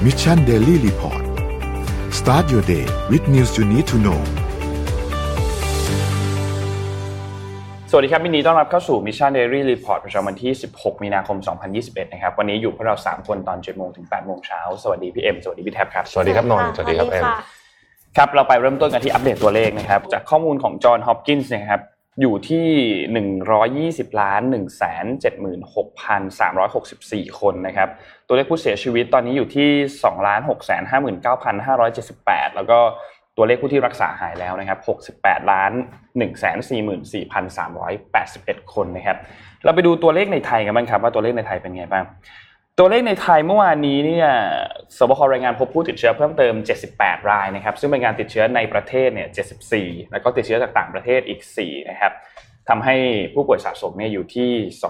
Mission Daily Report Start your day with news you need to know สวัสดีครับวันนี้ต้อนรับเข้าสู่ Mission Daily Report ประจำวันที่16มีนาคม2021นะครับวันนี้อยู่พวกเรา3คนตอน 7:00 นถึง 8:00 นเช้าสวัสดีพี่เอ็มสวัสดีพี่แท็บครับสวัสดีครับนนท์สวัสดีครับเอ็มครับเราไปเริ่มต้นกันที่อัปเดตตัวเลขนะครับจากข้อมูลของจอห์นฮอปกินส์นะครับอยู่ที่120,176,364 คนนะครับตัวเลขผู้เสียชีวิตตอนนี้อยู่ที่ 2,659,578 แล้วก็ตัวเลขผู้ที่รักษาหายแล้วนะครับ 68,144,381 คนนะครับเราไปดูตัวเลขในไทยกันบ้างครับว่าตัวเลขในไทยเป็นไงบ้างตัวเลขในไทยเมื่อวานนี้เนี่ยสบครายงานพบผู้ติดเชื้อเพิ่มเติม78รายนะครับซึ่งเป็นการติดเชื้อในประเทศเนี่ย74แล้วก็ติดเชื้อจากต่างประเทศอีก4นะครับทำให้ผู้ป่วยสะสมเนี่ยอยู่ที่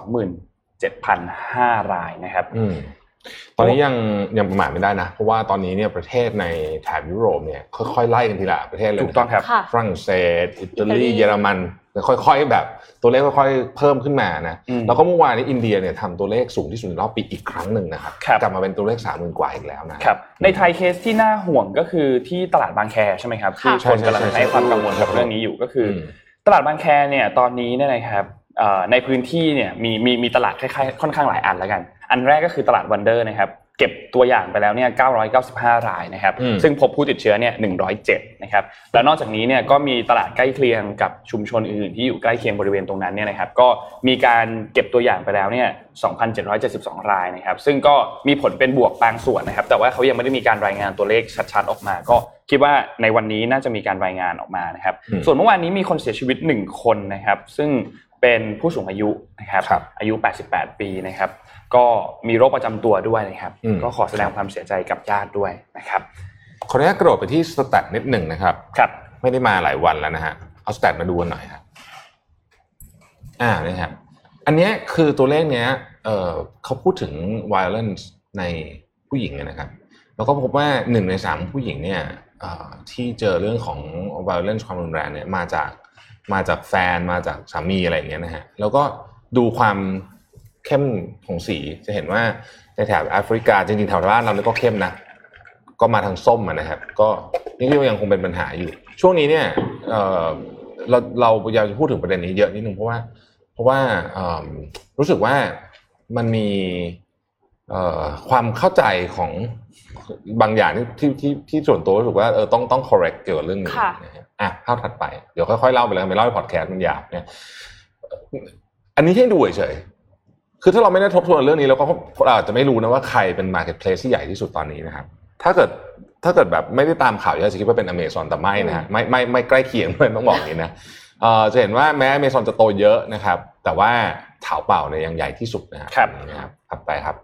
27,500 รายนะครับตอนนี้ยังประมาทไม่ได้นะเพราะว่าตอนนี้เนี่ยประเทศในแถบยุโรปเนี่ยค่อยๆไล่กันทีละประเทศเลยถูกต้องครับฝรั่งเศสอิตาลีเยอรมันค่อยๆแบบตัวเลขค่อยๆเพิ่มขึ้นมานะแล้วก็เมื่อวานนี้อินเดียเนี่ยทำตัวเลขสูงที่สุดในรอบปีอีกครั้งหนึ่งนะครับกลับมาเป็นตัวเลข 30,000 กว่าอีกแล้วนะครับในไทยเคสที่น่าห่วงก็คือที่ตลาดบางแคใช่ไหมครับที่คนกำลังให้ความกังวลกับเรื่องนี้อยู่ก็คือตลาดบางแคเนี่ยตอนนี้เนี่ยนะครับในพื้นที่เนี่ยมีตลาดคล้ายๆค่อนข้างหลายอันแล้วกันอันแรกก็คือตลาดวันเดอร์นะครับเก็บตัวอย่างไปแล้วเนี่ย995รายนะครับซึ่งพบผู้ติดเชื้อเนี่ย107นะครับแล้วนอกจากนี้เนี่ยก็มีตลาดใกล้เคียงกับชุมชนอื่นๆที่อยู่ใกล้เคียงบริเวณตรงนั้นเนี่ยนะครับก็มีการเก็บตัวอย่างไปแล้วเนี่ย 2,772 รายนะครับซึ่งก็มีผลเป็นบวกบางส่วนนะครับแต่ว่าเขายังไม่ได้มีการรายงานตัวเลขชัดๆออกมาก็คิดว่าในวันนี้น่าจะมีการรายงานออกมานะครับส่วนเมื่อวานนี้มีคนเสียชีวิต1คนนะครับซึ่งเป็นผู้สูงอายุนะครับอายุ88ปีนะครับก็มีโรคประจำตัวด้วยนะครับก็ขอแสดงความเสียใจกับญาติด้วยนะครับขออนุญาตกระโดดไปที่สแตทนิดหนึ่งนะครับไม่ได้มาหลายวันแล้วนะฮะเอาสแตทมาดูกันหน่อยครับนี่ครับอันนี้คือตัวเลขเนี้ยเขาพูดถึง violence ในผู้หญิงนะครับแล้วก็พบว่า1ใน3ผู้หญิงเนี่ยที่เจอเรื่องของ violence ความรุนแรงเนี่ยมาจากแฟนมาจากสามีอะไรอย่างเงี้ยนะฮะแล้วก็ดูความเข้มของสีจะเห็นว่าในแถบแอฟริกาจริงๆแถวบ้านเราเนี่ยก็เข้มนะก็มาทางส้มนะครับก็นี่ก็ยังคงเป็นปัญหาอยู่ช่วงนี้เนี่ยเราพยายามจะพูดถึงประเด็นนี้เยอะนิดนึงเพราะว่ารู้สึกว่ามันมีความเข้าใจของบางอย่างที่ส่วนตัวรู้สึกว่าต้อง correct เกี่ยวกับเรื่องนี้ภาพถัดไปเดี๋ยวค่อยๆเล่าไปเลยไม่เล่าในพอดแคสต์มันยาวเนี่ยอันนี้ให้ดูเฉยคือถ้าเราไม่ได้ทบทวนเรื่องนี้เราก็อาจจะไม่รู้นะว่าใครเป็น marketplace ที่ใหญ่ที่สุดตอนนี้นะครับถ้าเกิดแบบไม่ได้ตามข่าวเยอะจะคิดว่าเป็น Amazon แต่ไม่นะฮะไม่ใกล้เคียงเลยต้องบอกอย่างนี้นะจะเห็นว่าแม้ Amazon จะโตเยอะนะครับแต่ว่าถาวเป่าเนี่ยยังใหญ่ที่สุดนะครับถัดไปครับ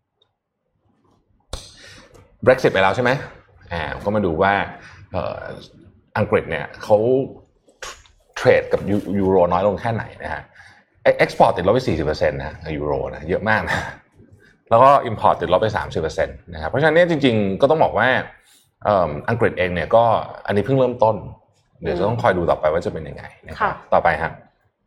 Brexit ไปแล้วใช่ไหมก็มาดูว่าอังกฤษเนี่ยเขาเทรดกับยูโรน้อยลงแค่ไหนนะฮะexport ติดลบไป 40% นะยูโรนะเยอะมากนะแล้วก็ import ติดลบไป 30% นะครับเพราะฉะนั้นเนี่ยจริงๆก็ต้องบอกว่าอังกฤษเองเนี่ยก็อันนี้เพิ่งเริ่มต้นเดี๋ยวจะต้องคอยดูต่อไปว่าจะเป็นยังไงนะครับต่อไปครับ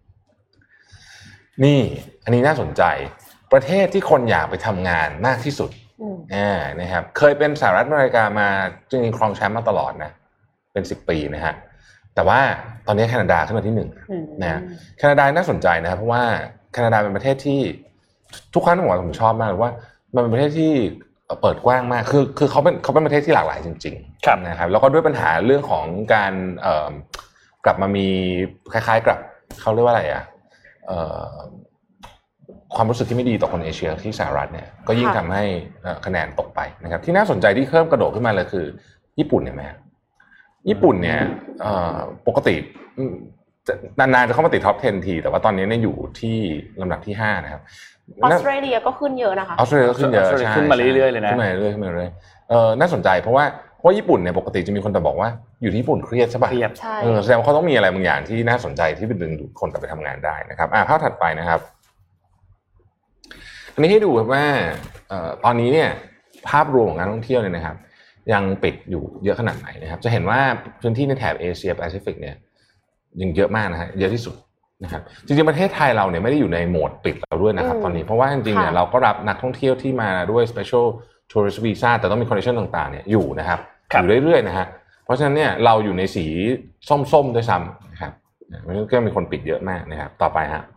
นี่อันนี้น่าสนใจประเทศที่คนอยากไปทำงานมากที่สุดนะครับเคยเป็นสหรัฐอเมริกามาจริงๆครองแชมป์มาตลอดนะเป็น10 ปีนะฮะแต่ว่าตอนนี้แคนาดาขึ้นมาที่1นะแคนาดาน่าสนใจนะครับเพราะว่าแคนาดาเป็นประเทศที่ทุกครั้งผมชอบมากว่ามันเป็นประเทศที่เปิดกว้างมากคือเขาเป็นประเทศที่หลากหลายจริงๆนะครับแล้วก็ด้วยปัญหาเรื่องของการกลับมามีคล้ายๆกับเขาเรียกว่าอะไรความรู้สึกที่ไม่ดีต่อคนเอเชียที่สหรัฐเนี่ยก็ยิ่งทำให้คะแนนตกไปนะครับที่น่าสนใจที่เพิ่มกระโดดขึ้นมาเลยคือญี่ปุ่นเห็นไหมญี่ปุ่นเนี่ยปกตินานๆจะเข้ามาติดท็อป 10 ทีแต่ว่าตอนนี้เนี่ยอยู่ที่ลำดับที่5นะครับออสเตรเลียก็ขึ้นเยอะนะคะออสเตรเลียก็ขึ้นเยอะขึ้นมาเรื่อยๆเลยนะขึ้นมาเรื่อยๆน่าสนใจเพราะว่าญี่ปุ่นเนี่ยปกติจะมีคนแต่บอกว่าอยู่ที่ญี่ปุ่นเครียดใช่ป่ะใช่แสดงว่าเขาต้องมีอะไรบางอย่างที่น่าสนใจที่เป็นดึงดูดคนกลับไปทำงานได้นะครับภาพถัดไปนะครับอันนี้ให้ดูว่าตอนนี้เนี่ยภาพรวมของการท่องเที่ยวเนี่ยนะครับยังปิดอยู่เยอะขนาดไหนนะครับจะเห็นว่าพื้นที่ในแถบเอเชียแปซิฟิกเนี่ยยังเยอะมากนะฮะเยอะที่สุดนะครับจริงๆประเทศไทยเราเนี่ยไม่ได้อยู่ในโหมดปิดแล้วด้วยนะครับตอนนี้เพราะว่าจริงๆเนี่ยเราก็รับนักท่องเที่ยวที่มาด้วย special tourist visa แต่ต้องมี condition ต่างๆเนี่ยอยู่นะครับอยู่เรื่อยๆนะฮะเพราะฉะนั้นเนี่ยเราอยู่ในสีส้มๆด้วยซ้ำนะครับมันก็มีคนปิดเยอะมากนะครับต่อไปฮะ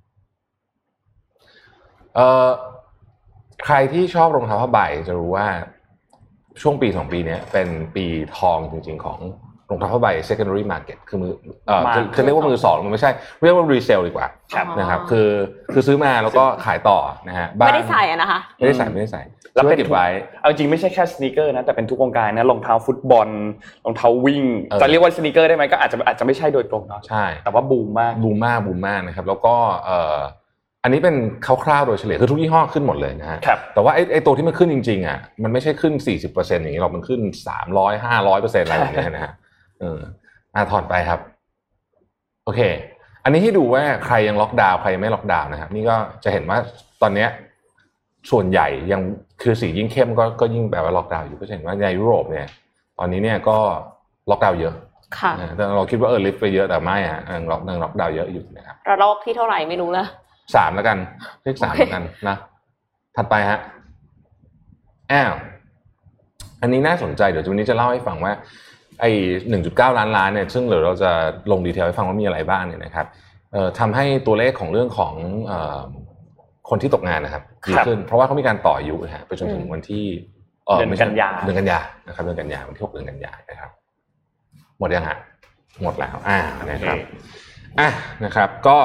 ใครที่ชอบรองเท้าผ้าใบจะรู้ว่าช่วงปี2ปีนี้เป็นปีทองจริงๆของรองเท้าผ้าใบ secondary market คือคือเรียกว่ามือสองมันไม่ใช่เรียกว่า resale ดีกว่านะครับคือซื้อมาแล้วก็ขายต่อนะฮะไม่ได้ใส่นะคะไม่ได้ใส่แล้วเป็นเก็บไว้เอาจริงไม่ใช่แค่สนีกเกอร์นะแต่เป็นทุกวงการนะรองเท้าฟุตบอลรองเท้าวิ่งจะเรียกว่าสนีกเกอร์ได้ไหมก็อาจจะไม่ใช่โดยตรงเนาะใช่แต่ว่าบูมมากนะครับแล้วก็อันนี้เป็นคร่าวๆโดยเฉลี่ยคือทุกยี่ห้อขึ้นหมดเลยนะฮะแต่ว่าไอ้ตัวที่มันขึ้นจริงๆอ่ะมันไม่ใช่ขึ้น 40% อย่างนี้หรอกมันขึ้น 300-500% อะไรอย่างเงี้ยนะฮะถอดไปครับโอเคอันนี้ให้ดูว่าใครยังล็อกดาวน์ใครยังไม่ล็อกดาวน์นะครับนี่ก็จะเห็นว่าตอนนี้ส่วนใหญ่ยังคือสียิ่งเข้มก็ยิ่งแปลว่าล็อกดาวน์อยู่ก็จะเห็นว่าในยุโรปเนี่ยตอนนี้เนี่ยก็ล็อกดาวน์เยอะค่ะแต่เราคิดว่าลิฟต์ไปเยอะแต่ไม่ยังล็อกดาวน์เยอะอยู่นะครับระลอกที่เท่าไหร่ไม่รู้ละ 3แล้วกันเลข3แล้วกันนะถัดไปฮะอันนี้น่าสนใจเดี๋ยววันนี้จะเล่าให้ฟังว่าไอ้ 1.9 ล้านเนี่ยซึ่งเดี๋ยวเราจะลงดีเทลให้ฟังว่ามีอะไรบ้างเนี่ยนะครับทำให้ตัวเลขของเรื่องของคนที่ตกงานนะครับดีขึ้นเพราะว่าเขามีการต่ออายุไปจนถึงวันที่เดือนกันยานะครับเดือนกันยาวันที่6เดือนกันยานะครับหมดยังฮะหมดแล้วนะครับนะครับก็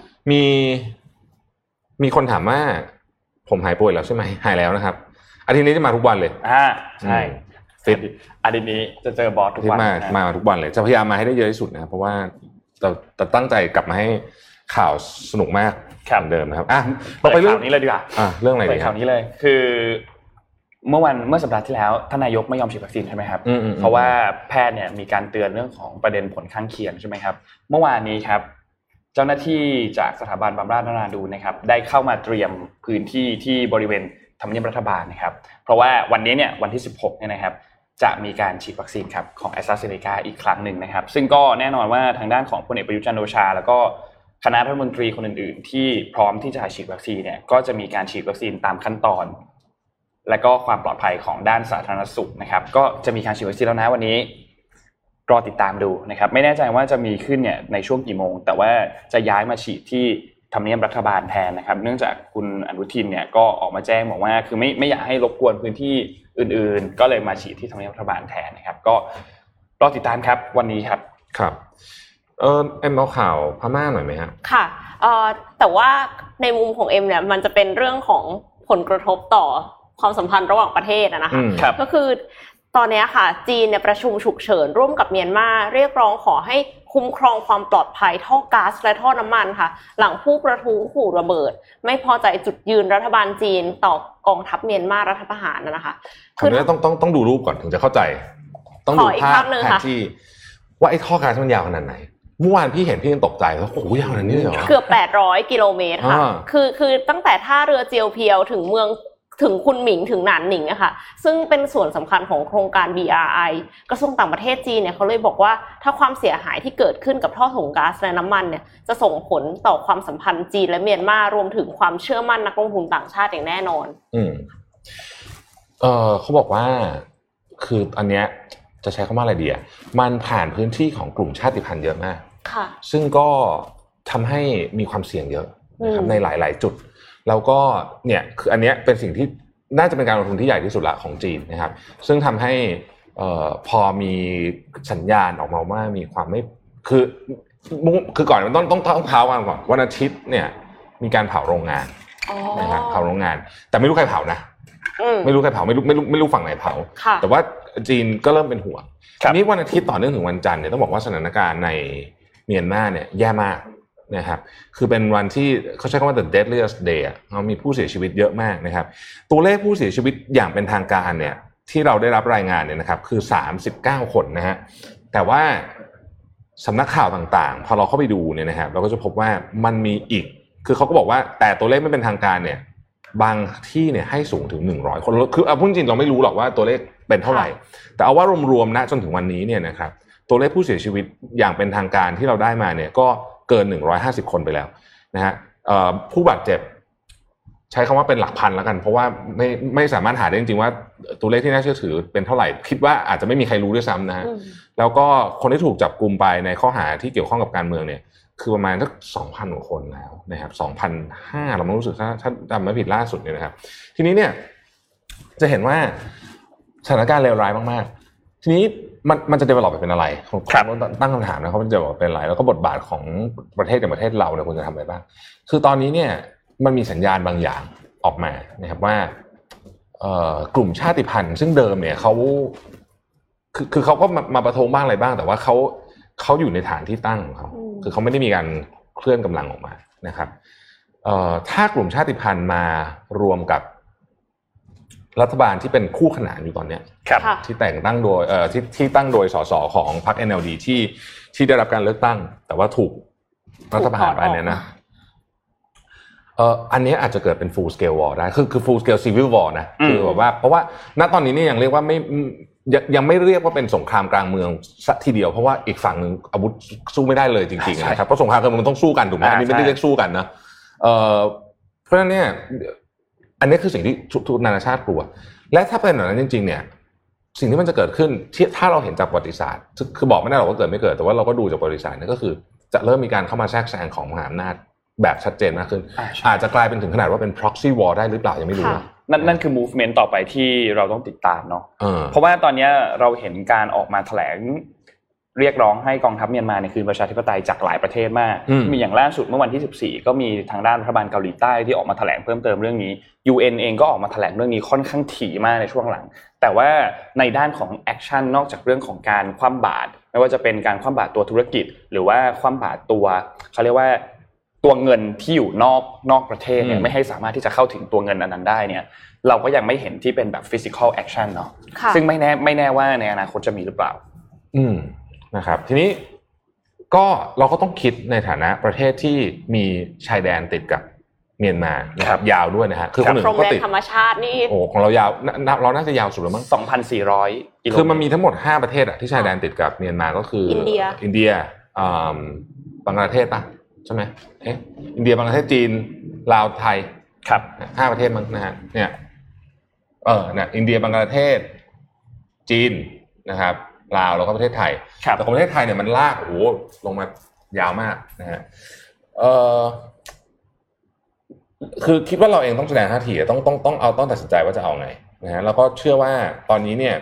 มีคนถามว่าผมหายป่วยแล้วใช่ไหมหายแล้วนะครับอาทิตย์นี้จะมาทุกวันเลยใช่ฟิตอาทิตย์นี้จะเจอบอสทุกวันมาทุกวันเลยจะพยายามมาให้ได้เยอะที่สุดนะเพราะว่าเราตั้งใจกลับมาให้ข่าวสนุกมากเหมือนเดิมนะครับเราไปเรื่องนี้เลยดีกว่าเรื่องอะไรดีข่าวนี้เลยคือเมื่อสัปดาห์ที่แล้วท่านนายกไม่ยอมฉีดวัคซีนใช่ไหมครับเพราะว่าแพทย์เนี่ยมีการเตือนเรื่องของประเด็นผลข้างเคียงใช่ไหมครับเมื่อวานนี้ครับเจ้าหน้าที่จากสถาบันบำราศนราดูนนะครับได้เข้ามาเตรียมพื้นที่ที่บริเวณทำเนียบรัฐบาลนะครับเพราะว่าวันนี้เนี่ยวันที่16เนี่ยนะครับจะมีการฉีดวัคซีนครับของ AstraZeneca อีกครั้งหนึ่งนะครับซึ่งก็แน่นอนว่าทางด้านของพลเอกประยุทธ์จันทร์โอชาแล้วก็คณะรัฐมนตรีคนอื่นๆที่พร้อมที่จะฉีดวัคซีนเนี่ยก็จะมีการฉีดวัคซีนตามขั้นตอนและก็ความปลอดภัยของด้านสาธารณสุขนะครับก็จะมีการฉีดวัคซีนแล้วนะวันนี้รอติดตามดูนะครับไม่แน่ใจว่าจะมีขึ้นเนี่ยในช่วงกี่โมงแต่ว่าจะย้ายมาฉีดที่ทำเนียบรัฐบาลแทนนะครับเนื่องจากคุณอนุทินเนี่ยก็ออกมาแจ้งบอกว่าคือไม่อยากให้รบกวนพื้นที่อื่นๆก็เลยมาฉีดที่ทำเนียบรัฐบาลแทนนะครับก็รอติดตามครับวันนี้ครับครับเอาข่าวพม่าหน่อยไหมครับค่ะแต่ว่าในมุมของเอ็มเนี่ยมันจะเป็นเรื่องของผลกระทบต่อความสัมพันธ์ระหว่างประเทศนะคะก็คือตอนนี้ค่ะจีนเนี่ยประชุมฉุกเฉินร่วมกับเมียนมาเรียกร้องขอให้คุ้มครองความปลอดภัยท่อก๊าซและท่อน้ำมันค่ะหลังผู้ประท้วงขู่ระเบิดไม่พอใจจุดยืนรัฐบาลจีนต่อกองทัพเมียนมารัฐประหารนะคะคือต้องดูรูปก่อนถึงจะเข้าใจต้องดูภาพแผนที่ว่าไอ้ท่อก๊าซมันยาวขนาดไหนเมื่อวานพี่เห็นพี่ยังตกใจว่าโอ้โหยาวขนาดนี้เลยเหรอเกือบ800กิโลเมตรค่ะคือตั้งแต่ท่าเรือเจียวเพียวถึงเมืองถึงคุนหมิงถึงหนานหนิงอะค่ะซึ่งเป็นส่วนสำคัญของโครงการ BRI กระทรวงต่างประเทศจีนเนี่ยเขาเลยบอกว่าถ้าความเสียหายที่เกิดขึ้นกับท่อส่งก๊าซและน้ำมันเนี่ยจะส่งผลต่อความสัมพันธ์จีนและเมียนมารวมถึงความเชื่อมั่นนักลงทุนต่างชาติอย่างแน่นอนเขาบอกว่าคืออันเนี้ยจะใช้คำว่าอะไรดีอ่ะมันผ่านพื้นที่ของกลุ่มชาติพันธุ์เยอะมากค่ะซึ่งก็ทำให้มีความเสี่ยงเยอะนะครับในหลายๆจุดแล้วก็เนี่ยคืออันเนี้ยเป็นสิ่งที่น่าจะเป็นการลงทุนที่ใหญ่ที่สุดละของจีนนะครับซึ่งทำให้พอมีสัญญาณออกมาว่ามีความไม่คือก่อนมันต้องเผากันก่อนวันอาทิตย์เนี่ยมีการเผาโรงงานนะครับเผาโรงงานแต่ไม่รู้ใครเผานะไม่รู้ใครเผาไม่รู้ฝั่งไหนเผาแต่ว่าจีนก็เริ่มเป็นห่วงทีนี้วันอาทิตย์ต่อเนื่องถึงวันจันทร์เนี่ยต้องบอกว่าสถานการณ์ในเมียนมาเนี่ยแย่มากนะครับคือเป็นวันที่เขาใช้คำว่า the deadliest day มีผู้เสียชีวิตเยอะมากนะครับตัวเลขผู้เสียชีวิตอย่างเป็นทางการเนี่ยที่เราได้รับรายงานเนี่ยนะครับคือ39คนนะฮะแต่ว่าสำนักข่าวต่างๆพอเราเข้าไปดูเนี่ยนะครับเราก็จะพบว่ามันมีอีกคือเขาก็บอกว่าแต่ตัวเลขไม่เป็นทางการเนี่ยบางที่เนี่ยให้สูงถึง100คนคือเอาพูดจริงเราไม่รู้หรอกว่าตัวเลขเป็นเท่าไหร่แต่เอาว่ารวมๆนะจนถึงวันนี้เนี่ยนะครับตัวเลขผู้เสียชีวิตอย่างเป็นทางการที่เราได้มาเนี่ยก็เกิน150คนไปแล้วนะฮะผู้บาดเจ็บใช้คำว่าเป็นหลักพันแล้วกันเพราะว่าไม่สามารถหาได้จริงๆว่าตัวเลขที่น่าเชื่อถือเป็นเท่าไหร่คิดว่าอาจจะไม่มีใครรู้ด้วยซ้ำนะฮะแล้วก็คนที่ถูกจับกุมไปในข้อหาที่เกี่ยวข้องกับการเมืองเนี่ยคือประมาณสัก 2,000 กว่าคนแล้วนะครับ 2,500 เราไม่รู้สึกถ้าจำไม่ผิดล่าสุดเนี่ยนะครับทีนี้เนี่ยจะเห็นว่าสถานการณ์เลวร้ายมากๆทีนี้มันจะ develop ไปเป็นอะไรตั้งคำถามนะเขาจะ develop เป็นอะไรแล้วก็บทบาทของประเทศอย่างประเทศเราเนี่ยควรจะทำอะไรบ้างคือตอนนี้เนี่ยมันมีสัญญาณบางอย่างออกมานะครับว่ากลุ่มชาติพันธุ์ซึ่งเดิมเนี่ยเขาคือเขาก็มาประท้วงบ้างอะไรบ้างแต่ว่าเขาอยู่ในฐานที่ตั้งของเขาคือเขาไม่ได้มีการเคลื่อนกำลังออกมานะครับถ้ากลุ่มชาติพันธุ์มารวมกับรัฐบาลที่เป็นคู่ขนานอยู่ตอนนี้ที่แต่งตั้งโดยที่ตั้งโดยสสของพรรค NLD ที่ได้รับการเลือกตั้งแต่ว่าถูกรัฐประหารไปเนี่ยนะอันนี้อาจจะเกิดเป็น full scale war ได้คือ full scale civil war นะคือแบบว่าเพราะว่าณตอนนี้นี่ยังเรียกว่ายังไม่เรียกว่าเป็นสงครามกลางเมืองสักทีเดียวเพราะว่าอีกฝั่งนึงอาวุธสู้ไม่ได้เลยจริงๆนะครับเพราะสงครามกลางเมืองมันต้องสู้กันถูกไหมอันนี้ไม่ได้เรียกสู้กันนะเพราะฉะนั้นเนี่ยอันนี้คือสิ่งที่ทุกนานาชาติกลัวและถ้าเป็นแบบนั้นจริงๆเนี่ยสิ่งที่มันจะเกิดขึ้นที่ถ้าเราเห็นจากประวัติศาสตร์คือบอกไม่ได้หรอกว่าเกิดไม่เกิดแต่ว่าเราก็ดูจากประวัติศาสตร์นี่ก็คือจะเริ่มมีการเข้ามาแทรกแซงของมหาอำนาจแบบชัดเจนมากขึ้นอาจจะกลายเป็นถึงขนาดว่าเป็น proxy war ได้หรือเปล่ายังไม่รู้นั่นคือ movement ต่อไปที่เราต้องติดตามเนาะเพราะว่าตอนนี้เราเห็นการออกมาแถลงเรียกร้องให้กองทัพเมียนมาในคืนประชาธิปไตยจากหลายประเทศมากมีอย่างล่าสุดเมื่อวันที่14ก็มีทางด้านรัฐบาลเกาหลีใต้ที่ออกมาแถลงเพิ่มเติมเรื่องนี้ UN เองก็ออกมาแถลงเรื่องนี้ค่อนข้างถี่มากในช่วงหลังแต่ว่าในด้านของแอคชั่นนอกจากเรื่องของการคว่ำบาตรไม่ว่าจะเป็นการคว่ำบาตรตัวธุรกิจหรือว่าคว่ำบาตรตัวเขาเรียกว่าตัวเงินที่อยู่นอกประเทศเนี่ยไม่ให้สามารถที่จะเข้าถึงตัวเงินนั้นได้เนี่ยเราก็ยังไม่เห็นที่เป็นแบบ physical action เนาะซึ่งไม่แน่ว่าในอนาคตจะมีหรือเปล่านะครับทีนี้ก็เราก็ต้องคิดในฐานะประเทศที่มีชายแดนติดกับเมียนมานะครับยาวด้วยนะฮะคือคนอื่นก็ติดธรรมชาตินี่โอ้ของเรายาวเราน่าจะยาวสุดแล้วมั้ง 2,400 กิโลคือมันมีทั้งหมด5ประเทศอะที่ชายแดนติดกับเมียนมาก็คืออินเดียบังกลาเทศป่ะใช่ไหมอินเดียบังกลาเทศจีนลาวไทยครับ 5ประเทศมั้งนะฮะเนี่ยนะอินเดียบังกลาเทศจีนนะครับลาวแล้วก็ประเทศไทยแต่ของประเทศไทยเนี่ยมันลากโอ้โหลงมายาวมากนะฮะคือคิดว่าเราเองต้องแสดงท่าทีต้องตัดสินใจว่าจะเอาไงนะฮะแล้วก็เชื่อว่าตอนนี้เนี่ย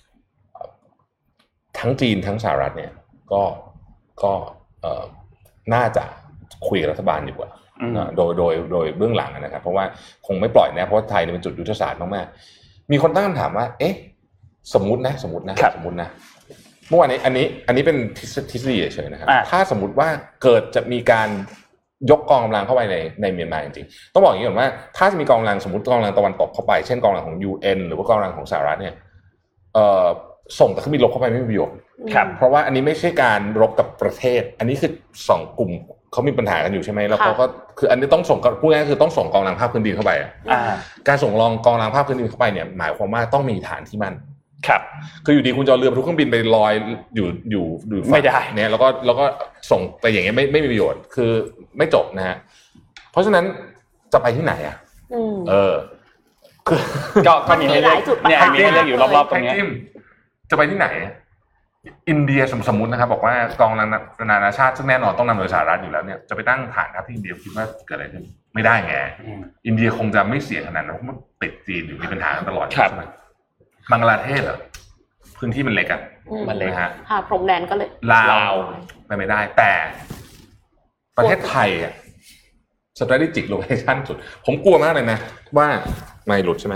ทั้งจีนทั้งสหรัฐเนี่ยก็น่าจะคุยกับรัฐบาลดีกว่าโดยเบื้องหลังนะครับเพราะว่าคงไม่ปล่อยนะเพราะไทยเนี่ยเป็นจุดยุทธศาสตร์มากๆมีคนตั้งคำถามว่าเอ๊ะสมมุตินะเมื่อวานนี้อันนี้เป็นทฤษฎีเฉยๆนะครับถ้าสมมุติว่าเกิดจะมีการยกกองกำลังเข้าไปในเมียนมาจริงๆต้องบอกอย่างนี้ก่อนว่าถ้าจะมีกองกำลังสมมติกองกำลังตะวันตกเข้าไปเช่นกองกำลังของ UN หรือว่ากองกำลังของสหรัฐเนี่ยส่งแต่เครื่องบินรบเข้าไปไม่มีประโยชน์เพราะว่าอันนี้ไม่ใช่การรบกับประเทศอันนี้คือ2กลุ่มเขามีปัญหากันอยู่ใช่ไหมแล้วเขาก็คืออันนี้ต้องส่งพูดง่ายๆคือต้องส่งกองกำลังภาคพื้นดินเข้าไปการส่งกองกำลังภาคพื้นดินเข้าไปเนี่ยหมายความว่าต้องมีฐานที่มั่นครับคืออยู่ดีคุณจะเรือบรรทุกเครื่องบินไปลอยอยู่ไม่ได้เนี่ยแล้วก็ส่งไปอย่างเงี้ยไม่มีประโยชน์คือไม่จบนะฮะเพราะฉะนั้นจะไปที่ไหนอ่ะก็มีให้เลือกเนี่ยมีให้เลือกอยู่รอบๆตรงนี้จะไปที่ไหนอินเดียสมมุตินะครับบอกว่ากองนานาชาติซึ่งแน่นอนต้องนำโดยสหรัฐอยู่แล้วเนี่ยจะไปตั้งฐานทัพที่อินเดียคิดว่าเกิดอะไรขึ้นไม่ได้ไงอินเดียคงจะไม่เสี่ยงขนาดนั้นเพราะมันติดจีนอยู่มีปัญหาตลอดใช่ไหมบังกลาเทศเหรอพื้นที่มันเล็กอ่ะมันเล็กฮะพรมแดนก็เลยลาวไม่ได้แต่ประเทศไทยอ่ะ strategic location สุดผมกลัวมากเลยนะว่าไม่หลุดใช่ไหม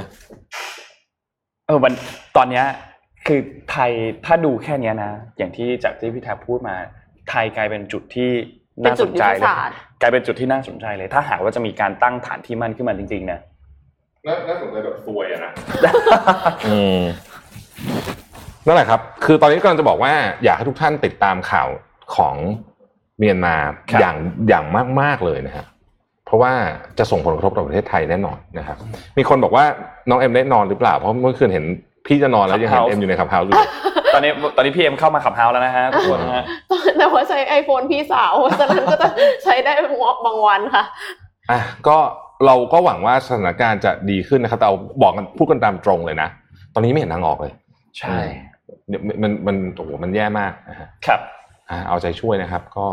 ตอนนี้คือไทยถ้าดูแค่นี้นะอย่างที่จากที่พี่แทบพูดมาไทยกลายเป็นจุดที่น่าสนใจเลยกลายเป็นจุดที่น่าสนใจเลยถ้าหากว่าจะมีการตั้งฐานที่มั่นขึ้นมาจริงๆนะน่าสนใจแบบซวยอะนะนั่นแหละครับคือตอนนี้กำลังจะบอกว่าอยากให้ทุกท่านติดตามข่าวของเมียนมาอย่างมากๆเลยนะครับเพราะว่าจะส่งผลกระทบต่อประเทศไทยแน่นอนนะครับมีคนบอกว่าน้องเอ็มได้นอนหรือเปล่าเพราะเมื่อคืนเห็นพี่จะนอนแล้วยังเห็นเอ็มอยู่ในคับเฮาส์อยู่ตอนนี้พี่เอ็มเข้ามาคับเฮาส์แล้วนะฮะทุกคนนะฮะแต่ว่าใช้ iPhone พี่สาวฉะนั้นก็จะใช้ได้บางวันค่ะก็เราก็หวังว่าสถานการณ์จะดีขึ้นนะครับแต่บอกกันพูดกันตามตรงเลยนะตอนนี้ไม่เห็นทางออกเลยใช่มันโอ้โหมันแย่มากนะฮะครับเอาใจช่วยนะครับก็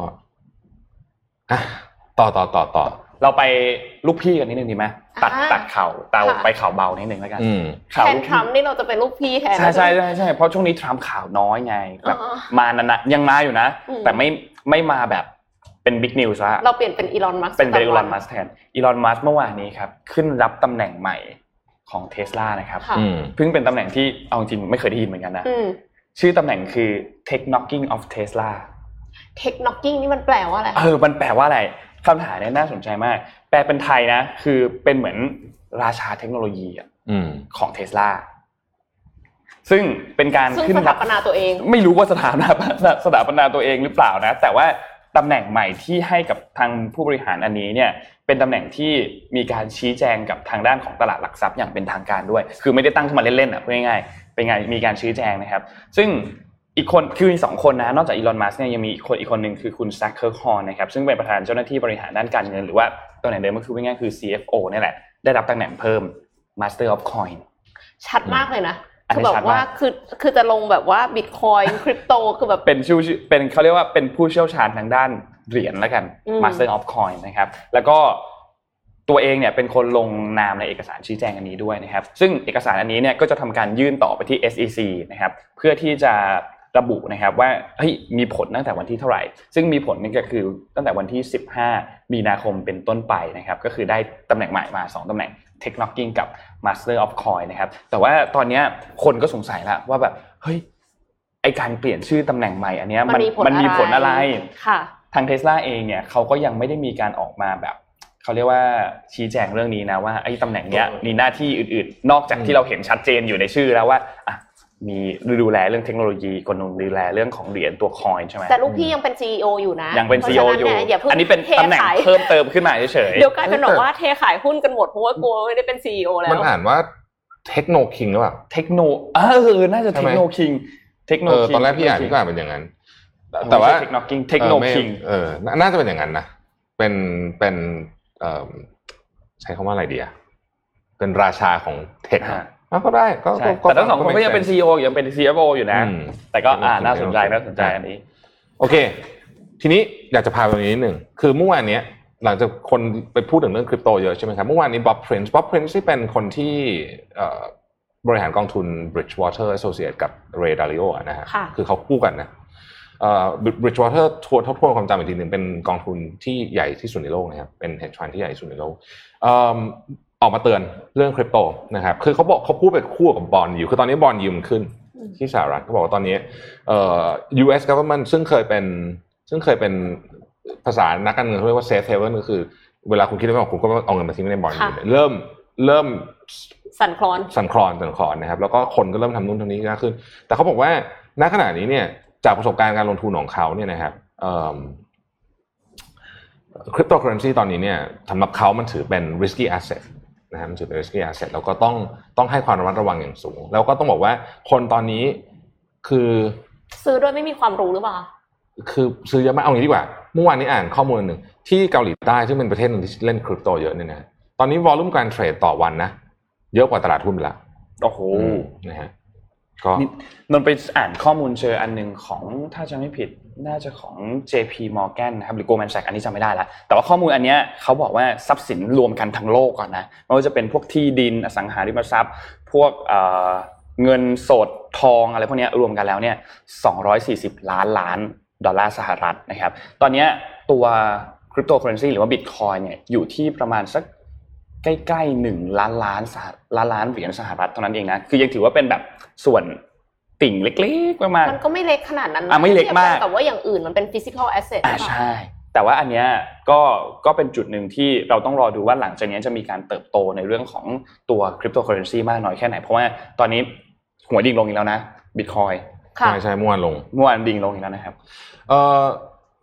ต่อเราไปลูกพี่กันนิดนึงดีไหมตัดข่าวไปข่าวเบานิดนึงแล้วกันข่าวทรัมป์นี่เราจะเป็นลูกพี่แทนใช่เพราะช่วงนี้ทรัมป์ข่าวน้อยไงแบบมานะยังมาอยู่นะแต่ไม่มาแบบเป็นบิ๊กนิวส์ละเราเปลี่ยนเป็นอีลอนมัสก์เป็นอีลอนมัสก์แทนอีลอนมัสก์เมื่อวานนี้ครับขึ้นรับตำแหน่งใหม่ของ Tesla นะครับเพิ่งเป็นตำแหน่งที่เอาจริงไม่เคยได้ยินเหมือนกันนะชื่อตำแหน่งคือ Tech Knocking of Tesla Tech Knocking นี่มันแปลว่าอะไรมันแปลว่าอะไรคำถามนี้น่าสนใจมากแปลเป็นไทยนะคือเป็นเหมือนราชาเทคโนโลยีของ Tesla ซึ่งเป็นการขึ้นสถาปนาตัวเองไม่รู้ว่าสถาปนาตัวเองหรือเปล่านะแต่ว่าตำแหน่งใหม่ที่ให้กับทางผู้บริหารอันนี้เนี่ยเป็นตำแหน่งที่มีการชี้แจงกับทางด้านของตลาดหลักทรัพย์อย่างเป็นทางการด้วยคือไม่ได้ตั้งขึ้นมาเล่นๆพูดง่ายๆเป็นไงมีการชี้แจงนะครับซึ่งอีกคนคือมี2คนนะนอกจากอีลอนมัสก์เนี่ยยังมีอีกคนนึงคือคุณซักเคอร์คอนนะครับซึ่งเป็นประธานเจ้าหน้าที่บริหารด้านการเงินหรือว่าตัวไหนเดิมก็คือง่ายๆคือ CFO นี่แหละได้รับตำแหน่งเพิ่ม Master of Coin ชัดมากเลยนะคือแบบว่าคือจะลงแบบว่า Bitcoin คริปโตคือแบบเป็นเขาเรียกว่าเป็นผู้เชี่ยวชาญทางด้านเหรียญแล้วกัน Master of Coin นะครับแล้วก็ตัวเองเนี่ยเป็นคนลงนามในเอกสารชี้แจงอันนี้ด้วยนะครับซึ่งเอกสารอันนี้เนี่ยก็จะทำการยื่นต่อไปที่ SEC นะครับเพื่อที่จะระบุนะครับว่ามีผลตั้งแต่วันที่เท่าไหร่ซึ่งมีผลนี่ก็คือตั้งแต่วันที่15มีนาคมเป็นต้นไปนะครับก็คือได้ตำแหน่งใหม่มา2ตำแหน่ง Tech Knocking กับ Master of Coin นะครับแต่ว่าตอนนี้คนก็สงสัยแล้วว่าแบบไอการเปลี่ยนชื่อตำแหน่งใหม่อันนี้มันมีผลอะไรทาง Tesla เองเนี่ยเขาก็ยังไม่ได้มีการออกมาแบบเขาเรียกว่าชี้แจงเรื่องนี้นะว่าไอ้ตำแหน่งเนี้ยมีหน้าที่อื่นๆนอกจากที่เราเห็นชัดเจนอยู่ในชื่อแล้วว่ามีดูแลเรื่องเทคโนโลยีคนนึงดูแลเรื่องของเหรียญตัวคอยน์ใช่ไหมแต่ลูกพี่ยังเป็น CEO อยู่นะยังเป็น CEO อยู่อันนี้เป็นตำแหน่งเพิ่มเติมขึ้นมาเฉยๆเดี๋ยวกลายเป็นบอกว่าเทขายหุ้นกันหมดเพราะว่ากลัวไม่ได้เป็น CEO แล้วมันอ่านว่าเทคโนคิงหรือเปล่าเทคโนน่าจะเทคโนคิงตอนแรกพี่อ่านก็อ่านเป็นอย่างนั้นแต่ว่าเทคโนคิงน่าจะเป็นอย่างนั้นนะเป็นใช้คำว่าอะไรดีอะเป็นราชาของเทคก็ได้ก็แต่ทั้งสองคนก็ยังเป็น CEO ยังเป็น CFO อยู่นะแต่ก็น่าสนใจอันนี้โอเคทีนี้อยากจะพาไปนิดนึงคือเมื่อวานนี้หลังจากคนไปพูดถึงเรื่องคริปโตเยอะใช่ไหมครับเมื่อวานนี้บ๊อบเพรนซ์ที่เป็นคนที่บริหารกองทุน Bridgewater Associates กับ Ray Dalio นะฮะคือเขาคู่กันนะBridgewater ทบทวนความจำอีกทีนึงเป็นกองทุนที่ใหญ่ที่สุดในโลกนะครับเป็น hedge fund ที่ใหญ่ที่สุดในโลกออกมาเตือนเรื่องคริปโตนะครับคือเขาพูดไปคู่กับบอนด์อยู่คือตอนนี้บอนด์ยิวมันขึ้นที่สหรัฐเขาบอกว่าตอนนี้US government ซึ่งเคยเป็นภาษานักการเงินเขาเรียกว่า safe haven ก็คือเวลาคุณคิดว่าคุณก็เอาเงินมาทิ้งในบอนด์เริ่มสั่นคลอนนะครับแล้วก็คนก็เริ่มทำนู่นทำนี้มากขึ้นแต่เขาบอกว่าณขณะนี้เนี่ยจากประสบการณ์การลงทุนของเขาเนี่ยนะครับคริปโตเคอเรนซีตอนนี้เนี่ยสำหรับเขามันถือเป็น risky asset นะครับมันถือเป็น risky asset แล้วก็ต้องให้ความระมัดระวังอย่างสูงแล้วก็ต้องบอกว่าคนตอนนี้คือซื้อโดยไม่มีความรู้หรือเปล่าคือซื้อเยอะมากเอางี้ดีกว่าเมื่อวานนี้อ่านข้อมูลหนึ่งที่เกาหลีใต้ซึ่งเป็นประเทศนึงที่เล่นคริปโตเยอะเนี่ยนะตอนนี้วอลลุ่มการเทรดต่อวันนะเยอะกว่าตลาดหุ้นแล้วโอ้โหนะฮะก็นนไปอ่านข้อมูลเจออันนึงของถ้าจำไม่ผิดน่าจะของ JP Morgan นะครับหรือ Goldman Sachs อันนี้จำไม่ได้แล้วแต่ว่าข้อมูลอันเนี้ยเขาบอกว่าทรัพย์สินรวมกันทั้งโลกก่อนนะไม่ว่าจะเป็นพวกที่ดินอสังหาริมทรัพย์พวกเงินสดทองอะไรพวกนี้รวมกันแล้วเนี่ย240ล้านดอลลาร์สหรัฐนะครับตอนนี้ตัวคริปโตเคอเรนซีหรือว่า Bitcoin เนี่ยอยู่ที่ประมาณสักใกล้ๆ1ล้านเหรียญสหรัฐเท่านั้นเองนะคือยังถือว่าเป็นแบบส่วนติ่งเล็กๆมากๆมันก็ไม่เล็กขนาดนั้นไม่เล็กมากแต่ว่าอย่างอื่นมันเป็น physical asset ใช่แต่ว่าอันเนี้ยก็เป็นจุดหนึ่งที่เราต้องรอดูว่าหลังจากนี้จะมีการเติบโตในเรื่องของตัวคริปโตเคอเรนซีมากน้อยแค่ไหนเพราะว่าตอนนี้หัวดิ่งลงอีกแล้วนะ Bitcoin ใช่เมื่อวานดิ่งลงอีกแล้วนะครับ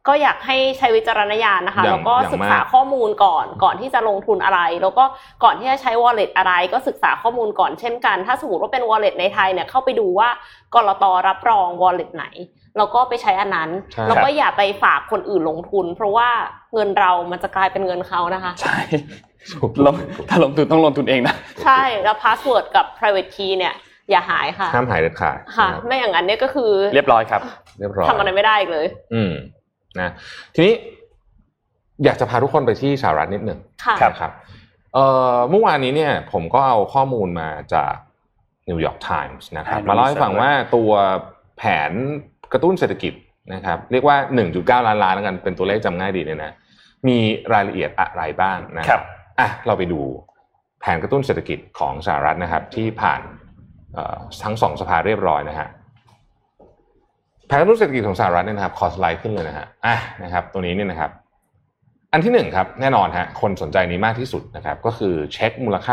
ก็อยากให้ใช้วิจารณญาณนะคะแล้วก็ศึกษาข้อมูลก่อนที่จะลงทุนอะไรแล้วก็ก่อนที่จะใช้ wallet อะไรก็ศึกษาข้อมูลก่อนเช่นกันถ้าสมมติว่าเป็น wallet ในไทยเนี่ยเข้าไปดูว่ากลต.รับรอง wallet ไหนแล้วก็ไปใช้อันนั้นแล้วก็อย่าไปฝากคนอื่นลงทุนเพราะว่าเงินเรามันจะกลายเป็นเงินเขานะคะใช่ถ้าลงทุนต้องลงทุนเองนะใช่แล้ว password กับ private key เนี่ยอย่าหายค่ะห้ามหายเด็ดขาดค่ะไม่อย่างนั้นเนี่ยก็คือเรียบร้อยครับเรียบร้อยทำอะไรไม่ได้อีกเลยนะทีนี้อยากจะพาทุกคนไปที่สหรัฐนิดหนึ่งครับเมื่อวานนี้เนี่ยผมก็เอาข้อมูลมาจากนิวยอร์กไทมส์นะครับมาเล่าให้ฟังว่าตัวแผนกระตุ้นเศรษฐกิจนะครับเรียกว่า 1.9 ล้านล้านแล้วกันเป็นตัวเลขจำง่ายดีเนี่ยนะมีรายละเอียดอะไรบ้างนะครับเราไปดูแผนกระตุ้นเศรษฐกิจของสหรัฐนะครับที่ผ่านทั้ง2สภาเรียบร้อยนะฮะแผนกระตุ้นเศรษฐกิจของสหรัฐเนี่ยนะครับขอสไลด์ขึ้นเลยนะฮะนะครับตัวนี้เนี่ยนะครับอันที่1ครับแน่นอนฮะคนสนใจนี้มากที่สุดนะครับก็คือเช็คมูลค่า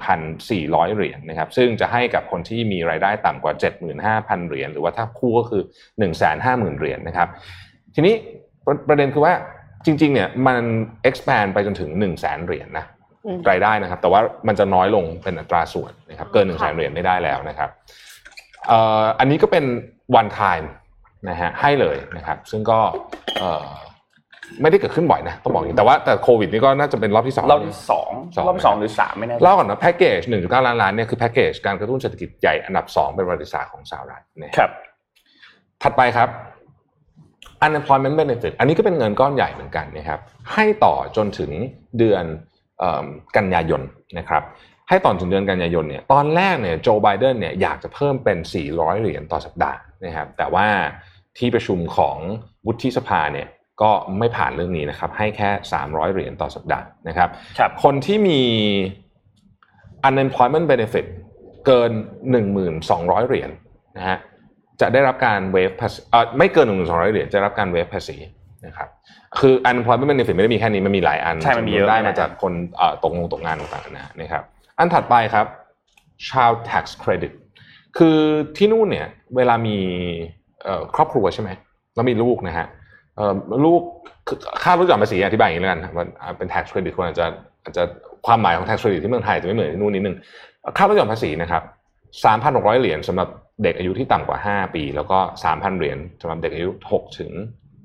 1,400 เหรียญนะครับซึ่งจะให้กับคนที่มีรายได้ต่ำกว่า 75,000 เหรียญหรือว่าถ้าคู่ก็คือ 150,000 เหรียญนะครับทีนี้ประเด็นคือว่าจริงๆเนี่ยมัน expand ไปจนถึง 100,000 เหรียญนะรายได้นะครับแต่ว่ามันจะน้อยลงเป็นอัตราส่วนนะครับเกิน 100,000 เหรียญไม่ได้แล้วนะครับอันนี้ก็เป็น one time นะฮะให้เลยนะครับซึ่งก็ไม่ได้เกิดขึ้นบ่อยนะต้องบอกอย่างนี้แต่โควิดนี่ก็น่าจะเป็นรอบที่2 รอบที่2หรือ3ไม่แน่เล่าก่อนนะแพ็คเกจ 1.9 ล้านล้านเนี่ยคือแพ็คเกจการกระตุ้นเศรษฐกิจใหญ่อันดับ2เป็นประวัติศาสตร์ของสหรัฐนะครับถัดไปครับ unemployment benefit อันนี้ก็เป็นเงินก้อนใหญ่เหมือนกันนะครับให้ต่อจนถึงเดือนกันยายนนะครับให้ต่อถึงเดือนกันยายนเนี่ยตอนแรกเนี่ยโจไบเดนเนี่ยอยากจะเพิ่มเป็น400 เหรียญต่อสัปดาห์นะครับแต่ว่าที่ประชุมของวุฒิสภาเนี่ยก็ไม่ผ่านเรื่องนี้นะครับให้แค่300 เหรียญต่อสัปดาห์นะครับคนที่มี unemployment benefit เกิน 1,200 เหรียญนะฮะจะได้รับการเวฟภาษีไม่เกิน 1,200 เหรียญจะรับการเวฟภาษีนะครับคือ unemployment benefit ไม่ได้มีแค่นี้มันมีหลายอันมันมีเยอะได้มาจากคนตกงานต่างๆนะครับอันถัดไปครับ child tax credit คือที่นู่นเนี่ยเวลามีครอบครัวใช่ไหมแล้วมีลูกนะฮะลูกค่าลดหย่อนภาษีอธิบายอย่างนี้แล้วกันว่าเป็น tax credit คนอาจจะความหมายของ tax credit ที่เมืองไทยจะไม่เหมือนที่นู่นนิดนึงค่าลดหย่อนภาษีนะครับ 3,600 เหรียญสำหรับเด็กอายุที่ต่ำกว่า5ปีแล้วก็ 3,000 เหรียญสำหรับเด็กอายุ6ถึง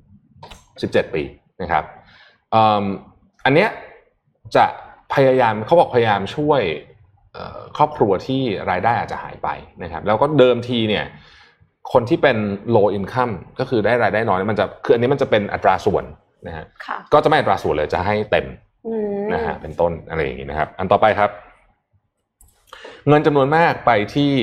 17 ปีนะครับอันเนี้ยจะพยายามช่วยครอบครัวที่รายได้อาจจะหายไปนะครับแล้วก็เดิมทีเนี่ยคนที่เป็น low income ก็คือได้รายได้น้อยมันจะคืออันนี้มันจะเป็นอัตราส่วนนะฮะก็จะไม่อัตราส่วนเลยจะให้เต็มนะฮะเป็นต้นอะไรอย่างนี้นะครับอันต่อไปครับเงินจำนวนมากไปที่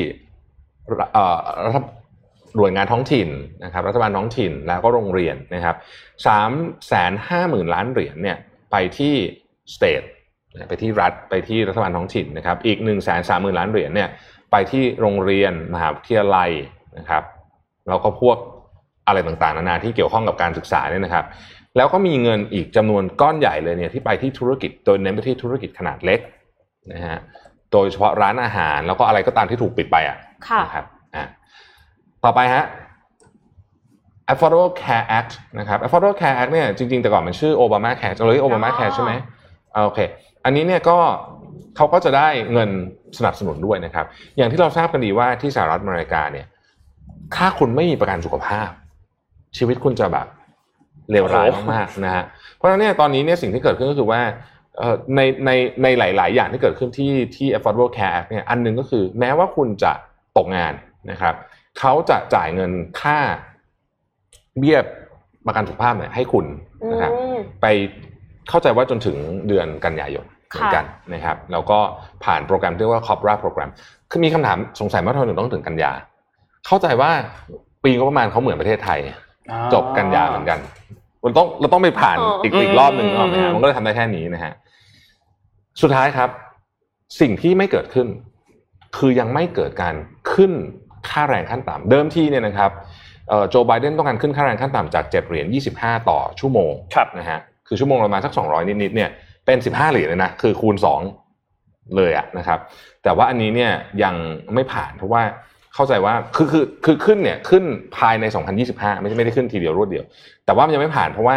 หน่วยงานท้องถิ่นนะครับรัฐบาลท้องถิ่นแล้วก็โรงเรียนนะครับ 350,000 ล้านเหรียญเนี่ยไปที่ state ไปที่รัฐไปที่รัฐบาลท้องถิ่นนะครับอีก 130,000 ล้านเหรียญเนี่ยไปที่โรงเรียนมหาวิทยาลัยนะครับแล้วก็พวกอะไรต่างๆนานาที่เกี่ยวข้องกับการศึกษาเนี่ยนะครับแล้วก็มีเงินอีกจำนวนก้อนใหญ่เลยเนี่ยที่ไปที่ธุรกิจโดยเน้นไปที่ธุรกิจขนาดเล็กนะฮะโดยเฉพาะร้านอาหารแล้วก็อะไรก็ตามที่ถูกปิดไปนะครับต่อไปฮะ Affordable Care Act นะครับ Affordable Care Act เนี่ยจริงๆแต่ก่อนมันชื่อ Obama Care เราเรียก Obama Care ใช่ไหมโอเคอันนี้เนี่ยก็เขาก็จะได้เงินสนับสนุนด้วยนะครับอย่างที่เราทราบกันดีว่าที่สหรัฐอเมริกาเนี่ยถ้าคุณไม่มีประกันสุขภาพชีวิตคุณจะแบบเลวร้ายมากๆนะฮะเพราะฉะนั้นเนี่ยตอนนี้เนี่ยสิ่งที่เกิดขึ้นก็คือว่าในหลายๆอย่างที่เกิดขึ้นที่ Affordable Care Act เนี่ยอันนึงก็คือแม้ว่าคุณจะตกงานนะครับเขาจะจ่ายเงินค่าเบี้ยประกันสุขภาพเนี่ยให้คุณนะครับไปเข้าใจว่าจนถึงเดือนกันยายนเหมือนกันนะครับแล้วก็ผ่านโปรแกรมที่เรียกว่า COBRA โปรแกรมคือมีคำถามสงสัยว่าทำไมต้องถึงกันยาเข้าใจว่าปีงบประมาณเขาเหมือนประเทศไทยจบกันยาเหมือนกันเราต้องไปผ่านอีกรอบนึงมันก็เลยทำได้แค่นี้นะฮะสุดท้ายครับสิ่งที่ไม่เกิดขึ้นคือยังไม่เกิดการขึ้นค่าแรงขั้นต่ำเดิมทีเนี่ยนะครับโจไบเดนต้องการขึ้นค่าแรงขั้นต่ำจาก$7.25ต่อชั่วโมงนะฮะคือชั่วโมงประมาณสัก200นิดๆเนี่ยเป็น15 เหรียญเลยนะคือคูณ2เลยนะครับแต่ว่าอันนี้เนี่ยยังไม่ผ่านเพราะว่าเข้าใจว่าคือขึ้นเนี่ยขึ้นภายใน2025ไม่ได้ขึ้นทีเดียวรวดเดียวแต่ว่ามันยังไม่ผ่านเพราะว่า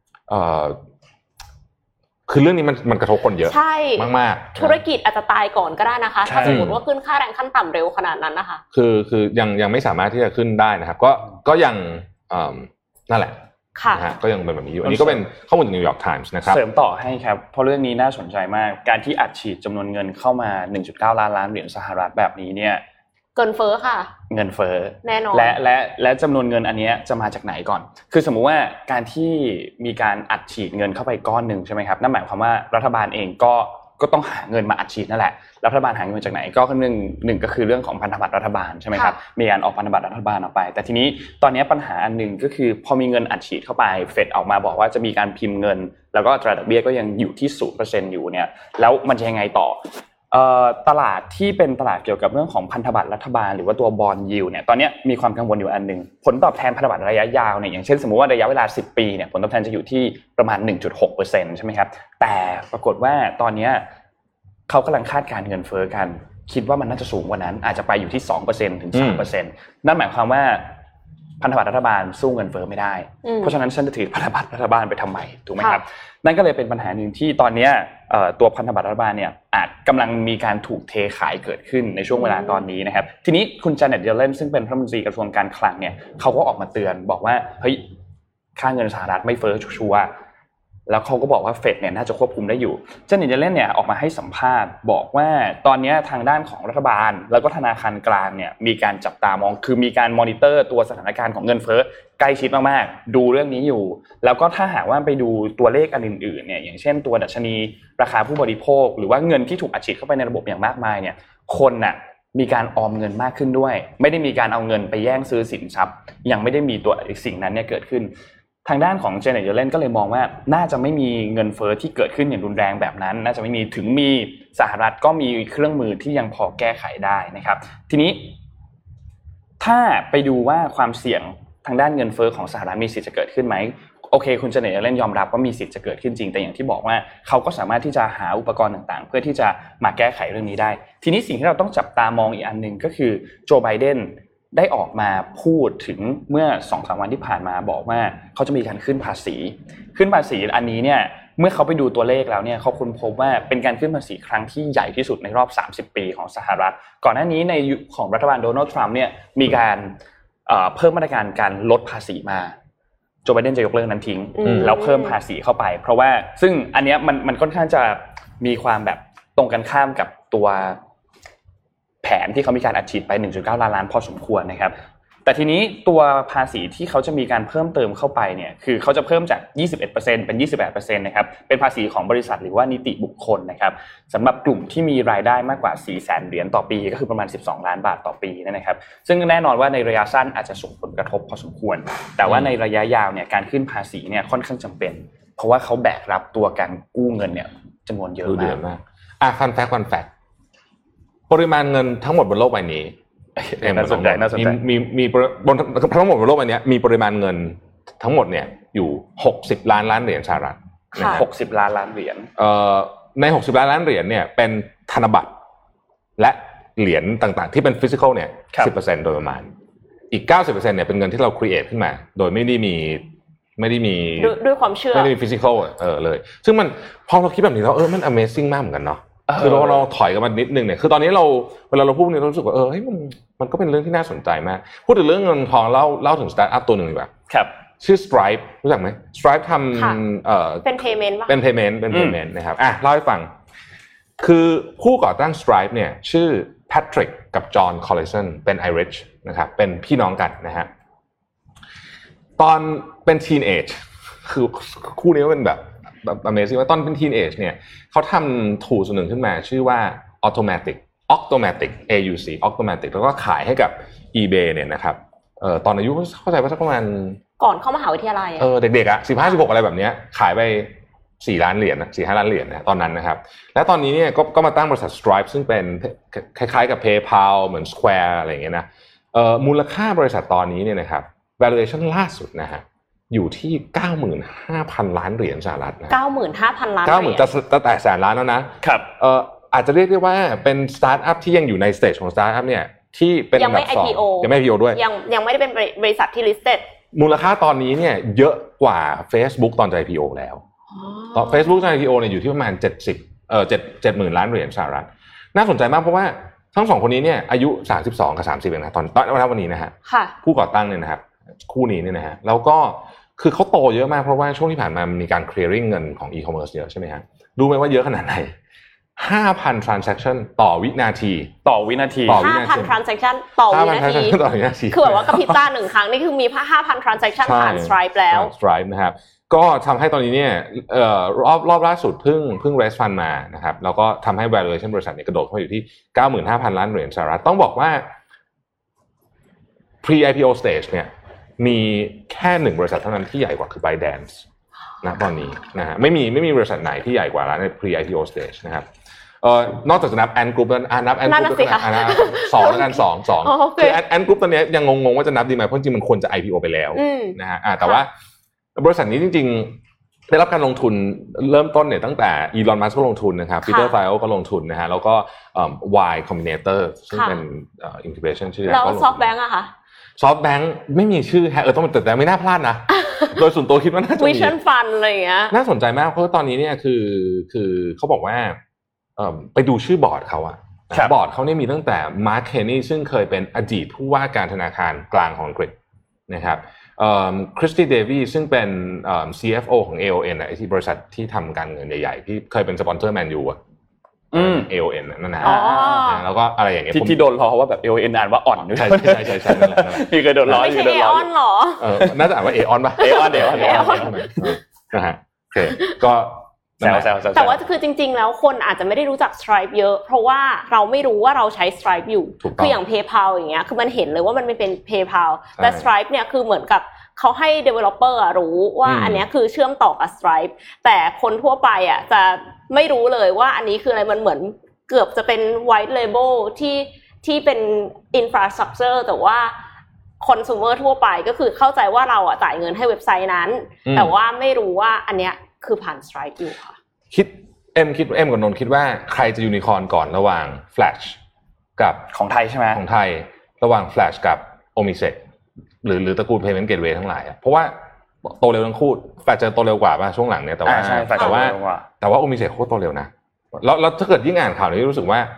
คือเรื่องนี้มันกระทบคนเยอะมากๆธุรกิจอาจจะตายก่อนก็ได้นะคะถ้าสมมติว่าขึ้นค่าแรงขั้นต่ำเร็วขนาดนั้นนะคะคือยังไม่สามารถที่จะขึ้นได้นะครับก็ยังนั่นแหละนะฮะก็ยังเป็นแบบนี้อยู่อันนี้ก็เป็นข้อมูลจาก New York Times นะครับเสริมต่อให้ครับเพราะเรื่องนี้น่าสนใจมากการที่อัดฉีดจำนวนเงินเข้ามา 1.9 ล้านเหรียญสหรัฐแบบนี้เนี่ยเกินเฟ้อค่ะเงินเฟ้อแน่นอนและจำนวนเงินอันนี้จะมาจากไหนก่อนคือสมมุติว่าการที่มีการอัดฉีดเงินเข้าไปก้อนนึงใช่ไหมครับนั่นหมายความว่ารัฐบาลเองก็ต้องหาเงินมาอัดฉีดนั่นแหละรัฐบาลหาเงินจากไหนก็หนึ่งก็คือเรื่องของพันธบัตรรัฐบาลใช่ไหมครับมีการออกพันธบัตรรัฐบาลออกไปแต่ทีนี้ตอนนี้ปัญหาอันนึงก็คือพอมีเงินอัดฉีดเข้าไปเฟดออกมาบอกว่าจะมีการพิมพ์เงินแล้วก็อัตราดอกเบี้ยก็ยังอยู่ที่ 0% อยู่เนี่ยแล้วมันจะยังไงต่อตลาดที่เป็นตลาดเกี่ยวกับเรื่องของพันธบัตรรัฐบาลหรือว่าตัวบอนด์ยิลด์เนี่ยตอนนี้มีความกังวลอยู่อันนึงผลตอบแทนพันธบัตรระยะยาวเนี่ยอย่างเช่นสมมุติว่าระยะเวลา10ปีเนี่ยผลตอบแทนจะอยู่ที่ประมาณ 1.6% ใช่มั้ยครับแต่ปรากฏว่าตอนนี้เขากำลังคาดการณ์เงินเฟ้อกันคิดว่ามันน่าจะสูงกว่านั้นอาจจะไปอยู่ที่ 2% ถึง 3% นั่นหมายความว่าพันธบัตรรัฐบาลสู้เงินเฟ้อไม่ได้เพราะฉะนั้นฉันจะถือพันธบัตรรัฐบาลไปทำไมถูกไหมครับนั่นก็เลยเป็นปัญหาหนึ่งที่ตอนนี้ตัวพันธบัตรรัฐบาลเนี่ยอาจกำลังมีการถูกเทขายเกิดขึ้นในช่วงเวลาตอนนี้นะครับทีนี้คุณจาเน็ตเยเลนซึ่งเป็นรัฐมนตรีกระทรวงการคลังเนี่ยเขาก็ออกมาเตือนบอกว่าเฮ้ยค่าเงินสหรัฐไม่เฟ้อชัวร์แล้วเขาก็บอกว่าเฟดเนี่ยน่าจะควบคุมได้อยู่จาเน็ตเยเลนเนี่ยออกมาให้สัมภาษณ์บอกว่าตอนนี้ทางด้านของรัฐบาลแล้วก็ธนาคารกลางเนี่ยมีการจับตามองคือมีการมอนิเตอร์ตัวสถานการณ์ของเงินเฟ้อใกล้ชิดมากๆดูเรื่องนี้อยู่แล้วก็ถ้าหากว่าไปดูตัวเลขอันอื่นๆเนี่ยอย่างเช่นตัวดัชนีราคาผู้บริโภคหรือว่าเงินที่ถูกอัดฉีดเข้าไปในระบบอย่างมากมายเนี่ยคนน่ะมีการออมเงินมากขึ้นด้วยไม่ได้มีการเอาเงินไปแย่งซื้อสินทรัพย์ยังไม่ได้มีตัวสิ่งนั้นเนี่ยเกิดขึ้นทางด้านของเจเน็ตเยเลนก็เลยมองว่าน่าจะไม่มีเงินเฟ้อที่เกิดขึ้นอย่างรุนแรงแบบนั้นน่าจะไม่มีถึงมีสหรัฐก็มีเครื่องมือที่ยังพอแก้ไขได้นะครับทีนี้ถ้าไปดูว่าความเสี่ยงทางด้านเงินเฟ้อของสหรัฐมีสิทธิ์จะเกิดขึ้นไหมโอเคคุณเจเน็ตเยเลนยอมรับว่ามีสิทธิ์จะเกิดขึ้นจริงแต่อย่างที่บอกว่าเขาก็สามารถที่จะหาอุปกรณ์ต่างๆเพื่อที่จะมาแก้ไขเรื่องนี้ได้ทีนี้สิ่งที่เราต้องจับตามองอีกอันนึงก็คือโจไบเดนได้ออกมาพูดถึงเมื่อ 2-3 วันที่ผ่านมาบอกว่าเขาจะมีการขึ้นภาษีอันนี้เนี่ยเมื่อเขาไปดูตัวเลขแล้วเนี่ยเขาค้นพบว่าเป็นการขึ้นภาษีครั้งที่ใหญ่ที่สุดในรอบ30ปีของสหรัฐก่อนหน้านี้ในยุคของรัฐบาลโดนัลด์ทรัมป์เนี่ยมีการเพิ่มมาตรการการลดภาษีมาโจไบเดนจะยกเลิกนั้นทิ้งแล้วเพิ่มภาษีเข้าไปเพราะว่าซึ่งอันเนี้ยมันค่อนข้างจะมีความแบบตรงกันข้ามกับตัวแผนที่เขามีการอัดฉีดไป 1.9 ล้านพอสมควรนะครับแต่ทีนี้ตัวภาษีที่เขาจะมีการเพิ่มเติมเข้าไปเนี่ยคือเขาจะเพิ่มจาก 21% เป็น 28% นะครับเป็นภาษีของบริษัทหรือว่านิติบุคคลนะครับสำหรับกลุ่มที่มีรายได้มากกว่า 400,000 เหรียญต่อปีก็คือประมาณ12ล้านบาทต่อปีนะครับซึ่งแน่นอนว่าในระยะสั้นอาจจะส่งผลกระทบพอสมควรแต่ว่าในระยะยาวเนี่ยการขึ้นภาษีเนี่ยค่อนข้างจำเป็นเพราะว่าเขาแบกรับตัวการกู้เงินเนี่ยจำนวนเยอะมากฟันแฟกปริมาณเงินทั้งหมดบนโลกใบนี้น่าสนใจมีบนทั้งหมดบนโลกใบนี้มีปริมาณเงินทั้งหมดเนี่ยอยู่60ล้านเหรียญสหรัฐ 60ล้านเหรียญใน60ล้านเหรียญเนี่ยเป็นธนบัตรและเหรียญต่างๆที่เป็นฟิสิคอลเนี่ย 10% โดยประมาณอีก 90% เนี่ยเป็นเงินที่เราครีเอทขึ้นมาโดยไม่ได้มีด้วยความเชื่อไม่ได้มีฟิสิคอลเลยซึ่งมันพอเราคิดแบบนี้แล้วมัน Amazing มากเหมือนกันเนาะคือเราถอยกันมานิดนึงเนี่ยคือตอนนี้เวลาเราพูดเนี่ยเรารู้สึกว่ามันก็เป็นเรื่องที่น่าสนใจมากพูดถึงเรื่องเงินทองเล่าถึงสตาร์ทอัพตัวนึงดีกว่าครับชื่อ Stripe รู้จักมั้ย Stripe ทำเป็น payment ป่ะเป็น payment นะครับเล่าให้ฟังคือผู้ก่อตั้ง Stripe เนี่ยชื่อ Patrick กับ John Collison เป็น Irish นะครับเป็นพี่น้องกันนะฮะตอนเป็น teenage คือคู่นี้เป็นแบบ Amazing ว่าตอนเป็น teenage เนี่ยเขาทำถูส่วนหนึ่งขึ้นมาชื่อว่า Automatic Automatic แล้วก็ขายให้กับ eBay เนี่ยนะครับตอนอายุเข้าใจว่าสักประมาณก่อนเข้ามหาวิทยาลัยเด็กๆอ่ะ15-16อะไรแบบเนี้ยขายไป4ล้านเหรียญนะ 4-5 ล้านเหรียญนะตอนนั้นนะครับและตอนนี้เนี่ยก็มาตั้งบริษัท Stripe ซึ่งเป็นคล้ายๆกับ PayPal เหมือน Square อะไรอย่างเงี้ยนะมูลค่าบริษัทตอนนี้เนี่ยนะครับ valuation ล่าสุดนะฮะอยู่ที่ 95,000 ล้านเหรียญสหรัฐนะ 95,000 ล้าน 90,000 จะแตะแสนล้านแล้วนะครับอาจจะเรียกได้ว่าเป็นสตาร์ทอัพที่ยังอยู่ในสเตจของสตาร์ทอัพเนี่ยที่เป็นอันดับ2ยังไม่ IPO ด้วยยังไม่ได้เป็นบริษัทที่ listed มูลค่าตอนนี้เนี่ยเยอะกว่า Facebook ตอน IPO แล้วตอน Facebook ตอน IPO เนี่ยอยู่ที่ประมาณ70,000 ล้านเหรียญสหรัฐน่าสนใจมากเพราะว่าทั้ง2คนนี้เนี่ยอายุ32กับ30เองนะตอนวันนี้นะฮะผู้ก่อตั้งเนี่ยนะครับคู่นี้เนี่ยนะฮะแล้วก็คือเขาโตเยอะมากเพราะว่าช่วงที่ผ่านมามีการ clearing เงินของ e-commerce เยอะใช่ไหมฮะรู้ไหมว่าเยอะขนาดไหน 5,000 transaction ต่อวินาที 5,000 transaction ต่อวินาทีคือแบบว่ากระพริบตา1ครั้งนี่คือมี 5,000 transaction ผ่าน Stripe แล้ว Stripe นะครับก็ทำให้ตอนนี้เนี่ยรอบล่าสุดเพิ่ง raise fund มานะครับแล้วก็ทำให้ valuation บริษัทเนี่ยกระโดดเข้าไปอยู่ที่ 95,000 ล้านเหรียญสหรัฐต้องบอกว่า pre IPO stage เนี่ยมีแค่1บริษัทเท่านั้นที่ใหญ่กว่าคือ ByteDance นะตอนนี้นะฮะไม่มีบริษัทไหนที่ใหญ่กว่าแล้วใน pre IPO stage นะครับนอกจากจะนับ Ant Group แล้วนับ Ant Group แล้ว2แล้วกัน2คือ Ant Group ตอนนี้ยังงงว่าจะนับดีไหมเพราะจริงมันควรจะ IPO ไปแล้วนะฮะแต่ว่าบริษัทนี้จริงๆได้รับการลงทุนเริ่มต้นเนี่ยตั้งแต่ Elon Musk ก็ลงทุนนะครับ Peter Thiel ก็ลงทุนนะฮะแล้วก็Y Combinator ซึ่งเป็น incubation ชื่อแล้ว SoftBank อะค่ะ SoftBank ไม่มีชื่อต้องแต่ไม่น่าพลาดนะโดยส่วนตัวคิดว่าน่าจะมี Vision Fund อะไรอย่างเงี้ยน่าสนใจมากเพราะตอนนี้เนี่ยคือเขาบอกว่าไปดูชื่อบอร์ดเขาอะบอร์ดเขาเนี่ยมีตั้งแต่ Mark Carney ซึ่งเคยเป็นอดีตผู้ว่าการธนาคารกลางของอังกฤษนะครับคริสตี้เดวี่ซึ่งเป็น CFO ของ AON อ่ะที่บริษัทที่ทำการเงินใหญ่ๆที่เคยเป็นสปอนเซอร์แมนยูอ่ะAON นั่นนะแล้วก็อะไรอย่างเงี้ยที่โดนล้อว่าแบบ AON อ่านว่าอ่อนด้วยใช่นั่นแหละพี่เคยโดนล้อไม่ใช่ AON หรอน่าจะอ่านว่า AON ป่ะ AON นะฮะโอเคก็แต่ว่าคือจริงๆแล้วคนอาจจะไม่ได้รู้จัก Stripe เยอะเพราะว่าเราไม่รู้ว่าเราใช้ Stripe อยู่คืออย่าง PayPal อย่างเงี้ยคือมันเห็นเลยว่ามันไม่เป็น PayPal แต่ Stripe เนี่ยคือเหมือนกับเขาให้ developer รู้ว่าอันนี้คือเชื่อมต่อกับ Stripe แต่คนทั่วไปอ่ะจะไม่รู้เลยว่าอันนี้คืออะไรมันเหมือนเกือบจะเป็น white label ที่เป็น infrastructure แต่ว่าconsumer ทั่วไปก็คือเข้าใจว่าเราอ่ะจ่ายเงินให้เว็บไซต์นั้นแต่ว่าไม่รู้ว่าอันเนี้ยคือผ่าน Stripe อยู่ค่ะคิดกับนนท์คิดว่าใครจะยูนิคอร์นก่อนระหว่าง Flash กับของไทยใช่ไหมของไทยระหว่าง Flash กับ Omise หรือตระกูล Payment Gateway ทั้งหลายเพราะว่าโตเร็วทั้งคู่ Flash จะโตเร็วกว่าป่ะช่วงหลังเนี่ยแต่ว่า Omise โคตรโตเร็วนะแล้วถ้าเกิดยิ่งอ่านข่าวนี้รู้สึกว่า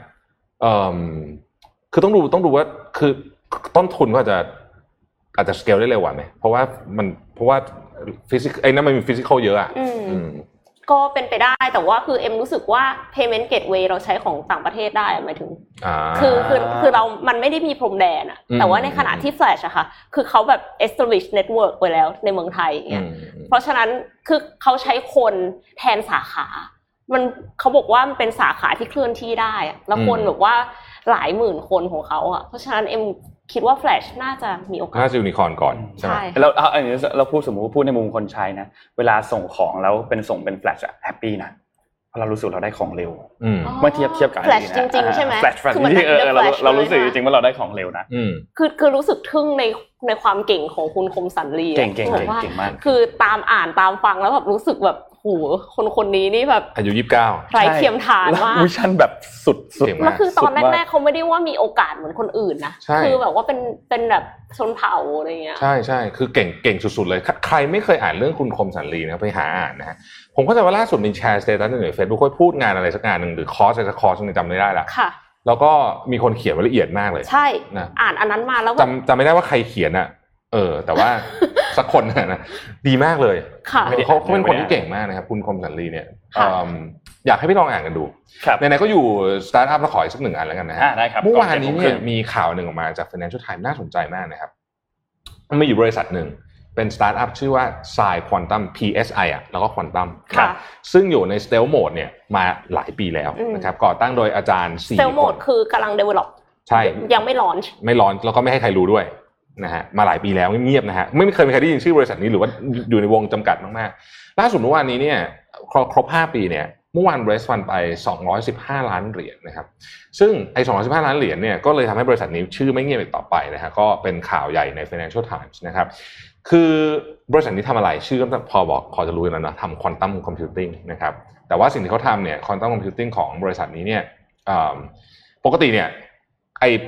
คือต้องดูว่าคือต้นทุนก็อาจจะสเกลได้เร็วกว่าไหมเพราะว่าฟิสิกไอ้นั่นมันมีฟิสิกอลเยอะอ่ะก็เป็นไปได้แต่ว่าคือเอ็มรู้สึกว่า payment gateway เราใช้ของต่างประเทศได้หมายถึงคือเรามันไม่ได้มีพรมแดนอ่ะแต่ว่าในขณะที่ Flash อะค่ะคือเขาแบบ establish network ไว้แล้วในเมืองไทยอย่างเงี้ยเพราะฉะนั้นคือเขาใช้คนแทนสาขามันเขาบอกว่ามันเป็นสาขาที่เคลื่อนที่ได้แล้วคนแบบว่าหลายหมื่นคนของเขาอ่ะเพราะฉะนั้นเอ็มคิดว่า Flash น่าจะมีโอกาสน่าจะยูนิคอร์นก่อนใช่ไหมแล้วอันนี้เราสมมุติพูดในมุมคนใช้นะเวลาส่งของแล้วเป็น Flash อะแฮปปี้นะเพราะเรารู้สึกเราได้ของเร็วเมื่อเทียบกับ Flash จริงๆใช่ไหม Flash ที่เรารู้สึกจริงๆว่าเราได้ของเร็วนะคือรู้สึกทึ่งในความเก่งของคุณคมสันลีเก่งมากคือตามอ่านตามฟังแล้วแบบรู้สึกแบบโหคนนี้นี่แบบอายุ29 ไร้เทียมทานมากวิชั่นแบบสุดแล้วคือตอนแรกๆเขาไม่ได้ว่ามีโอกาสเหมือนคนอื่นนะคือแบบว่าเป็นแบบชนเผ่าอะไรเงี้ยใช่คือเก่งสุดๆเลยใครไม่เคยอ่านเรื่องคุณคมสันลีนะไปหาอ่านนะฮะผมเข้าใจว่าล่าสุดมีแชร์สเตตัสใน Facebook ค่อยพูดงานอะไรสักงานนึงหรือคอร์สอะไรสักคอร์สนึงจำไม่ได้ละค่ะแล้วก็มีคนเขียนไว้ละเอียดมากเลยใช่นะอ่านอันนั้นมาแล้วจำไม่ได้ว่าใครเขียนอ่ะแต่ว่าสักคนนะดีมากเลยเขาเป็นคนที่เก่งมากนะครับคุณคมสันลีเนี่ยอยากให้พี่ลองอ่านกันดูไหนๆก็อยู่สตาร์ทอัพแล้วขออีกสักหนึ่งอันแล้วกันนะฮะเมื่อวานนี้เนี่ยมีข่าวหนึ่งออกมาจาก Financial Times น่าสนใจมากนะครับมันมีอยู่บริษัทหนึ่งเป็นสตาร์ทอัพชื่อว่า Psi Quantum PSI อ่ะแล้วก็ Quantum ซึ่งอยู่ใน Stealth Mode เนี่ยมาหลายปีแล้วนะครับก่อตั้งโดยอาจารย์4 Stealth Mode คือกำลัง develop ใช่ยังไม่ launch แล้วก็ไม่ให้ใครรู้ด้วยนะฮะมาหลายปีแล้วเงียบๆนะฮะไม่เคยมีใครได้ยินชื่อบริษัทนี้หรือว่าอยู่ในวงจำกัดมากๆล่าสุดเมื่อวานนี้เนี่ยครบ5ปีเนี่ยเมื่อวาน raise fund ไป215ล้านเหรียญนะครับซึ่งไอ้215ล้านเหรียญเนี่ยก็เลยทำให้บริษัทนี้ชื่อไม่เงียบอีกต่อไปนะฮะก็เป็นข่าวใหญ่ใน Financial Times นะครับคือบริษัทนี้ทำอะไรชื่อก็พอจะรู้แล้วนะทำ Quantum Computing นะครับแต่ว่าสิ่งที่เขาทำเนี่ย Quantum Computing ของบริษัทนี้เนี่ยปกติเนี่ยไอ้พวก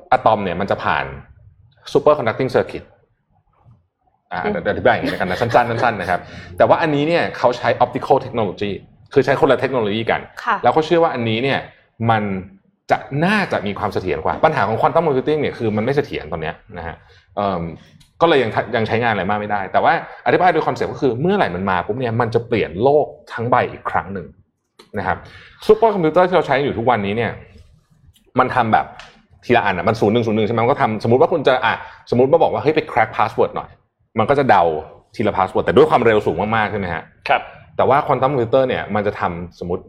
อะตอมเนี่ยมันจะผ่าน super conducting circuit เดี๋ยวอธิบายอย่างนี้กันนะสั้นๆนะครับแต่ว่าอันนี้เนี่ยเขาใช้ optical technology คือใช้คนละเทคโนโลยีกันแล้วเขาเชื่อว่าอันนี้เนี่ยมันน่าจะมีความเสถียรกว่าปัญหาของ quantum computing เนี่ยคือมันไม่เสถียรตอนนี้นะฮะก็เลยยังใช้งานอะไรมากไม่ได้แต่ว่าอธิบายโดยคอนเซ็ปต์ก็คือเมื่อไหร่มันมาปุ๊บเนี่ยมันจะเปลี่ยนโลกทั้งใบอีกครั้งหนึ่งนะครับซูเปอร์คอมพิวเตอร์ที่เราใช้อยู่ทุกวันนี้เนี่ยมันทำแบบทีละอันมัน0101ใช่ไหมมันก็ทำสมมติว่าคุณจะสมมติว่าบอกว่าเฮ้ยไป crack password หน่อยมันก็จะเดาทีละ password แต่ด้วยความเร็วสูงมากๆใช่ไหมฮะครับแต่ว่าควอนตัมคอมพิวเตอร์เนี่ยมันจะทำสมมติ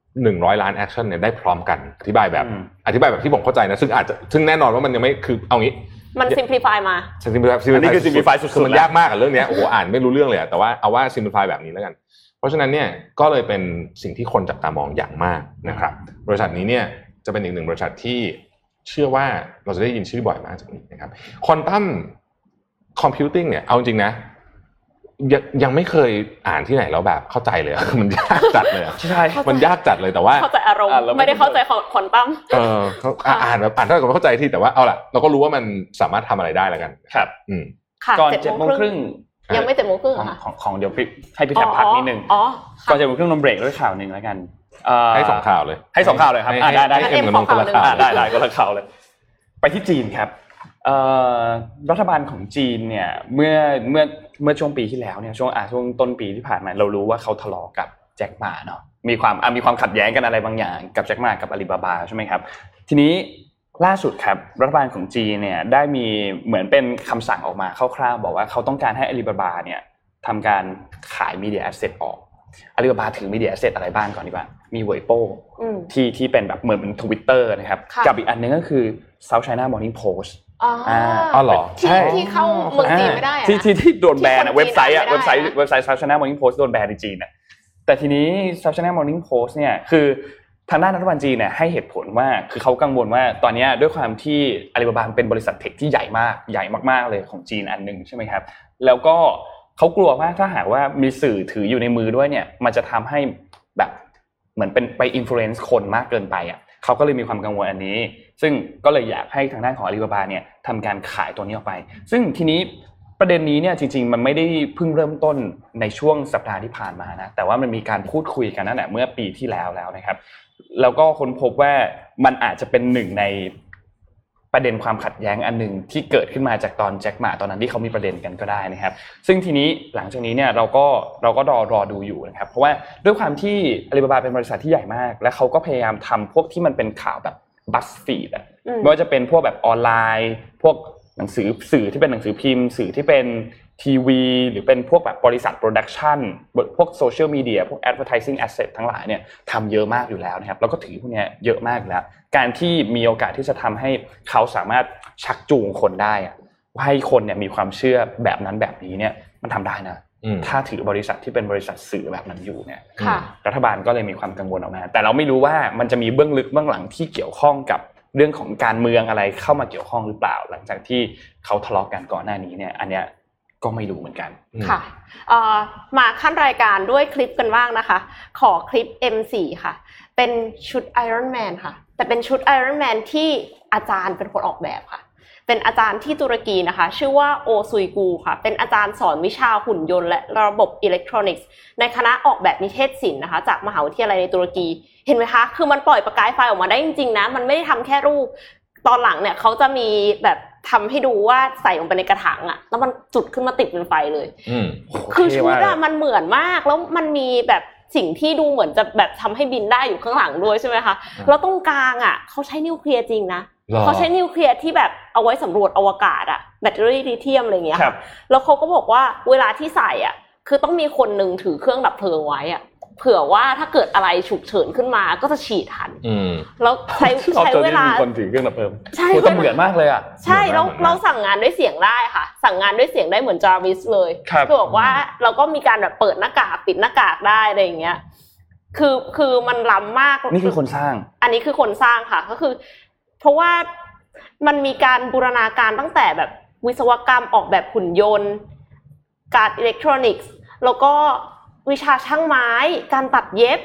100 ล้านแอคชั่นเนี่ยได้พร้อมกันอธิบายแบบที่ผมเข้าใจนะซึ่งแน่นอนว่ามันยังไม่คือเอางี้มัน simplify มาอันนี้คือ simplify สุดๆมันยากมากเรื่องนี้โอ้โหอ่านไม่รู้เรื่องเลยแต่ว่าเอาว่า simplify แบบนี้แล้วกันเพราะฉะนั้นเนี่ยก็เลยเป็นสิ่งที่คนจับตามองอย่างมากนะครับบริษัทนี้เนี่ยจะเป็นอีกหนึ่งบริษัทที่เชื่อว่าเราจะได้ยินชื่อบ่อยมากจากนี้นะครับควอนตัมคอมพิวติ้งเนี่ยเอาจริงนะยังไม่เคยอ่านที่ไหนแล้วแบบเข้าใจเลยมันยากจัดเลยใช่มันยากจัดเลยแต่ว่าเข้าใจอารมณ์ไม่ได้เข้าใจควอนตัมอ่านแบบอ่านเท่ากับเข้าใจที่แต่ว่าเอาล่ะเราก็รู้ว่ามันสามารถทำอะไรได้แล้วกันครับก่อน 7:30 ยังไม่7:30ค่ะของเดี๋ยวให้พี่แทบพักนิดนึงก่อน7:30นมเบรกด้วยข่าวนึงแล้วกันให้2ข่าวเลยให้2ข่าวเลยครับได้เอ็มกับนนคนละข่าวได้ก็ละข่าวเลยไปที่จีนครับรัฐบาลของจีนเนี่ยเมื่อช่วงปีที่แล้วเนี่ยช่วงต้นปีที่ผ่านมาเรารู้ว่าเขาทะเลาะกับแจ็คหม่าเนาะมีความขัดแย้งกันอะไรบางอย่างกับแจ็คหม่ากับอาลีบาบาใช่ไหมครับทีนี้ล่าสุดครับรัฐบาลของจีนเนี่ยได้มีเหมือนเป็นคำสั่งออกมาคร่าวๆบอกว่าเขาต้องการให้อาลีบาบาเนี่ยทำการขายมีเดียแอสเซทออกอาลีบาบาถือมีเดียแอสเซทอะไรบ้างก่อนดีกว่ามีเว่ยโป้ที่เป็นแบบเหมือนเป็น Twitter นะครับกับอีกอันนึงก็คือ South China Morning Post เหรอที่เข้าเมืองจีนไม่ได้อะที่โดนแบนเว็บไซต์ South China Morning Post โดนแบนในจีนนะแต่ทีนี้ South China Morning Post เนี่ยคือทางด้านรัฐบาลจีนเนี่ยให้เหตุผลว่าคือเขากังวลว่าตอนนี้ด้วยความที่อาลีบาบาเป็นบริษัทเทคที่ใหญ่มากๆเลยของจีนอันนึงใช่ไหมครับแล้วก็เขากลัวว่าถ้าหากว่ามีสื่อถืออยู่ในมือด้วยเนี่ยมันจะทำให้แบบเหมือนเป็นไปอิมโฟเรนซ์คนมากเกินไปอ่ะเขาก็เลยมีความกังวลอันนี้ซึ่งก็เลยอยากให้ทางด้านของอาลีบาบาเนี่ยทำการขายตัวนี้ออกไปซึ่งทีนี้ประเด็นนี้เนี่ยจริงๆมันไม่ได้เพิ่งเริ่มต้นในช่วงสัปดาห์ที่ผ่านมานะแต่ว่ามันมีการพูดคุยกันนั่นแหละเมื่อปีที่แล้วนะครับแล้วก็ค้นพบว่ามันอาจจะเป็นหนึ่งในประเด็นความขัดแย้งอันนึงที่เกิดขึ้นมาจากตอนแจ็คหม่าตอนนั้นที่เขามีประเด็นกันก็ได้นะครับซึ่งทีนี้หลังจากนี้เนี่ยเราก็รอดูอยู่นะครับเพราะว่าด้วยความที่อาลีบาบาเป็นบริษัทที่ใหญ่มากและเขาก็พยายามทำพวกที่มันเป็นข่าวแบบบัสฟีดไม่ว่าจะเป็นพวกแบบออนไลน์พวกหนังสือสื่อที่เป็นหนังสือพิมพ์สื่อที่เป็นทีวีหรือเป็นพวกแบบบริษัทโปรดักชันพวกโซเชียลมีเดียพวก advertising asset ทั้งหลายเนี่ยทำเยอะมากอยู่แล้วนะครับแล้วก็ถือพวกนี้เยอะมากแล้วการที่มีโอกาสที่จะทำให้เขาสามารถชักจูงคนได้ให้คนเนี่ยมีความเชื่อแบบนั้นแบบนี้เนี่ยมันทำได้นะถ้าถือบริษัทที่เป็นบริษัทสื่อแบบนั้นอยู่เนี่ยรัฐบาลก็เลยมีความกังวลออกมาแต่เราไม่รู้ว่ามันจะมีเบื้องลึกเบื้องหลังที่เกี่ยวข้องกับเรื่องของการเมืองอะไรเข้ามาเกี่ยวข้องหรือเปล่าหลังจากที่เขาทะเลาะกันก่อนหน้านี้เนี่ยอันเนี้ยก็ไม่รู้เหมือนกันค่ะมาขั้นรายการด้วยคลิปกันบ้างนะคะขอคลิป M4 ค่ะเป็นชุด Iron Man ค่ะแต่เป็นชุด Iron Man ที่อาจารย์เป็นคนออกแบบค่ะเป็นอาจารย์ที่ตุรกีนะคะชื่อว่าโอซุยกูค่ะเป็นอาจารย์สอนวิชาหุ่นยนต์และระบบอิเล็กทรอนิกส์ในคณะออกแบบนิเทศศิลป์นะคะจากมหาวิทยาลัยในตุรกีเห็นไหมคะคือมันปล่อยประกายไฟออกมาได้จริงๆนะมันไม่ได้ทำแค่รูปตอนหลังเนี่ยเขาจะมีแบบทำให้ดูว่าใส่ลงไปในกระถางอ่ะแล้วมันจุดขึ้นมาติดเป็นไฟเลยคือชุดอะมันเหมือนมากแล้วมันมีแบบสิ่งที่ดูเหมือนจะแบบทำให้บินได้อยู่ข้างหลังด้วยใช่ไหมคะแล้วตรงกลางอ่ะเขาใช้นิวเคลียร์จริงนะเขาใช้นิวเคลียร์ที่แบบเอาไว้สำรวจอวกาศอ่ะแบตเตอรี่ลิเธียมอะไรอย่างเงี้ยแล้วเขาก็บอกว่าเวลาที่ใส่อ่ะคือต้องมีคนนึงถือเครื่องดับเพลิงไว้อ่ะเผื่อว่าถ้าเกิดอะไรฉุกเฉินขึ้นมาก็จะฉีดทันแล้วใช้เวลาคนถือเครื่องดับเพลิงใช่ต้องเหมือนมากเลยอ่ะใช่แล้วเราสั่งงานด้วยเสียงได้ค่ะสั่งงานด้วยเสียงได้เหมือนจาร์วิสเลยคือบอกว่าเราก็มีการแบบเปิดหน้ากากปิดหน้ากากได้อะไรอย่างเงี้ยคือมันล้ำมากนี่คือคนสร้างอันนี้คือคนสร้างค่ะก็คือเพราะว่ามันมีการบูรณาการตั้งแต่แบบวิศวกรรมออกแบบหุ่นยนต์การอิเล็กทรอนิกส์แล้วก็วิชาช่างไม้การตัดเย็บ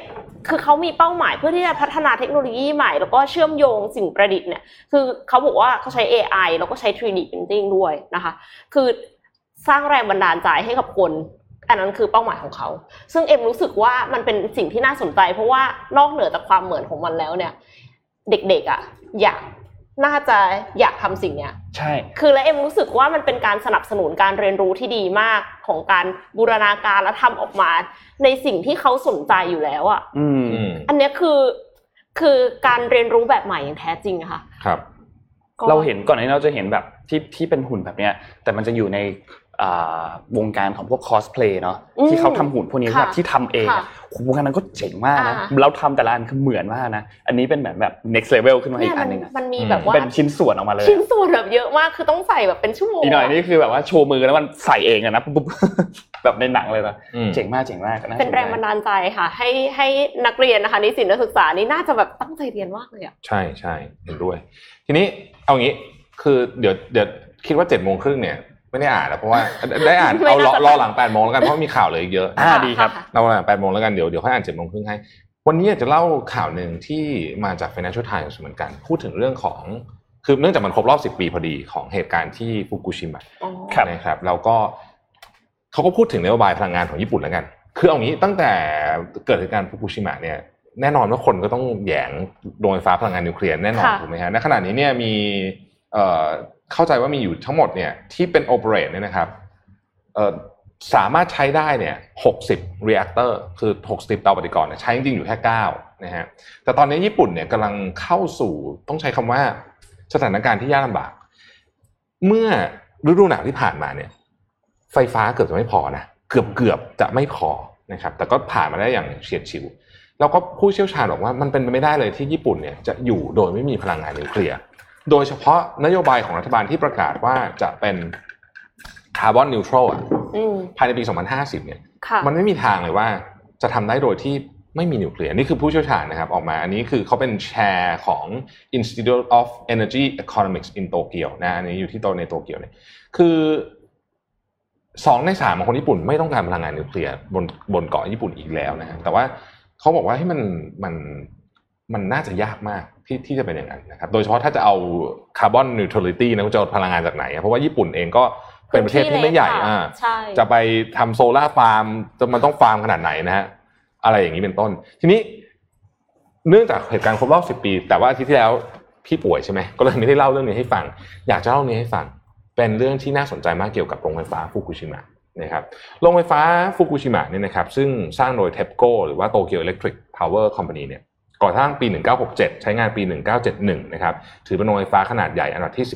คือเขามีเป้าหมายเพื่อที่จะพัฒนาเทคโนโลยีใหม่แล้วก็เชื่อมโยงสิ่งประดิษฐ์เนี่ยคือเขาบอกว่าเขาใช้ AI แล้วก็ใช้ 3D printing ด้วยนะคะคือสร้างแรงบันดาลใจให้กับคนอันนั้นคือเป้าหมายของเขาซึ่งเอ็มรู้สึกว่ามันเป็นสิ่งที่น่าสนใจเพราะว่านอกเหนือจากความเหมือนของมันแล้วเนี่ยเด็กๆอ่ะน่าจะอยากทำสิ่งเนี้ยใช่คือและเอ็มรู้สึกว่ามันเป็นการสนับสนุนการเรียนรู้ที่ดีมากของการบูรณาการและทำออกมาในสิ่งที่เขาสนใจอยู่แล้วอ่ะอันนี้คือการเรียนรู้แบบใหม่อย่างแท้จริงอะค่ะครับเราเห็นก่อนหน้านี้เราจะเห็นแบบที่เป็นหุ่นแบบเนี้ยแต่มันจะอยู่ในวงการของพวกคอสเพลย์เนาะที่เขาทำหุ่นพวกนี้แบบที่ทำเองวงการนั้นก็เจ๋งมากนะเราทำแต่ละอันคือเหมือนมากนะอันนี้เป็นแบบ next level ขึ้นมาอีกอันนึงมันมีแบบว่าเป็นชิ้นส่วนออกมาเลยชิ้นส่วนแบบเยอะมากคือต้องใส่แบบเป็นชั่วโมงอีกหน่อยนี่คือแบบว่าโชว์มือแล้วมันใส่เองนะปุ๊บแบบในหนังเลยนะเจ๋งมากเป็นแรงบันดาลใจค่ะให้นักเรียนนะคะนิสิตนักศึกษานี่น่าจะแบบตั้งใจเรียนมากเลยอ่ะใช่เห็นด้วยทีนี้เอางี้คือเดี๋ยวคิดว่า 7:30 นเนี่ยไม่ได้อ่านแล้วเพราะว่าได้อ่านเอารอหลัง 8:00 นแล้วกันเพราะมีข่าวเลยเยอะดีครับเราหลัง 8:00 นแล้วกันเดี๋ยวค่อยอ่าน 7:30 นให้วันนี้จะเล่าข่าวนึงที่มาจาก Financial Times เหมือนกันพูดถึงเรื่องของคือเนื่องจากมันครบรอบ10 ปีพอดีของเหตุการณ์ที่ฟุกุชิมะนะครับแล้วก็เขาก็พูดถึงนโยบายพลังงานของญี่ปุ่นแล้วกันคือเอางี้ตั้งแต่เกิดเหตุการณ์ฟุกุชิมะเนี่ยแน่นอนว่าคนก็ต้องแหยงโรงไฟฟ้าพลังงานนิวเคลียร์แน่นอนถูกไหมฮะณขณะนี้เนี่ยมีเข้าใจว่ามีอยู่ทั้งหมดเนี่ยที่เป็น operate เนี่ยนะครับสามารถใช้ได้เนี่ย60 reactor คือ60เตาปฏิกรณ์ใช้จริงๆอยู่แค่9นะฮะแต่ตอนนี้ญี่ปุ่นเนี่ยกำลังเข้าสู่ต้องใช้คำว่าสถานการณ์ที่ยากลำบากเมื่อฤดูหนาวที่ผ่านมาเนี่ยไฟฟ้าเกือบจะไม่พอนะเกือบจะไม่พอนะครับแต่ก็ผ่านมาได้อย่างเฉียดฉิวแล้วก็ผู้เชี่ยวชาญบอกว่ามันเป็นไปไม่ได้เลยที่ญี่ปุ่นเนี่ยจะอยู่โดยไม่มีพลังงานนิวเคลียร์โดยเฉพาะนโยบายของรัฐบาลที่ประกาศว่าจะเป็นคาร์บอนนิวทรัลภายในปี2050เนี่ยมันไม่มีทางเลยว่าจะทำได้โดยที่ไม่มีนิวเคลียร์นี่คือผู้เชี่ยวชาญนะครับออกมาอันนี้คือเขาเป็นแชร์ของ Institute of Energy Economics in Tokyo นะอันนี้อยู่ที่ในโตเกียวเนี่ยคือ2 ใน 3ของคนญี่ปุ่นไม่ต้องการพลังงานนิวเคลียร์บนเกาะญี่ปุ่นอีกแล้วนะแต่ว่าเขาบอกว่าให้มันน่าจะยากมากที่จะเป็นอย่างนั้นนะครับโดยเฉพาะถ้าจะเอาคาร์บอนนิวทรัลิตี้นะจะเอาพลังงานจากไหนเพราะว่าญี่ปุ่นเองก็เป็นประเทศที่ไม่ใหญ่จะไปทำโซล่าฟาร์มมันต้องฟาร์มขนาดไหนนะฮะอะไรอย่างนี้เป็นต้นทีนี้เนื่องจากเหตุการณ์ครบรอบ10 ปีแต่ว่าอาทิตย์ที่แล้วพี่ป่วยใช่ไหมก็เลยไม่ได้เล่าเรื่องนี้ให้ฟังอยากจะเล่าเรื่องนี้ให้ฟังเป็นเรื่องที่น่าสนใจมากเกี่ยวกับโรงไฟฟ้าฟุกุชิมะนะครับโรงไฟฟ้าฟุกุชิมะเนี่ยนะครับซึ่งสร้างโดย TEPCO หรือว่า Tokyo Electric Power Company เนี่ยก่อสร้างปี1967ใช้งานปี1971นะครับถือเป็นโรงไฟฟ้าขนาดใหญ่อันดับที่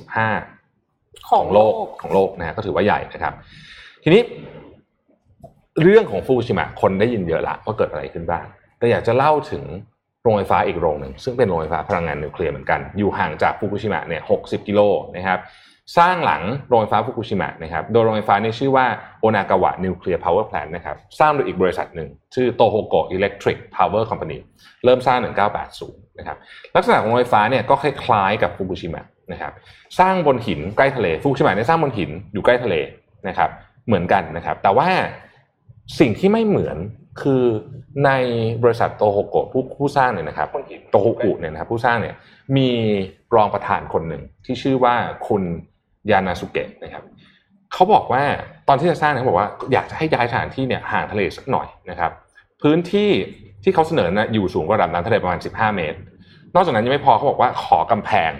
15ของโลกนะฮะก็ถือว่าใหญ่นะครับทีนี้เรื่องของฟุกุชิมะคนได้ยินเยอะละว่าเกิดอะไรขึ้นบ้างแต่อยากจะเล่าถึงโรงไฟฟ้าอีกโรงหนึ่งซึ่งเป็นโรงไฟฟ้าพลังงานนิวเคลียร์เหมือนกันอยู่ห่างจากฟุกุชิมะเนี่ย60 กิโลนะครับสร้างหลังโรงไฟฟ้าฟุกุชิมะนะครับโดยโรงไฟฟ้านี้ชื่อว่าโอนากาวะนิวเคลียร์พาวเวอร์แพลนท์นะครับสร้างโดยอีกบริษัทหนึ่งชื่อโตโฮโกะอิเล็กทริกพาวเวอร์คอมพานีเริ่มสร้าง1980นะครับลักษณะของโรงไฟฟ้าเนี่ยก็คล้ายๆกับฟุกุชิมะนะครับสร้างบนหินใกล้ทะเลฟุกุชิมะเนี่ยสร้างบนหินอยู่ใกล้ทะเลนะครับเหมือนกันนะครับแต่ว่าสิ่งที่ไม่เหมือนคือในบริษัทโตโฮโกะผู้สร้างเนี่ยนะครับโตโฮกุเนี่ยนะครับผู้สร้างเนี่ยมีรองประธานคนหนึ่งที่ชื่อว่าคุณยานาสุเกะนะครับเขาบอกว่าตอนที่จะสร้างเนี่ยเขาบอกว่าอยากจะให้ย้ายสถานที่เนี่ยห่างทะเลสักหน่อยนะครับพื้นที่ที่เขาเสนอนะอยู่สูงกว่าระดับน้ำทะเลประมาณ15 เมตรนอกจากนั้นยังไม่พอเขาบอกว่าขอกำแพง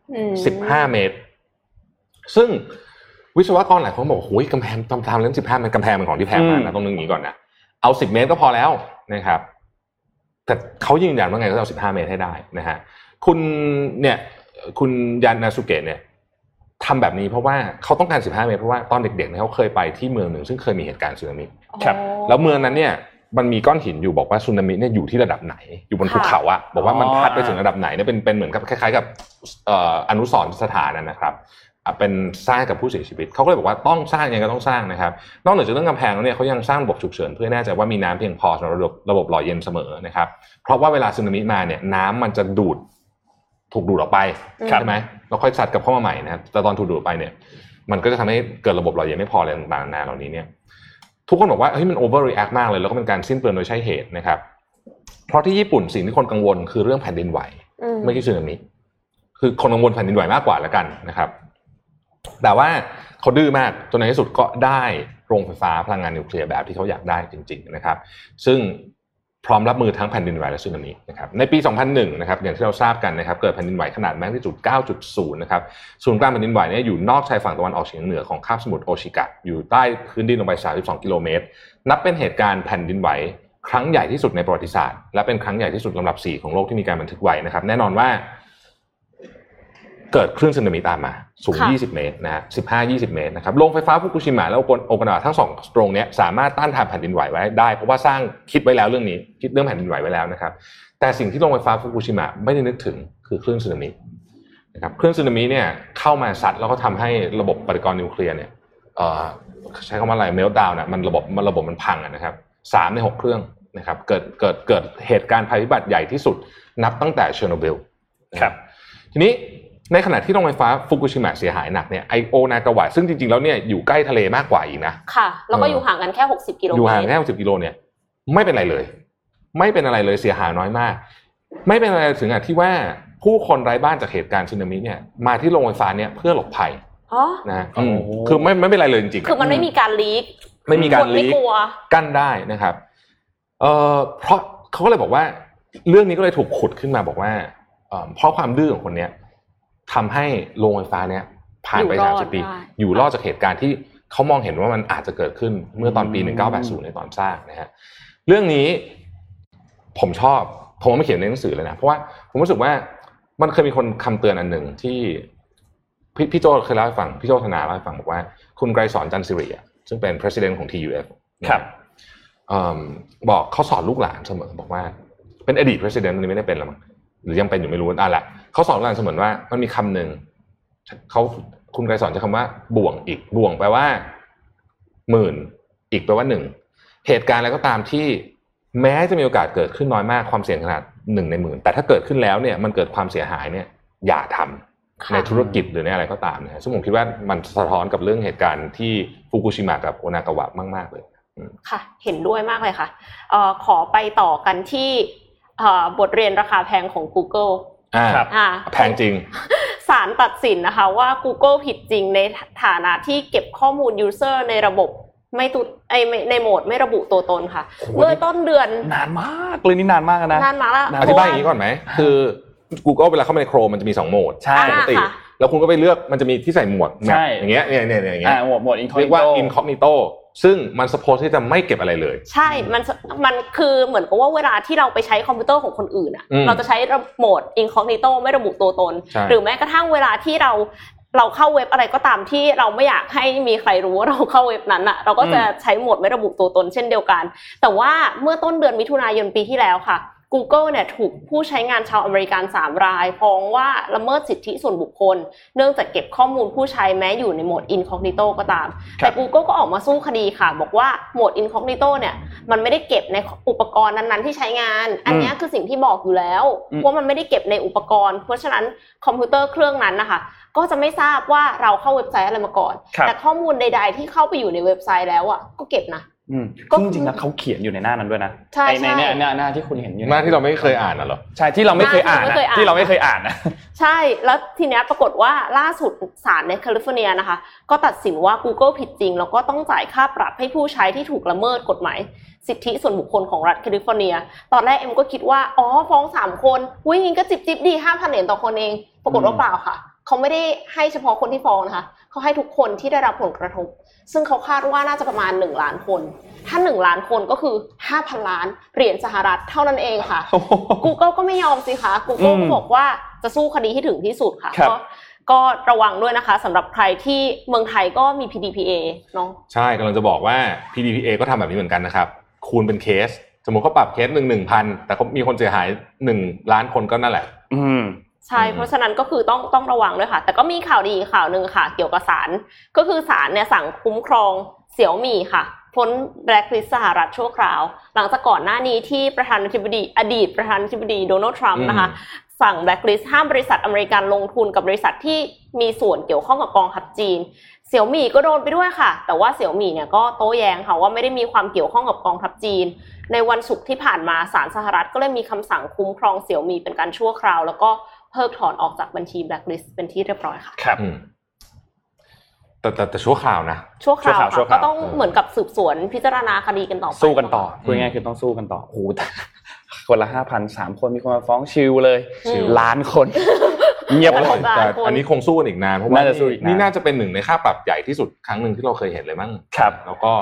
15 เมตรซึ่งวิศวกรหลายคนบอกโอ้ยกำแพงทำเรื่อง15 เมตรกำแพงเป็นของที่แพงมากนะต้องนึกอย่างนี้ก่อนนะเอา10 เมตรก็พอแล้วนะครับแต่เขายืนยันว่าไงก็เอา15 เมตรให้ได้นะฮะคุณยานาสุเกะเนี่ยทำแบบนี้เพราะว่าเขาต้องการ15 เมตรเพราะว่าตอนเด็กๆเนี่ยเขาเคยไปที่เมืองหนึ่งซึ่งเคยมีเหตุการณ์สึนามิครับแล้วเมืองนั้นเนี่ยมันมีก้อนหินอยู่บอกว่าสึนามิเนี่ยอยู่ที่ระดับไหนอยู่บนภูเขาอะบอกว่ามันพัดไปถึงระดับไหนเนี่ยเป็นเหมือนกับคล้ายๆกับอนุสรณ์สถานนะครับเป็นสร้างกับผู้เสียชีวิตเขาก็เลยบอกว่าต้องสร้างยังไงก็ต้องสร้างนะครับนอกเหนือจากเรื่องกำแพงแล้วเนี่ยเขายังสร้างระบบฉุกเฉินเพื่อแน่ใจว่ามีน้ำเพียงพอสำหรับระบบหล่อเย็นเสมอนะครับเพราะว่าเวลาสึนามิมาเนี่ยน้ำมันจะถูกดูดออกไปใช่ไหมแล้วค่อยซัดกลับเข้ามาใหม่นะครับแต่ตอนถูกดูดไปเนี่ยมันก็จะทำให้เกิดระบบหล่อเย็นไม่พออะไรต่างๆนานาเหล่านี้เนี่ยทุกคนบอกว่าเฮ้ยมัน overreact มากเลยแล้วก็เป็นการสิ้นเปลืองโดยใช่เหตุนะครับเพราะที่ญี่ปุ่นสิ่งที่คนกังวลคือเรื่องแผ่นดินไหวไม่ใช่สึนามิคือคนกังวลแผ่นดินไหวมากกว่าแล้วกันนะครับแต่ว่าเขาดื้อมากจนในที่สุดก็ได้โรงไฟฟ้าพลังงานนิวเคลียร์แบบที่เขาอยากได้จริงๆนะครับซึ่งพร้อมรับมือทั้งแผ่นดินไหวและสึนามินะครับในปี 2001 นะครับอย่างที่เราทราบกันนะครับเกิดแผ่นดินไหวขนาดแมกนิจูด 9.0 นะครับศูนย์กลางแผ่นดินไหวเนี่ยอยู่นอกชายฝั่งตะวันออกเฉียงเหนือของคาบสมุทรโอชิกะอยู่ใต้พื้นดินลงไป32กิโลเมตรนับเป็นเหตุการณ์แผ่นดินไหวครั้งใหญ่ที่สุดในประวัติศาสตร์และเป็นครั้งใหญ่ที่สุดลำดับ4ของโลกที่มีการบันทึกไว้นะครับแน่นอนว่าเกิดคลื่นสึนามิตามมาสูง20เมตรนะฮะ15-20เมตรนะครับโรงไฟฟ้าฟุกุชิมะและโอกานาทั้ง2ตรงนี้สามารถต้านทานแผ่นดินไหวไว้ได้เพราะว่าสร้างคิดไว้แล้วเรื่องนี้คิดเรื่องแผ่นดินไหวไว้แล้วนะครับแต่สิ่งที่โรงไฟฟ้าฟุกุชิมะไม่ได้นึกถึงคือคลื่นสึนามินะครับคลื่นสึนามิเนี่ยเข้ามาซัดแล้วก็ทำให้ระบบปฏิกรณ์นิวเคลียร์เนี่ยใช้คำว่าอะไรเมลต์ดาวน์นะมันระบบมันพังนะครับ3ใน6เครื่องนะครับเกิดเหตุการณ์ภัยพิบัติใหญ่ที่สุดนับตั้งแต่เชอร์โนบิลครับทีนี้ในขณะที่โรงไฟฟ้าฟุกุชิมะเสียหายหนักเนี่ยไอโอนากาวะซึ่งจริงๆแล้วเนี่ยอยู่ใกล้ทะเลมากกว่าอีกนะค่ะแล้วก็อยู่ห่างกันแค่60กิโลอยู่ห่างแค่60กิโลเนี่ยไม่เป็นไรเลยไม่เป็นอะไรเลยเสียหายน้อยมากไม่เป็นอะไรถึงที่ว่าผู้คนไร้บ้านจากเหตุการณ์สึนามิเนี่ยมาที่โรงไฟฟ้าเนี่ยเพื่อหลบภัยนะคือไม่เป็นไรเลยจริงๆคือมันไม่มีการลีกไม่มีการลีกกั้นได้นะครับเพราะเขาก็เลยบอกว่าเรื่องนี้ก็เลยถูกขุดขึ้นมาบอกว่าเพราะความดื้อของคนเนี้ยทำให้โรงไฟฟ้าเนี้ยผ่านไป30ปีอยู่รอดจากเหตุการณ์ที่เขามองเห็นว่ามันอาจจะเกิดขึ้นเมื่อตอนปี1980ในตอนสร้างนะฮะเรื่องนี้ผมชอบผมไม่เขียนในหนังสือเลยนะเพราะว่าผมรู้สึกว่ามันเคยมีคนคำเตือนอันหนึ่งที่พี่โจเคยเล่าให้ฟังพี่โจธนาเล่าให้ฟังบอกว่าคุณไกรสอนจันทร์สิริซึ่งเป็น president ของ TUF ครับบอกเขาสอนลูกหลานเสมอบอกว่าเป็นอดีต president มันไม่ได้เป็นแล้วมั้งหรือยังเป็นอยู่ไม่รู้ละเขาสอนลูกหลานเสมอว่ามันมีคำหนึ่งคุณไกรสอนใช้คำว่าบ่วงอีกบ่วงแปลว่าหมื่นอีกแปลว่า1เหตุการณ์อะไรก็ตามที่แม้จะมีโอกาสเกิดขึ้นน้อยมากความเสี่ยงขนาด1ในหมื่นแต่ถ้าเกิดขึ้นแล้วเนี่ยมันเกิดความเสียหายเนี่ยอย่าทำในธุรกิจหรือในอะไรก็ตามนะซึ่งผมคิดว่ามันสะท้อนกับเรื่องเหตุการณ์ที่ฟุกุชิมะกับโอนากาวะมากๆเลยค่ะเห็นด้วยมากเลยค่ะขอไปต่อกันที่บทเรียนราคาแพงของ Google แพงจริงศาลตัดสินนะคะว่า Google ผิดจริงในฐานะที่เก็บข้อมูล user ในระบบในโหมดไม่ระบุตัวตนค่ะเมื่อต้นเดือนนานมากเลยนี่นานมากนะนานมากแล้วอธิบายอย่างนี้ก่อนไหมคือ Google เวลาเข้ามาใน Chrome มันจะมี2โหมดปกติแล้วคุณก็ไปเลือกมันจะมีที่ใส่หมวดอย่างเงี้ยเนี่ยอย่างเงี้ยหมวด Incognito เรียกว่า Incognito ซึ่งมัน suppose ที่จะไม่เก็บอะไรเลยใช่มันคือเหมือนกับว่าเวลาที่เราไปใช้คอมพิวเตอร์ของคนอื่นเราจะใช้โหมด Incognito ไม่ระบุตัวตนหรือแม้กระทั่งเวลาที่เราเข้าเว็บอะไรก็ตามที่เราไม่อยากให้มีใครรู้ว่าเราเข้าเว็บนั้นเราก็จะใช้โหมดไม่ระบุตัวตนเช่นเดียวกันแต่ว่าเมื่อต้นเดือนมิถุนายนปีที่แล้วค่ะGoogle เนี่ยถูกผู้ใช้งานชาวอเมริกัน3รายฟ้องว่าละเมิดสิทธิส่วนบุคคลเนื่องจากเก็บข้อมูลผู้ใช้แม้อยู่ในโหมด Incognito ก็ตามแต่ Google ก็ออกมาสู้คดีค่ะบอกว่าโหมด Incognito เนี่ยมันไม่ได้เก็บในอุปกรณ์นั้นๆที่ใช้งานอันนี้คือสิ่งที่บอกอยู่แล้วว่ามันไม่ได้เก็บในอุปกรณ์เพราะฉะนั้นคอมพิวเตอร์เครื่องนั้นนะคะก็จะไม่ทราบว่าเราเข้าเว็บไซต์อะไรมาก่อนแต่ข้อมูลใดๆที่เข้าไปอยู่ในเว็บไซต์แล้วก็เก็บนะก็จริงๆแล้วเขาเขียนอยู่ในหน้านั้นด้วยนะในหน้าที่คุณเห็นอยู่หน้าที่เราไม่เคยอ่านเหรอใช่ที่เราไม่เคยอ่านที่เราไม่เคยอ่านนะใช่แล้วทีเนี้ยปรากฏว่าล่าสุดศาลในแคลิฟอร์เนียนะคะก็ตัดสินว่า Google ผิดจริงแล้วก็ต้องจ่ายค่าปรับให้ผู้ใช้ที่ถูกละเมิดกฎหมายสิทธิส่วนบุคคลของรัฐแคลิฟอร์เนียตอนแรกเอ็มก็คิดว่าฟ้อง3คนงั้นก็จิบๆดี 5,000 เหรียญต่อคนเองปรากฏว่าเปล่าค่ะเขาไม่ได้ให้เฉพาะคนที่ฟ้องนะคะเขาให้ทุกคนที่ได้รับผลกระทบซึ่งเขาคาดว่าน่าจะประมาณ1ล้านคนถ้า1ล้านคนก็คือ 5,000 ล้านเหรียญสหรัฐเท่านั้นเองค่ะ Google ก็ไม่ยอมสิคะ Google ก็บอกว่าจะสู้คดีให้ถึงที่สุดค่ะก็ระวังด้วยนะคะสำหรับใครที่เมืองไทยก็มี PDPA เนาะใช่กำลังจะบอกว่า PDPA ก็ทำแบบนี้เหมือนกันนะครับคูณเป็นเคสสมมติเขาปรับเคส 1,000 แต่เขามีคนเสียหาย1ล้านคนก็นั่นแหละใช่เพราะฉะนั้นก็คือต้องระวังด้วยค่ะแต่ก็มีข่าวดีข่าวนึงค่ะเกี่ยวกับศาลก็คือศาลเนี่ยสั่งคุ้มครองเสี่ยวมี่ค่ะพ้นแบล็คลิสต์สหรัฐชั่วคราวหลังจากก่อนหน้านี้ที่อดีตประธานาธิบดีโดนัลด์ทรัมป์นะคะสั่งแบล็คลิสต์ห้ามบริษัทอเมริกันลงทุนกับบริษัทที่มีส่วนเกี่ยวข้องกับกองทัพจีนเสี่ยวหมี่ก็โดนไปด้วยค่ะแต่ว่าเสี่ยวหมี่เนี่ยก็โต้แย้งค่ะว่าไม่ได้มีความเกี่ยวข้องกับกองทัพจีนในวันศุกร์ที่ผ่านมาศาลสหรัฐก็เลยมีคำสั่งคุ้มครองเสี่ยวหมี่เป็นการชั่วคราวแล้วก็เพิกถอนออกจากบัญชีแบล็คลิสต์เป็นที่เรียบร้อยค่ะครับแต่ชั่วคราวนะชั่วคราวก็ต้องเหมือนกับสืบสวนพิจารณาคดีกันต่อสู้กันต่อพูดง่ายๆคือต้องสู้กันต่อโอ้โหคนละ 5,000 3 คนมีคนมาฟ้องชิลเลยล้านคนเงียบหมดแต่อันนี้คงสู้กันอีกนานเพราะว่านี่น่าจะเป็นหนึ่งในค่าปรับใหญ่ที่สุดครั้งนึงที่เราเคยเห็นเลยมั้งครับแล้วก็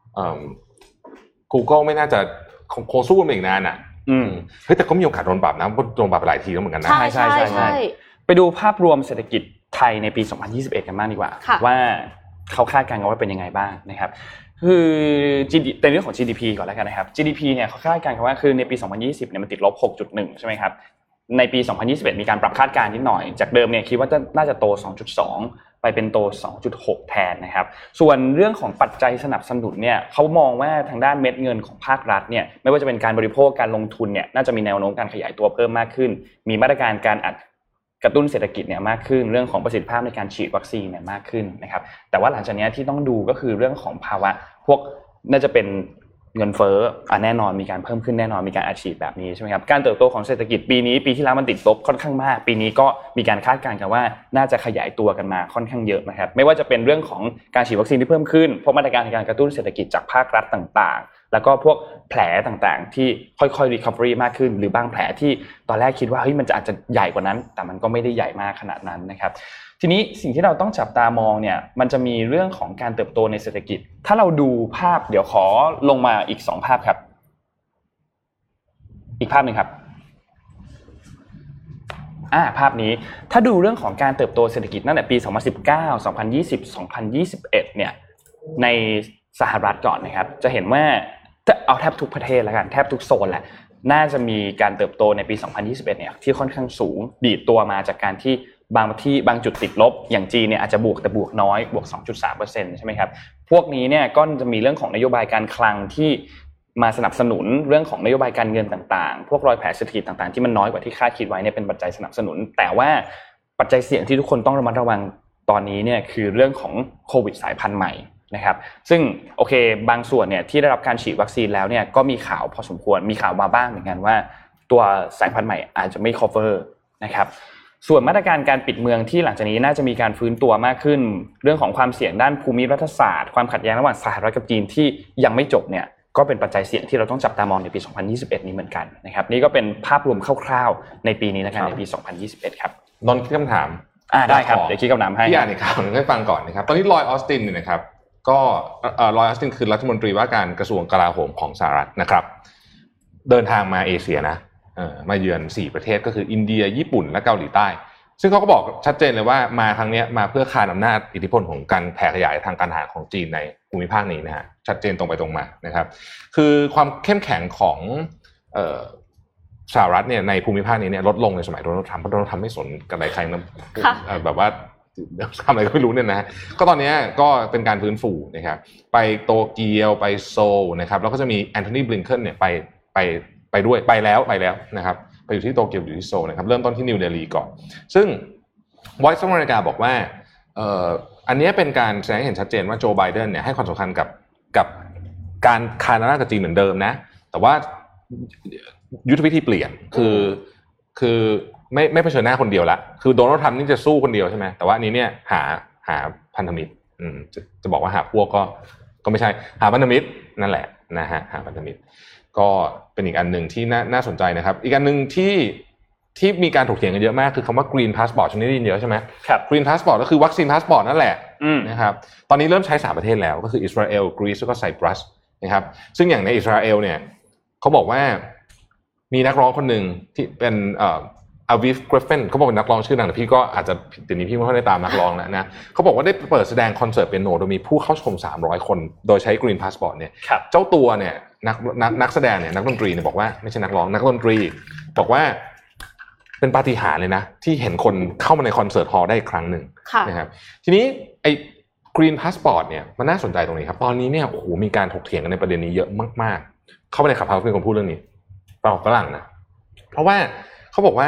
Google ไม่น่าจะคงสู้กันอีกนานอ่ะเฮ้ยแต่ก็มีโอกาสโดนปรับนะโดนปรับหลายทีแล้วเหมือนกันนะใช่ไปดูภาพรวมเศรษฐกิจไทยในปี 2021 กันบ้างดีกว่าว่าเขาคาดการณ์กันว่าเป็นยังไงบ้างนะครับคือในเรื่องของ GDP ก่อนแล้วกันนะครับ GDP เนี่ยเขาคาดการณ์กันว่าคือในปี 2020 เนี่ยมันติดลบ 6.1 ใช่ไหมครับในปี 2021 มีการปรับคาดการณ์นิดหน่อยจากเดิมเนี่ยคิดว่าน่าจะโต 2.2 ไปเป็นโต 2.6 แทนนะครับส่วนเรื่องของปัจจัยสนับสนุนเนี่ยเขามองว่าทางด้านเม็ดเงินของภาครัฐเนี่ยไม่ว่าจะเป็นการบริโภคการลงทุนเนี่ยน่าจะมีแนวโน้มการขยายตัวเพิ่มมากขึ้นมีมาตรการการกระตุ้นเศรษฐกิจเนี่ยมากขึ้นเรื่องของประสิทธิภาพในการฉีดวัคซีนเนี่ยมากขึ้นนะครับแต่ว่าหลังจากนี้ที่ต้องดูก็คือเรื่องของภาวะพวกน่าจะเป็นเงินเฟ้อแน่นอนมีการเพิ่มขึ้นแน่นอนมีการอัดฉีดแบบนี้ใช่ไหมครับการเติบโตของเศรษฐกิจปีนี้ปีที่แล้วมันติดลบค่อนข้างมากปีนี้ก็มีการคาดการณ์กันว่าน่าจะขยายตัวกันมาค่อนข้างเยอะนะครับไม่ว่าจะเป็นเรื่องของการฉีดวัคซีนที่เพิ่มขึ้นพวกมาตรการในการกระตุ้นเศรษฐกิจจากภาครัฐต่างๆแล้วก็พวกแผลต่างๆที่ค่อยๆ recovery มากขึ้นหรือบางแผลที่ตอนแรกคิดว่าเฮ้ยมันอาจจะใหญ่กว่านั้นแต่มันก็ไม่ได้ใหญ่มากขนาดนั้นนะครับทีนี้สิ่งที่เราต้องจับตามองเนี่ยมันจะมีเรื่องของการเติบโตในเศรษฐกิจถ้าเราดูภาพเดี๋ยวขอลงมาอีก2ภาพครับอีกภาพนึงครับภาพนี้ถ้าดูเรื่องของการเติบโตเศรษฐกิจตั้งแต่ปี2019 2020 2021เนี่ยในสหรัฐก่อนนะครับจะเห็นว่าเอาแทบทุกประเทศแล้วกันแทบทุกโซนแหละน่าจะมีการเติบโตในปี2021เนี่ยที่ค่อนข้างสูงดีดตัวมาจากการที่บางจุดติดลบอย่างจีนเนี่ยอาจจะบวกแต่บวกน้อยบวก 2.3% ใช่ไหมครับพวกนี้เนี่ยก็จะมีเรื่องของนโยบายการคลังที่มาสนับสนุนเรื่องของนโยบายการเงินต่างๆพวกรอยแผลเศรษฐกิจต่างๆที่มันน้อยกว่าที่คาดคิดไว้เนี่ยเป็นปัจจัยสนับสนุนแต่ว่าปัจจัยเสี่ยงที่ทุกคนต้องระมัดระวังตอนนี้เนี่ยคือเรื่องของโควิดสายพันธุ์ใหม่นะครับซึ่งโอเคบางส่วนเนี่ยที่ได้รับการฉีดวัคซีนแล้วเนี่ยก็มีข่าวพอสมควรมีข่าวมาบ้างเหมือนกันว่าตัวสายพันธุ์ใหม่อาจจะไม่ cover นะครับส่วนมาตรการการปิดเมืองที่หลังจากนี้น่าจะมีการฟื้นตัวมากขึ้นเรื่องของความเสี่ยงด้านภูมิรัฐศาสตร์ความขัดแย้งระหว่างสหรัฐกับจีนที่ยังไม่จบเนี่ยก็เป็นปัจจัยเสี่ยงที่เราต้องจับตามองในปี 2021 นี้เหมือนกันนะครับนี่ก็เป็นภาพรวมคร่าวๆในปีนี้นะครับในปี 2021 ครับนนท์คิดคำถามได้ครับเดี๋ยวคิดคำถามให้พี่อ่านอีกครั้งให้ฟังก่อนนะครับตอนนี้ลอยด์ออสตินเนี่ยนะครับก็ลอยด์ออสตินคือรัฐมนตรีว่าการกระทรวงกลาโหมของสหรัฐนะครับเดินทางมาเอเชียนะมาเยือน4ประเทศก็คืออินเดียญี่ปุ่นและเกาหลีใต้ซึ่งเขาก็บอกชัดเจนเลยว่ามาครั้งนี้มาเพื่อคานอำนาจอิทธิพลของการแผ่ขยายทางการทหารของจีนในภูมิภาคนี้นะฮะชัดเจนตรงไปตรงมานะครับคือความเข้มแข็งของสหรัฐเนี่ยในภูมิภาคนี้เนี่ยลดลงในสมัยโดนัลด์ทรัมป์เพราะโดนัลด์ทรัมป์ไม่สนกันอะไรใครนะแบบว่าทำอะไรก็ไม่รู้เนี่ยนะก็ตอนนี้ก็เป็นการฟื้นฟูนะครับไปโตเกียวไปโซลนะครับแล้วก็จะมีแอนโทนีบลิงเคนเนี่ยไปด้วยไปแล้วนะครับไปอยู่ที่โตเกียวอยู่ที่โซลนะครับเริ่มต้นที่นิวเดลีก่อนซึ่ง Voice of America บอกว่าอันนี้เป็นการแสดงให้เห็นชัดเจนว่าโจไบเดนเนี่ยให้ความสำคัญกับการคานอำนาจกับจีนเหมือนเดิมนะแต่ว่ายุทธวิธีเปลี่ยนคือไม่เผชิญหน้าคนเดียวละคือโดนัลด์ทรัมป์นี่จะสู้คนเดียวใช่ไหมแต่ว่านี้เนี่ยหาพันธมิตรจะบอกว่าหาพวกก็ไม่ใช่หาพันธมิตรนั่นแหละนะฮะหาพันธมิตรก็เป็นอีกอันหนึ่งที่น่าสนใจนะครับอีกอันหนึ่งที่มีการถกเถียงกันเยอะมากคือคำว่า Green Passport ช่วงนี้ได้ยินเยอะใช่ไหมครับ Green Passport ก็คือวัคซีนพาสปอร์ตนั่นแหละนะครับตอนนี้เริ่มใช้3ประเทศแล้วก็คืออิสราเอลกรีซแล้วก็ไซปรัสนะครับซึ่งอย่างในอิสราเอลเนี่ยเขาบอกว่ามีนักร้องคนหนึ่งที่เป็นอาวิฟกริฟเฟนเขาบอกเป็นนักร้องชื่อดังแต่พี่ก็อาจจะเดี๋ยวนี้พี่ไม่ค่อยได้ตามนักร้องแล้วนะเขาบอกว่าได้เปิดแสดงคอนเสิร์ตเปียโนโดยมีผู้เข้าชม300คนโดยใช้ Green Passport เนี่ยเจ้าตัวเนี่ยนักแสดงเนี่ยนักดนตรีเนี่ยบอกว่าไม่ใช่นักร้องนักดนตรีบอกว่าเป็นปาฏิหาริย์เลยนะที่เห็นคนเข้ามาในคอนเสิร์ตฮอลล์ได้อีกครั้งหนึ่งนะครับทีนี้ไอ้ Green Passport เนี่ยมันน่าสนใจตรงนี้ครับตอนนี้เนี่ยโอ้โหมีการถกเถียงกันในประเด็นนี้เยอะมากๆเข้าไปในขับเฮาส์เป็นคนพูดเรื่องนี้เปล่าฝรั่งนะเพราะว่าเขาบอกว่า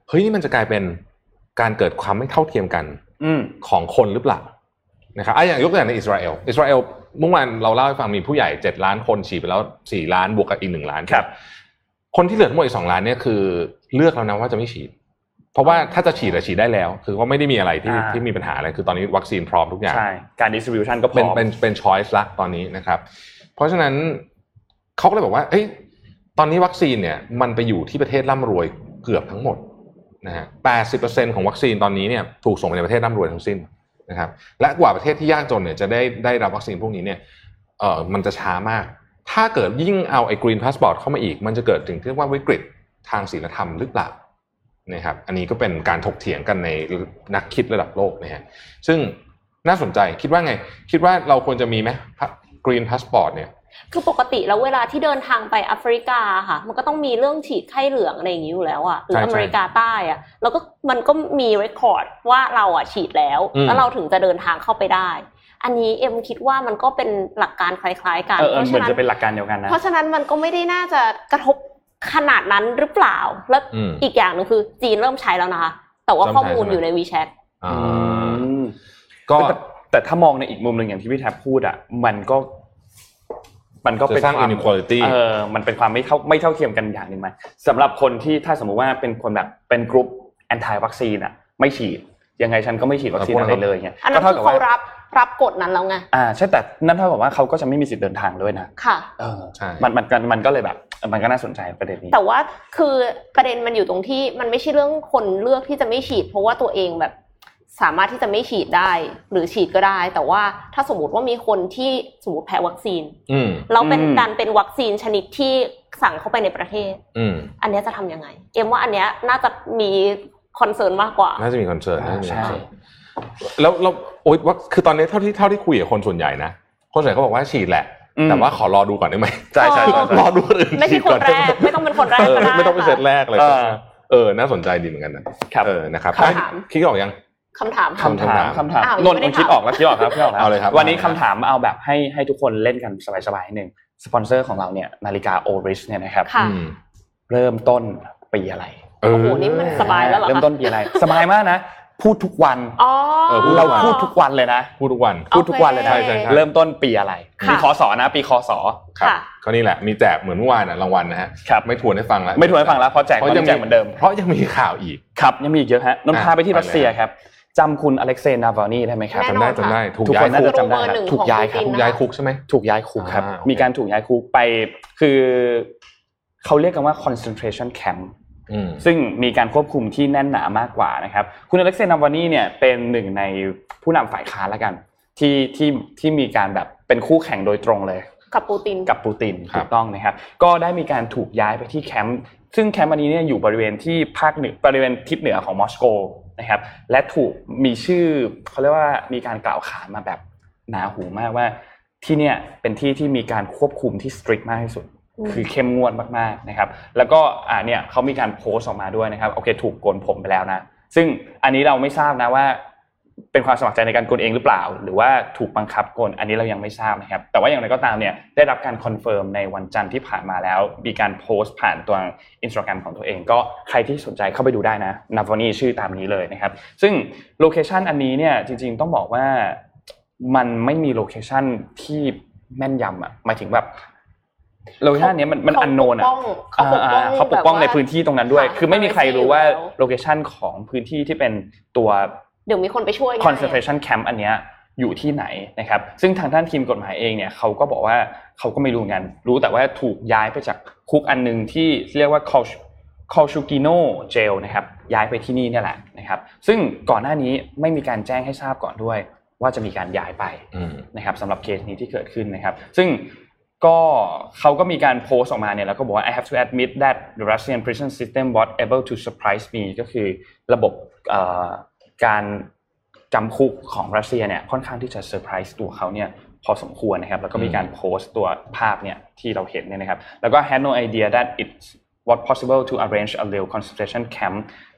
เฮ้ยนี่มันจะกลายเป็นการเกิดความไม่เท่าเทียมกันของคนหรือเปล่านะครับอย่างยกตัวอย่างในอิสราเอลเมื่อวานเราเล่าให้ฟังมีผู้ใหญ่7ล้านคนฉีดไปแล้ว4ล้านบวกกับอีก1ล้านครับคนที่เหลือทั้งหมดอีก2ล้านเนี่ยคือเลือกแล้วนะว่าจะไม่ฉีดเพราะว่าถ้าจะฉีดได้แล้วคือว่าไม่ได้มีอะไรที่มีปัญหาอะไรคือตอนนี้วัคซีนพร้อมทุกอย่างใช่การ distribution ก็พร้อมเป็น choice ละตอนนี้นะครับเพราะฉะนั้นเขาก็เลยบอกว่าเอ้ยตอนนี้วัคซีนเนี่ยมันไปอยู่ที่ประเทศร่ำรวยเกือบทั้งหมดนะฮะ 80% ของวัคซีนตอนนี้เนี่ยถูกส่งไปในประเทศร่ำรวยทั้งสิ้นนะครับและกว่าประเทศที่ยากจนเนี่ยจะได้รับวัคซีนพวกนี้เนี่ยมันจะช้ามากถ้าเกิดยิ่งเอาไอ้ Green Passport เข้ามาอีกมันจะเกิดถึงที่เรียกว่าวิกฤตทางศีลธรรมหรือเปล่านะครับอันนี้ก็เป็นการถกเถียงกันในนักคิดระดับโลกนะฮะซึ่งน่าสนใจคิดว่าไงคิดว่าเราควรจะมีไหม Green Passport เนี่ยคือปกติแล้วเวลาที่เดินทางไปแอฟริกาค่ะมันก็ต้องมีเรื่องฉีดไข้เหลืองอะไรอย่างนี้อยู่แล้วอ่ะหรืออเมริกาใต้อ่ะแล้วก็มันก็มีเรคคอร์ดว่าเราอ่ะฉีดแล้วเราถึงจะเดินทางเข้าไปได้อันนี้เอ็มคิดว่ามันก็เป็นหลักการคล้ายๆกันเหมือนจะเป็นหลักการเดียวกันนะเพราะฉะนั้นมันก็ไม่ได้น่าจะกระทบขนาดนั้นหรือเปล่าแล้วอีกอย่างนึงคือจีนเริ่มใช้แล้วนะคะแต่ว่าข้อมูลอยู่ใน WeChat ก็แต่ถ้ามองในอีกมุมนึงอย่างที่พี่แท็บพูดอ่ะมันก็เป็นสร้าง inequality มันเป็นความไม่เท่าเทียมกันอย่างนึงมั้ยสำหรับคนที่ถ้าสมมุติว่าเป็นคนแบบเป็นกลุ่ม anti วัคซีนอ่ะไม่ฉีดยังไงฉันก็ไม่ฉีดวัคซีนอะไรเลยเงี้ยก็เท่ากับว่ารับกฎนั้นแล้วไงใช่แต่นั่นเท่ากับว่าเขาก็จะไม่มีสิทธิ์เดินทางด้วยนะค่ะใช่มันก็เลยแบบมันก็น่าสนใจประเด็นนี้แต่ว่าคือประเด็นมันอยู่ตรงที่มันไม่ใช่เรื่องคนเลือกที่จะไม่ฉีดเพราะว่าตัวเองแบบสามารถที่จะไม่ฉีดได้หรือฉีดก็ได้แต่ว่าถ้าสมมติว่ามีคนที่สมมติแพ้วัคซีนแล้วเป็นการเป็นวัคซีนชนิดที่สั่งเข้าไปในประเทศอันนี้จะทำยังไงเอ็มว่าอันเนี้ยน่าจะมีคอนเซิร์นมากกว่าน่าจะมีคอนเซิร์นใช่แล้วโอ๊ยว่าคือตอนนี้เท่าที่คุยกับคนส่วนใหญ่นะคนส่วนใหญ่เขาบอกว่าฉีดแหละแต่ว่าขอรอดูก่อนได้ไหมใช่รอดูคนอื่นไม่ใช่คนแรกไม่ต้องเป็นคนแรกก็ได้ไม่ต้องเป็นเซตแรกเลยน่าสนใจดีเหมือนกันนะนะครับคิดออกยังคำถามนนท์คิดออกแล้วครับเอาเลยครับวันนี้คำถามเอาแบบให้ทุกคนเล่นกันสบายๆนิดนึงสปอนเซอร์ของเราเนี่ยนาฬิกา Oris เนี่ยนะครับเริ่มต้นปีอะไรโอ้โหนี่มันสบายแล้วเหรอเริ่มต้นปีอะไรสบายมากนะพูดทุกวันเราพูดทุกวันเลยนะพูดทุกวันเลยนะเริ่มต้นปีอะไรปีคศนะปีคศครับก็นี่แหละมีแจกเหมือนเมื่อวานรางวัลนะฮะไม่ทวนให้ฟังแล้วเพราะแจกเหมือนเดิมเพราะยังมีข่าวอีกครับยังมีอีกเยอะฮะนนท์พาไปที่รัสเซียครับจำคุณอเล็กเซย์ นาวานีได้ไหมครับจำได้ทุกคนน่าจะจำได้ถูกย้ายครับถูกย้ายคุกใช่ไหมถูกย้ายคุกครับมีการถูกย้ายคุกไปคือเขาเรียกกันว่า concentration camp ซึ่งมีการควบคุมที่แน่นหนามากกว่านะครับคุณอเล็กเซย์ นาวานีเนี่ยเป็นหนึ่งในผู้นำฝ่ายค้านละกันที่มีการแบบเป็นคู่แข่งโดยตรงเลยกับปูตินถูกต้องนะครับก็ได้มีการถูกย้ายไปที่แคมป์ซึ่งแคมป์อันนี้เนี่ยอยู่บริเวณที่ภาคเหนือบริเวณทิศเหนือของมอสโกนะครับและถูกมีชื่อเขาเรียกว่ามีการกล่าวขานมาแบบหนาหูมากว่าที่เนี่ยเป็นที่ที่มีการควบคุมที่ strict มากที่สุดคือเข้มงวดมากๆนะครับแล้วก็เนี่ยเขามีการโพสต์ออกมาด้วยนะครับโอเคถูกโกนผมไปแล้วนะซึ่งอันนี้เราไม่ทราบนะว่าเป็นความสมัครใจในการโกนเองหรือเปล่าหรือว่าถูกบังคับโกนอันนี้เรายังไม่ทราบนะครับแต่ว่าอย่างไรก็ตามเนี่ยได้รับการคอนเฟิร์มในวันจันทร์ที่ผ่านมาแล้วมีการโพสต์ผ่านตัว Instagram ของตัวเองก็ใครที่สนใจเข้าไปดูได้นะ Navani ชื่อตามนี้เลยนะครับซึ่งโลเคชั่นอันนี้เนี่ยจริงๆต้องบอกว่ามันไม่มีโลเคชั่นที่แม่นยำอ่ะหมายถึงแบบโลเคชั่นนี้มันอันโนนอ่ะเขาปกป้องในพื้นที่ตรงนั้นด้วยคือไม่มีใครรู้ว่าโลเคชั่นของพื้นที่ที่เป็นตัวเดี๋ยวมีคนไปช่วย concentration camp อันเนี้ยอยู่ที่ไหนนะครับซึ่งทางด้านทีมกฎหมายเองเนี่ยเขาก็บอกว่าเขาก็ไม่รู้กันรู้แต่ว่าถูกย้ายไปจากคุกอันนึงที่เรียกว่า Kolchukino Jail นะครับย้ายไปที่นี่เนี่ยแหละนะครับซึ่งก่อนหน้านี้ไม่มีการแจ้งให้ทราบก่อนด้วยว่าจะมีการย้ายไปนะครับสำหรับเคสนี้ที่เกิดขึ้นนะครับซึ่งก็เขาก็มีการโพสต์ออกมาเนี่ยแล้วก็บอกว่า I have to admit that the Russian prison system was able to surprise me ก็คือระบบการจำคุกของรัสเซียเนี่ยค่อนข้างที่จะเซอร์ไพรส์ตัวเขาเนี่ยพอสมควรนะครับแล้วก็มีการโพสต์ตัวภาพเนี่ยที่เราเห็นเนี่ยนะครับแล้วก็ had no idea that it was possible to arrange a real concentration camp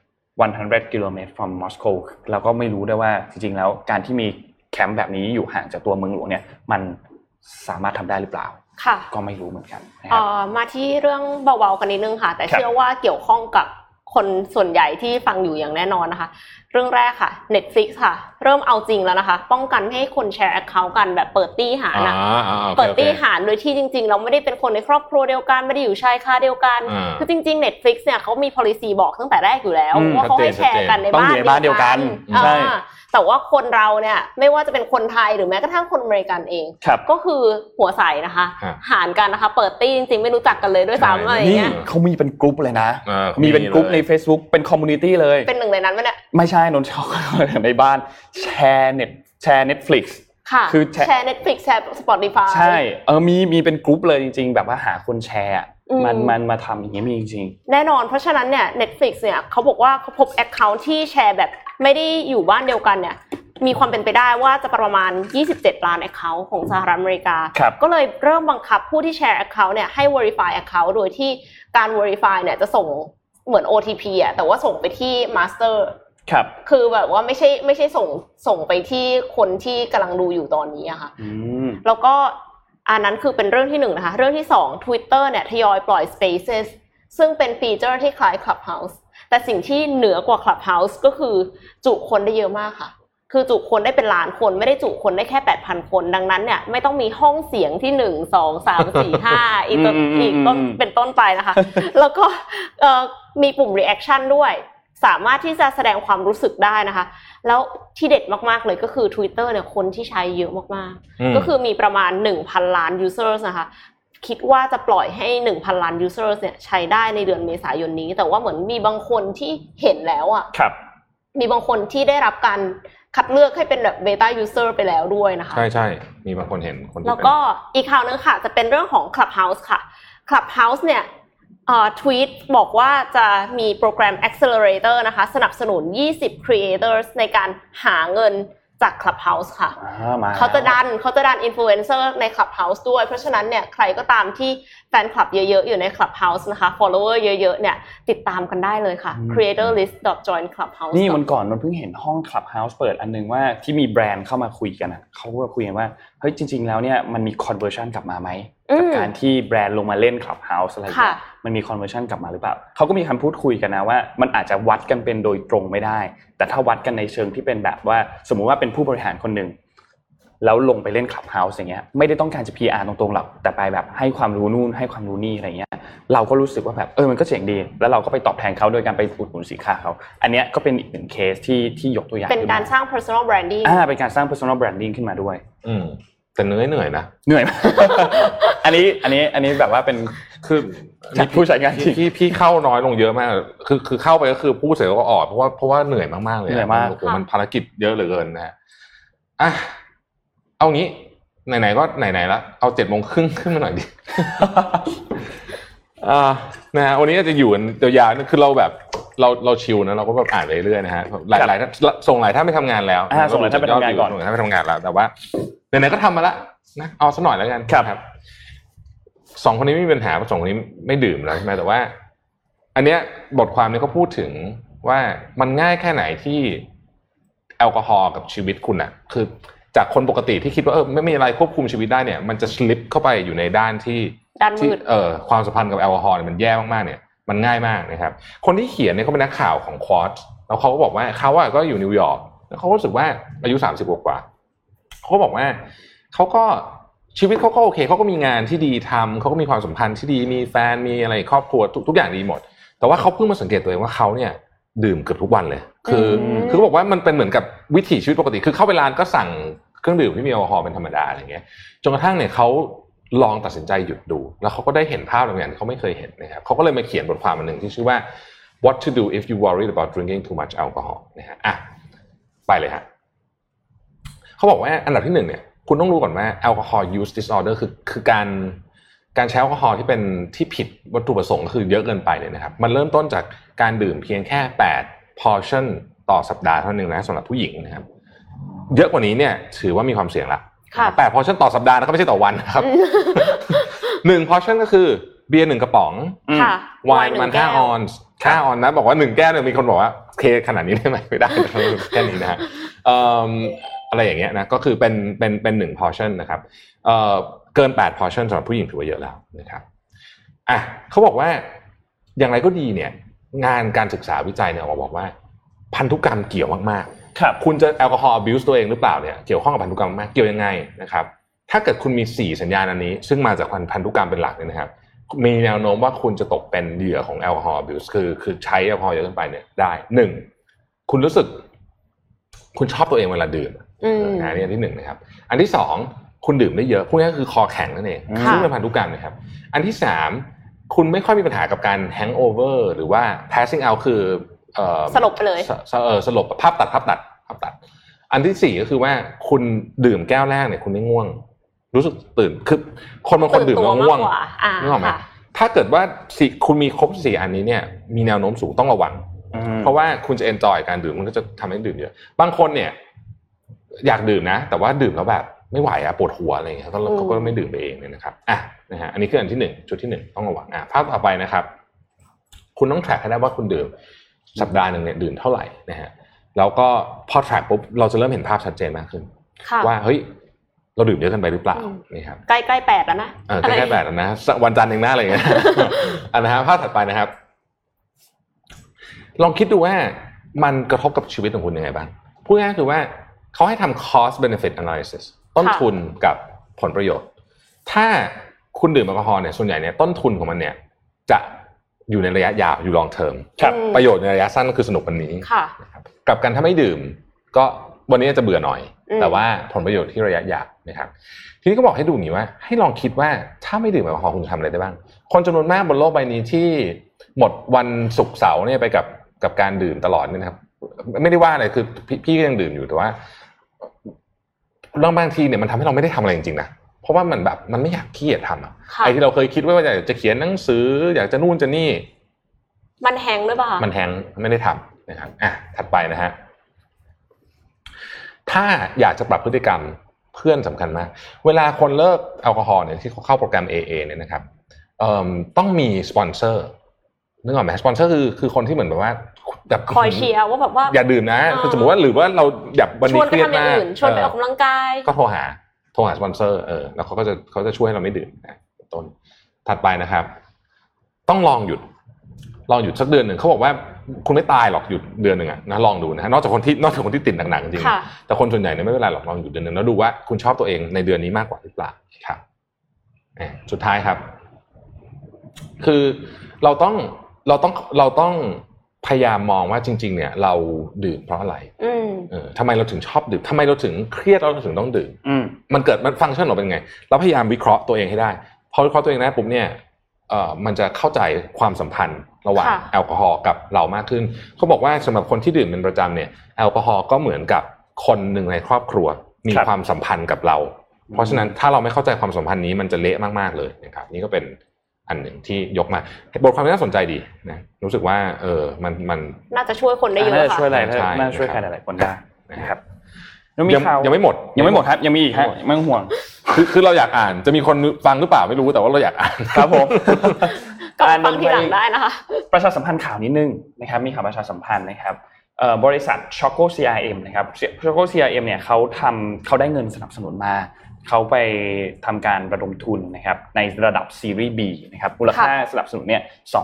100 kilometers from Moscow แล้วก็ไม่รู้ด้วยว่าจริงๆแล้วการที่มีแคมป์แบบนี้อยู่ห่างจากตัวเมืองหลวงเนี่ยมันสามารถทำได้หรือเปล่าก็ไม่รู้เหมือนกันนะครับมาที่เรื่องเบาๆกันนิดนึงค่ะแต่เชื่อว่าเกี่ยวข้องกับคนส่วนใหญ่ที่ฟังอยู่อย่างแน่นอนนะคะเรื่องแรกค่ะ Netflix ค่ะเริ่มเอาจริงแล้วนะคะป้องกันไม่ให้คนแชร์ account กันแบบเปิดตี้หารนะเปิดตี้หารโดยที่จริงๆเราไม่ได้เป็นคนในครอบครัวเดียวกันไม่ได้อยู่ชายคาเดียวกันคือจริงๆ Netflix เนี่ยเขามี policy บอกตั้งแต่แรกอยู่แล้วว่าเขาให้แชร์กันในบ้านเดียวกันใช่แต่ว่าคนเราเนี่ยไม่ว่าจะเป็นคนไทยหรือแม้กระทั่งคนอเมริกันเองก็คือหัวใสนะคะหารกันนะคะเปิดตี้จริงๆไม่รู้จักกันเลยด้วยซ้ำอะไรอย่างเงี้ยเขามีเป็นกลุ่มเลยนะมีเป็นกลุ่มใน Facebook เป็นคอมมูนิตี้เลยเป็นหนึ่งในนั้นมั้ยเนี่ยไม่ใช่นนท์ชอบในบ้านแชร์ Netflix ค่ะคือแชร์ Netflix แชร์ Spotify ใช่มีเป็นกลุ่มเลยจริงๆแบบว่าหาคนแชร์มันมาทำอย่างเงี้ยมีจริงๆแน่นอนเพราะฉะนั้นเนี่ย Netflix เนี่ยเขาบอกว่าเขาพบ account ที่แชร์แบบไม่ได้อยู่บ้านเดียวกันเนี่ยมีความเป็นไปได้ว่าจะประมาณ27ล้าน account ของสหรัฐอเมริกาก็เลยเริ่มบังคับผู้ที่แชร์ account เนี่ยให้ verify account โดยที่การ verify เนี่ยจะส่งเหมือน OTP อ่ะแต่ว่าส่งไปที่ master ครับคือแบบว่าไม่ใช่ส่งไปที่คนที่กำลังดูอยู่ตอนนี้อะค่ะแล้วก็อันนั้นคือเป็นเรื่องที่1นะคะเรื่องที่2 Twitter เนี่ยทยอยปล่อย Spaces ซึ่งเป็นฟีเจอร์ที่คล้าย Clubhouse แต่สิ่งที่เหนือกว่า Clubhouse ก็คือจุคนได้เยอะมากค่ะคือจุคนได้เป็นล้านคนไม่ได้จุคนได้แค่ 8,000 คนดังนั้นเนี่ยไม่ต้องมีห้องเสียงที่1 2 3 4 5อีกต้นเป็นต้นไปนะคะแล้วก็มีปุ่ม reaction ด้วยสามารถที่จะแสดงความรู้สึกได้นะคะแล้วที่เด็ดมากๆเลยก็คือ Twitter เนี่ยคนที่ใช้เยอะมากๆก็คือมีประมาณ 1,000 ล้าน users นะคะคิดว่าจะปล่อยให้ 1,000 ล้าน users เนี่ยใช้ได้ในเดือนเมษายนนี้แต่ว่าเหมือนมีบางคนที่เห็นแล้วอ่ะมีบางคนที่ได้รับการคัดเลือกให้เป็นแบบเบต้ายูเซอร์ไปแล้วด้วยนะคะใช่ๆมีบางคนเห็นคนแล้วก็อีกข่าวนึงค่ะจะเป็นเรื่องของ Clubhouse ค่ะ Clubhouse เนี่ยทวีตบอกว่าจะมีโปรแกรม Accelerator นะคะสนับสนุน20 Creators ในการหาเงินจาก Clubhouse ค่ะเขาจะดัน Influencer ใน Clubhouse ด้วยเพราะฉะนั้นเนี่ยใครก็ตามที่แฟนคลับเยอะๆอยู่ใน Clubhouse นะคะ follower เยอะๆเนี่ยติดตามกันได้เลยค่ะ creatorlist.join clubhouse นี่วันก่อนมันเพิ่งเห็นห้อง Clubhouse เปิดอันนึงว่าที่มีแบรนด์เข้ามาคุยกันเขาก็คุยกันว่าเฮ้ยจริงๆแล้วเนี่ยมันมี conversion กลับมาไหมจากการที่แบรนด์ลงมาเล่น Clubhouse อะไรอย่างเงี้ยมันมี conversion กลับมาหรือเปล่าเขาก็มีคำพูดคุยกันนะว่ามันอาจจะวัดกันเป็นโดยตรงไม่ได้แต่ถ้าวัดกันในเชิงที่เป็นแบบว่าสมมุติว่าเป็นผู้บริหารคนนึงแล้วลงไปเล่น Clubhouse อย่างเงี้ยไม่ได้ต้องการจะ PR ตรงๆหรอกแต่ไปแบบให้ความรู้นู่นให้ความรู้นี่อะไรเงี้ยเราก็รู้สึกว่าแบบมันก็เจ๋งดีแล้วเราก็ไปตอบแทนเขาโดยการไปอุดหนุนสินค้าเขาอันเนี้ยก็เป็นอีกหนึ่งเคสที่ยกตัวอย่างเป็นการสร้าง personal branding เป็นการสร้าง personal branding ขึ้นมาด้วยแต่เหนื่อยนะเหนื่อย อันนี้แบบว่าเป็นคือผู้ใช้งานพี่เข้าน้อยลงเยอะมากคือเข้าไปก็คือพูดเสร็จก็ออกเพราะว่าเหนื่อยมากๆเลยเหนื่อยมากมันภารกิจเยอะเหลือเกินนะเอางี้ไหนๆก็ไหนๆแล้วเอา 7:30 นขึ้นมาหน่อยดิ นะฮะวันนี้จะอยู่กันยาวๆคือเราแบบเราชิลนะเราก็แบบอ่านไปเรื่อยๆนะฮะหลายส่งหลายท่านไปทำงานแล้วส่งหลายท่านไปทำงานก่อนส่งหลายท่านไปทำงานแล้วแต่ว่าไหนๆก็ทำมาละนะเอาซะหน่อยแล้วกันครับ2คนนี้ไม่มีปัญหา2คนนี้ไม่ดื่มแล้วใช่ไหมแต่ว่าอันเนี้ยบทความนี้เขาพูดถึงว่ามันง่ายแค่ไหนที่แอลกอฮอล์กับชีวิตคุณอะคือจากคนปกติที่คิดว่าไม่มีอะไรควบคุมชีวิตได้เนี่ยมันจะสลิปเข้าไปอยู่ในด้านที่ความสัมพันธ์กับแอลกอฮอล์เนี่ยมันแย่มากๆเนี่ยมันง่ายมากนะครับคนที่เขียนเนี่ยเขาเป็นนักข่าวของควอตแล้วเขาก็บอกว่าเขาก็อยู่นิวยอร์กแล้วเขารู้สึกว่าอายุ30กว่าเขาบอกว่าเขาก็ชีวิตเขาก็โอเคเขาก็มีงานที่ดีทำเขาก็มีความสัมพันธ์ที่ดีมีแฟนมีอะไรครอบครัวทุกอย่างดีหมดแต่ว่าเขาเพิ่งมาสังเกตตัวเองว่าเขาเนี่ยดื่มเกือบทุกวันเลยคือเขาบอกว่ามันเป็นเหมือนกับวิถีชีวิตปกติคือเข้าไปร้านก็สั่งเครื่องดื่มที่มีแอลกอฮอล์เป็นธรรมดาอะไรเงี้ยจนกระทั่งเนี่ยเขาลองตัดสินใจหยุดดูแล้วเขาก็ได้เห็นภาพบางอย่างที่เขาไม่เคยเห็นนะครับเขาก็เลยมาเขียนบทความอันนึงที่ชื่อว่า What to do if you worried about drinking too much alcohol นะฮะไปเลยฮะเขาบอกว่าอันดับที่1เนี่ยคุณต้องรู้ก่อนว่า alcohol use disorder คือการใช้แอลกอฮอล์ที่เป็นที่ผิดวัตถุประสงค์คือเยอะเกินไปเลยนะครับมันเริ่มต้นจากการดื่มเพียงแค่8 portion ต่อสัปดาห์เท่านั้นนะสำหรับผู้หญิงนะครับเยอะกว่านี้เนี่ยถือว่ามีความเสี่ยงละ8 portion ต่อสัปดาห์นะครับไม่ใช่ต่อวันนะครับ1 portion ก็คือเบียร์1กระป๋องไวน์มัน5 ออนซ์5 ออนซ์นะบอกว่า1แก้วเนี่ยมีคนบอกว่าเคขนาดนี้ได้ไหมไม่ได้แค่นี้นะฮะอะไรอย่างเงี้ยนะก็คือเป็น1 portion นะครับเกิน8 portion สำหรับผู้หญิงถือว่าเยอะแล้วนะครับเขาบอกว่าอย่างไรก็ดีเนี่ยงานการศึกษาวิจัยเนี่ยบอกว่าพันธุกรรมเกี่ยวมากๆครับคุณจะแอลกอฮอล์ abuse ตัวเองหรือเปล่าเนี่ยเกี่ยวข้องกับพันธุกรรมมากเกี่ยวยังไงนะครับถ้าเกิดคุณมี4สัญญาณอันนี้ซึ่งมาจากพันธุกรรมเป็นหลักเนี่ยนะครับมีแนวโน้มว่าคุณจะตกเป็นเหยื่อของแอลกอฮอล์ abuse คือใช้แอลกอฮอล์เยอะเกินไปเนี่ยได้1คุณรู้สึกคุณชอบตัวเองเวลาดื่มอันนี้อันที่1นะครับอันที่2คุณดื่มได้เยอะพวกนี้คือคอแข็งนั่นเองซึ่งเป็นพันธุกรรมนะครับอันที่3คุณไม่ค่อยมีปัญหากับการ hangover หรือว่า passing out คือสลบไปเลยสลบภาพตัดอันที่4ก็คือว่าคุณดื่มแก้วแรกเนี่ยคุณไม่ง่วงรู้สึกตื่นคือคนบางคนดื่มแล้วง่วงนึกออกไหมถ้าเกิดว่าคุณมีครบ4อันนี้เนี่ยมีแนวโน้มสูงต้องระวังเพราะว่าคุณจะ enjoy การดื่มมันก็จะทำให้ดื่มเยอะบางคนเนี่ยอยากดื่มนะแต่ว่าดื่มแล้วแบบไม่ไหวปวดหัวอะไรอย่างเงี้ยเขาก็ไม่ดื่มไปเองเนี่ยนะครับนะฮะอันนี้คืออันที่1จุดที่1ต้องระวังภาพต่อไปนะครับคุณต้อง track ให้ได้ว่าคุณดื่มสัปดาห์นึงเนี่ยดื่มเท่าไหร่นะฮะแล้วก็พอ track ปุ๊บเราจะเริ่มเห็นภาพชัดเจนมากขึ้นว่าเฮ้ยเราดื่มเยอะเกินไปหรือเปล่านี่ครับใกล้8แล้วนะใกล้8แล้วนะวันจันทร์เองนะอะไรเงี้ยนะฮะภาพถัดไปนะครับลองคิดดูว่ามันกระทบกับชีวิตของคุณยังไงบ้างพูดง่ายๆคือว่าเขาให้ทำ cost benefit analysis ต้นทุนกับผลประโยชน์ถ้าคุณดื่มแอลกอฮอล์เนี่ยส่วนใหญ่เนี่ยต้นทุนของมันเนี่ยจะอยู่ในระยะยาวอยู่ long term ประโยชน์ในระยะสั้นก็คือสนุกวันนี้กลับกันถ้าไม่ดื่มก็วันนี้จะเบื่อหน่อยแต่ว่าผลประโยชน์ที่ระยะยาวนะครับทีนี้ก็บอกให้ดูนี่ว่าให้ลองคิดว่าถ้าไม่ดื่มแอลกอฮอล์คุณจะทำอะไรได้บ้างคนจำนวนมากบนโลกใบนี้ที่หมดวันศุกร์เสาร์เนี่ยไปกับการดื่มตลอดนี่นะครับไม่ได้ว่าอะไรคือพี่ก็ยังดื่มอยู่แต่ว่าเรื่องบางทีเนี่ยมันทำให้เราไม่ได้ทำอะไรจริงๆนะเพราะว่ามันแบบมันไม่อยากขี้เกียจทำไอ้ที่เราเคยคิดว่าอยากจะเขียนหนังสืออยากจะนู่นจะนี่มันแฮงด้วยป่ะมันแฮงไม่ได้ทำนะครับถัดไปนะฮะถ้าอยากจะปรับพฤติกรรมเพื่อนสำคัญมากเวลาคนเลิกแอลกอฮอล์เนี่ยที่เขาเข้าโปรแกรม AA เนี่ยนะครับต้องมีสปอนเซอร์นึกออกไหมสปอนเซอร์คือคนที่เหมือนแบบว่าแบบคอยเชียร์ว่าแบบว่าอย่าดื่มนะคือสมมติว่าหรือว่าเราอยากวันนี้เครียดมากชวนไปออกกำลังกายก็โทรหาสปอนเซอร์แล้วเขาจะช่วยให้เราไม่ดื่มนะต้นถัดไปนะครับต้องลองหยุดสักเดือนหนึ่งเขาบอกว่าคุณไม่ตายหรอกหยุดเดือนหนึ่งนะลองดูนะฮะนอกจากคนที่ติดหนักๆจริงๆแต่คนส่วนใหญ่เนี่ยไม่เป็นไรหรอกลองหยุดเดือนหนึ่งแล้วดูว่าคุณชอบตัวเองในเดือนนี้มากกว่าหรือเปล่าครับสุดท้ายครับคือเราต้องพยายามมองว่าจริงๆเนี่ยเราดื่มเพราะอะไรทำไมเราถึงชอบดื่มทำไมเราถึงเครียดเราถึงต้องดื่มมันเกิดมันฟังก์ชันเราเป็นไงเราพยายามวิเคราะห์ตัวเองให้ได้พอวิเคราะห์ตัวเองได้ปุ๊บเนี่ยมันจะเข้าใจความสัมพันธ์ระหว่างแอลกอฮอล์กับเรามากขึ้นเขาบอกว่าสำหรับคนที่ดื่มเป็นประจำเนี่ยแอลกอฮอล์ก็เหมือนกับคนหนึ่งในครอบครัวมีความสัมพันธ์กับเราเพราะฉะนั้นถ้าเราไม่เข้าใจความสัมพันธ์นี้มันจะเละมากๆเลยนะครับนี่ก็เป็นอันหนึ่งที่ยกมาบทความน่าสนใจดีนะรู้สึกว่ามันน่าจะช่วยคนได้เยอะค่ะช่วยอะไรน่าช่วยใครหลายๆคนได้นะครับยังไม่หมดครับยังมีอีกฮะไม่ต้องห่วงคือเราอยากอ่านจะมีคนฟังหรือเปล่าไม่รู้แต่ว่าเราอยากอ่านครับผมก็ฟังทีหลังได้นะคะประชาสัมพันธ์ข่าวนิดนึงนะครับมีข่าวประชาสัมพันธ์นะครับบริษัท Choco CRM นะครับ Choco CRM เนี่ยเขาได้เงินสนับสนุนมาเขาไปทำการระดมทุนนะครับในระดับซีรีส์ B นะครับมูลค่าสนับสนุนเนี่ย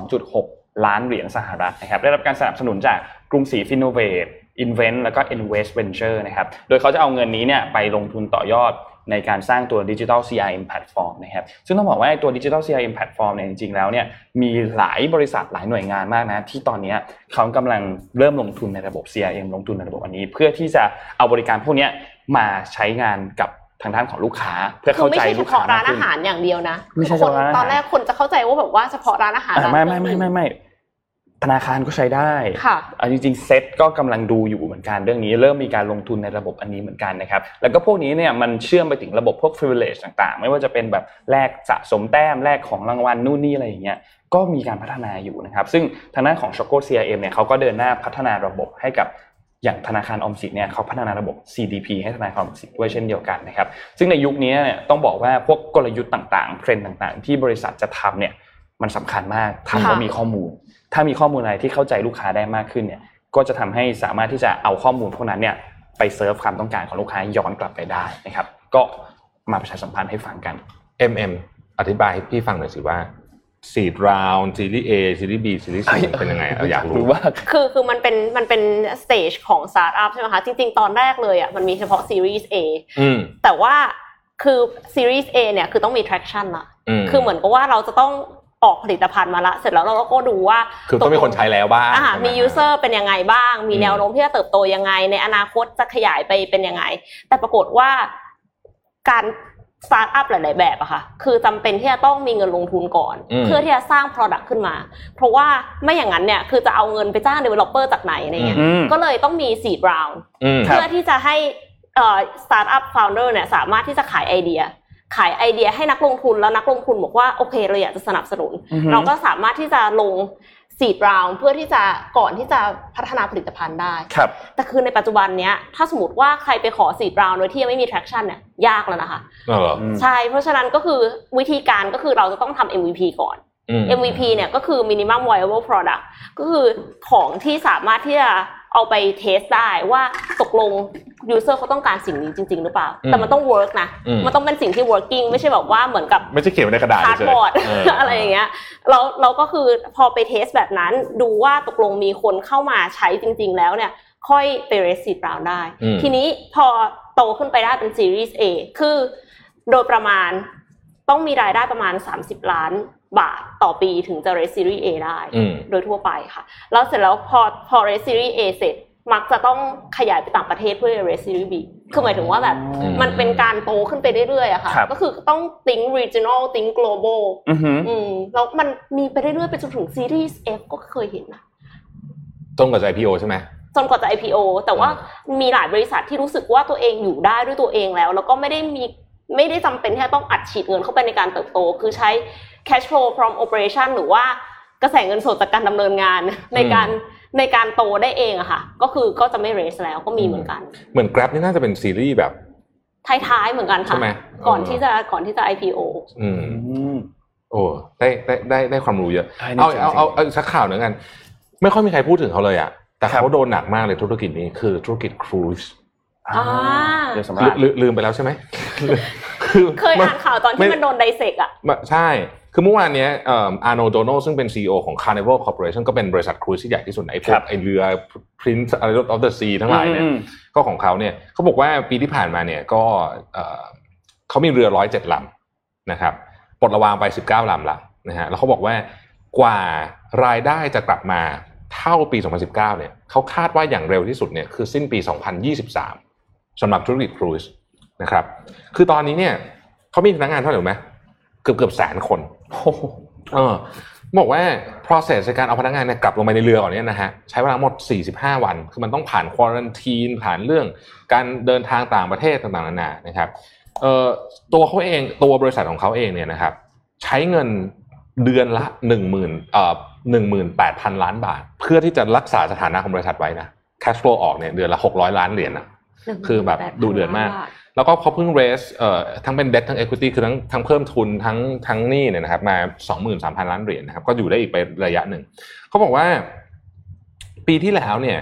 2.6 ล้านเหรียญสหรัฐนะครับได้รับการสนับสนุนจากกรุงศรีฟิโนเวทInvent แล้วก็ Invest Venture นะครับโดยเขาจะเอาเงินนี้เนี่ยไปลงทุนต่อยอดในการสร้างตัว Digital CRM Platform นะครับซึ่งต้องบอกว่าตัว Digital CRM Platform เนี่ยจริงๆแล้วเนี่ยมีหลายบริษัทหลายหน่วยงานมากนะที่ตอนนี้เขากำลังเริ่มลงทุนในระบบ CRM ลงทุนในระบบอันนี้เพื่อที่จะเอาบริการพวกนี้มาใช้งานกับทางด้านของลูกค้าเพื่อเข้าใจลูกค้าไม่ใช่เฉพาะร้านอาหารอย่างเดียวนะไม่ใช่เฉพาะร้านอาหารตอนแรกคนจะเข้าใจว่าแบบว่าเฉพาะร้านอาหารไม่ธนาคารก็ใช้ได้จริงๆเซ็ตก็กำลังดูอยู่เหมือนกันเรื่องนี้เริ่มมีการลงทุนในระบบอันนี้เหมือนกันนะครับแล้วก็พวกนี้เนี่ยมันเชื่อมไปถึงระบบพวก privilege ต่างๆไม่ว่าจะเป็นแบบแลกสะสมแต้มแลกของรางวัลนู่นนี่อะไรอย่างเงี้ยก็มีการพัฒนาอยู่นะครับซึ่งทางด้านของ Choco CRM เนี่ยเขาก็เดินหน้าพัฒนาระบบให้กับอย่างธนาคารออมสินเนี่ยเขาพัฒนาระบบ CDP ให้ธนาคารออมสินด้วยเช่นเดียวกันนะครับซึ่งในยุคนี้เนี่ยต้องบอกว่าพวกกลยุทธ์ต่างๆเทรนด์ต่างๆที่บริษัทจะทำเนี่ยมันสำคัญมากทำแล้วมีข้อมูลถ้ามีข้อมูลอะไรที่เข้าใจลูกค้าได้มากขึ้นเนี่ยก็จะทำให้สามารถที่จะเอาข้อมูลพวกนั้นเนี่ยไปเซิร์ฟความต้องการของลูกค้าย้อนกลับไปได้นะครับก็มาประชาสัมพันธ์ให้ฟังกันอธิบายให้พี่ฟังหน่อยสิว่า seed round ซีรีส์ A ซีรีส์ B ซีรีส์ C เป็นยังไงอยากรู้ว่าคือมันเป็นสเตจของสตาร์ทอัพใช่มั้ยคะจริงๆตอนแรกเลยอ่ะมันมีเฉพาะซีรีส์ A แต่ว่าคือซีรีส์ A เนี่ยคือต้องมี traction ล่ะคือเหมือนกับว่าเราจะต้องออกผลิตภัณฑ์มาละเสร็จแล้วเราก็ดูว่าคือต้องมีคนใช้แล้วบ้างมี user เป็นยังไงบ้างมีแนวโน้มที่จะเติบโตยังไงในอนาคตจะขยายไปเป็นยังไงแต่ปรากฏว่าการสตาร์ทอัพหลายๆแบบอะค่ะคือจำเป็นที่จะต้องมีเงินลงทุนก่อนเพื่อที่จะสร้าง product ขึ้นมาเพราะว่าไม่อย่างนั้นเนี่ยคือจะเอาเงินไปจ้าง developer จากไหนอะไรเงี้ยก็เลยต้องมี seed round เพื่อที่จะให้สตาร์ทอัพ founder เนี่ยสามารถที่จะขายไอเดียให้นักลงทุนแล้วนักลงทุนบอกว่าโอเคเราอยากจะสนับสนุนเราก็สามารถที่จะลง seed round เพื่อที่จะก่อนที่จะพัฒนาผลิตภัณฑ์ได้แต่คือในปัจจุบันเนี้ยถ้าสมมติว่าใครไปขอ seed round โดยที่ยังไม่มี traction เนี่ยยากแล้วนะคะใช่เพราะฉะนั้นก็คือวิธีการก็คือเราจะต้องทำ MVP ก่อน MVP เนี่ยก็คือ minimum viable product ก็คือของที่สามารถที่จะเอาไปเทสได้ว่าตกลง user เขาต้องการสิ่งนี้จริงๆหรือเปล่าแต่มันต้อง work นะมันต้องเป็นสิ่งที่ working ไม่ใช่แบบว่าเหมือนกับไม่ใช่เขียนในกระดาษเฉยๆอะไรอย่างเงี้ยเราก็คือพอไปเทสแบบนั้นดูว่าตกลงมีคนเข้ามาใช้จริงๆแล้วเนี่ยค่อยไป raise seed round ได้ทีนี้พอโตขึ้นไปได้เป็น series A คือโดยประมาณต้องมีรายได้ประมาณ30ล้านบาทต่อปีถึงจะ raise series A ได้โดยทั่วไปค่ะแล้วเสร็จแล้วพอ raise series A เสร็จมักจะต้องขยายไปต่างประเทศเพื่อ raise series B คือหมายถึงว่าแบบมันเป็นการโตขึ้นไปเรื่อยๆอะค่ะก็คือต้อง think regional think global แล้วมันมีไปเรื่อยๆไปจนถึง series F ก็เคยเห็นนะจนกว่าจะ IPO ใช่ไหมจนกว่าจะ IPO แต่ว่ามีหลายบริษัทที่รู้สึกว่าตัวเองอยู่ได้ด้วยตัวเองแล้วก็ไม่ได้จำเป็นที่จะต้องอัดฉีดเงินเข้าไปในการเติบโตคือใช้ cash flow from operation หรือว่ากระแสเงินสดจากการดำเนินงานในการโตได้เองอะค่ะก็คือก็จะไม่ raise แล้วก็มีเหมือนกันเหมือน Grab นี่น่าจะเป็นซีรีส์แบบท้ายๆเหมือนกันค่ะก่อนที่จะ IPO โอ้ได้ความรู้เยอะเอาสักข่าวหนึ่งกันไม่ค่อยมีใครพูดถึงเขาเลยอะแต่เขาโดนหนักมากเลยธุรกิจนี้คือธุรกิจครูซลืมไปแล้วใช่ไหมเคยอ่านข่าวตอนที่มันโดนไดเซกอ่ะใช่คือเมื่อวานนี้อาร์โน โดนัลด์ซึ่งเป็น CEO ของ Carnival Corporation ก็เป็นบริษัทครูซที่ใหญ่ที่สุดในพวกไอเรือ Prince of the Sea ทั้งหลายเนี่ยก็ของเขาเนี่ยเขาบอกว่าปีที่ผ่านมาเนี่ยก็เขามีเรือ107ลำนะครับปลดระวางไป19ลำละนะฮะแล้วเขาบอกว่ากว่ารายได้จะกลับมาเท่าปี2019เนี่ยเขาคาดว่าอย่างเร็วที่สุดเนี่ยคือสิ้นปี2023สำหรับธุรกิจครูซนะครับคือตอนนี้เนี่ยเขามีพนักงานเท่าไหร่ไหมเกือบ100,000 คนบอกว่า process ในการเอาพนักงานเนี่ยกลับลงไปในเรือก่อนเนี่ยนะฮะใช้เวลาหมด45วันคือมันต้องผ่านควอรันทีนผ่านเรื่องการเดินทางต่างประเทศต่างๆนานานะครับตัวเขาเองตัวบริษัทของเขาเองเนี่ยนะครับใช้เงินเดือนละ18,000 ล้านบาทเพื่อที่จะรักษาสถานะของบริษัทไว้นะ cash flow ออกเนี่ยเดือนละ600 ล้านเหรียญนะคือแบบดูเดือดมากแล้วก็เขาเพิ่ง raise ทั้งเป็น debt ทั้ง equity คือทั้งเพิ่มทุนทั้งหนี้เนี่ยนะครับมา 23,000 ล้านเหรียญนะครับก็อยู่ได้อีกไประยะหนึ่งเขาบอกว่าปีที่แล้วเนี่ย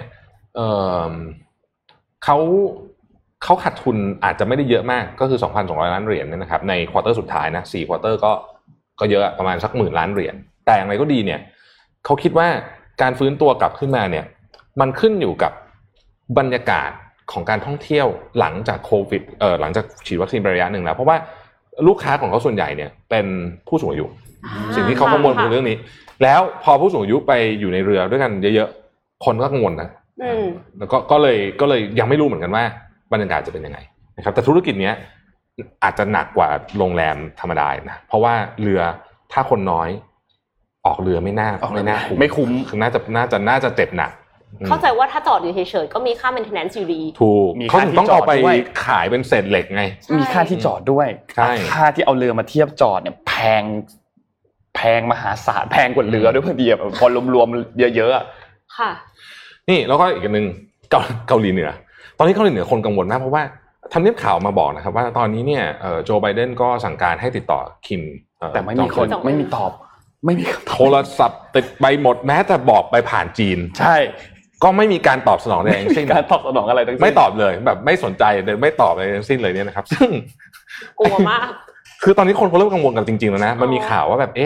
เขาขาดทุนอาจจะไม่ได้เยอะมากก็คือ 2,200 ล้านเหรียญนะครับในควอเตอร์สุดท้ายนะ4ควอเตอร์ก็เยอะประมาณสัก10,000 ล้านเหรียญแต่อย่างไรก็ดีเนี่ยเขาคิดว่าการฟื้นตัวกลับขึ้นมาเนี่ยมันขึ้นอยู่กับบรรยากาศของการท่องเที่ยวหลังจากโควิดหลังจากฉีดวัคซีนระยะหนึ่งแล้วเพราะว่าลูกค้าของเขาส่วนใหญ่เนี่ยเป็นผู้สูงอายุสิ่งที่เขากังวลคือเรื่องนี้แล้วพอผู้สูงอายุไปอยู่ในเรือด้วยกันเยอะๆคนก็กังวลนะแล้วก็เลยยังไม่รู้เหมือนกันว่าบรรยากาศจะเป็นยังไงนะครับแต่ธุรกิจเนี้ยอาจจะหนักกว่าโรงแรมธรรมดานะเพราะว่าเรือถ้าคนน้อยออกเรือไม่น่าคุ้มคือน่าจะเจ็บหนักเข้าใจว่าถ้าจอดอยู่เฉยๆก็มีค่า maintenance อยู่ดีถูกเขาถึงต้องเอาไปขายเป็นเศษเหล็กไงมีค่าที่จอดด้วยค่าที่เอาเรือมาเทียบจอดเนี่ยแพงมหาศาลแพงกว่าเรือด้วยพอดีพอรวมๆเยอะๆค่ะนี่แล้วก็อีกอันนึงเกาหลีเหนือตอนนี้เกาหลีเหนือคนกังวลมากเพราะว่าทำเนียบข่าวมาบอกนะครับว่าตอนนี้เนี่ยโจไบเดนก็สั่งการให้ติดต่อคิมแต่ไม่มีตอบไม่มีโทรศัพท์ติดไปหมดแม้แต่บอกไปผ่านจีนใช่ก็ไม่มีการตอบสนองใดทั้งสิ้นการตอบสนองอะไรทั้งสิ้นไม่ตอบเลยแบบไม่สนใจเลยไม่ตอบอะไรทั้งสิ้นเลยเนี่ยนะครับซึ่งกลัวมากคือตอนนี้คนเขาเริ่มกังวลกันจริงๆแล้วนะมันมีข่าวว่าแบบ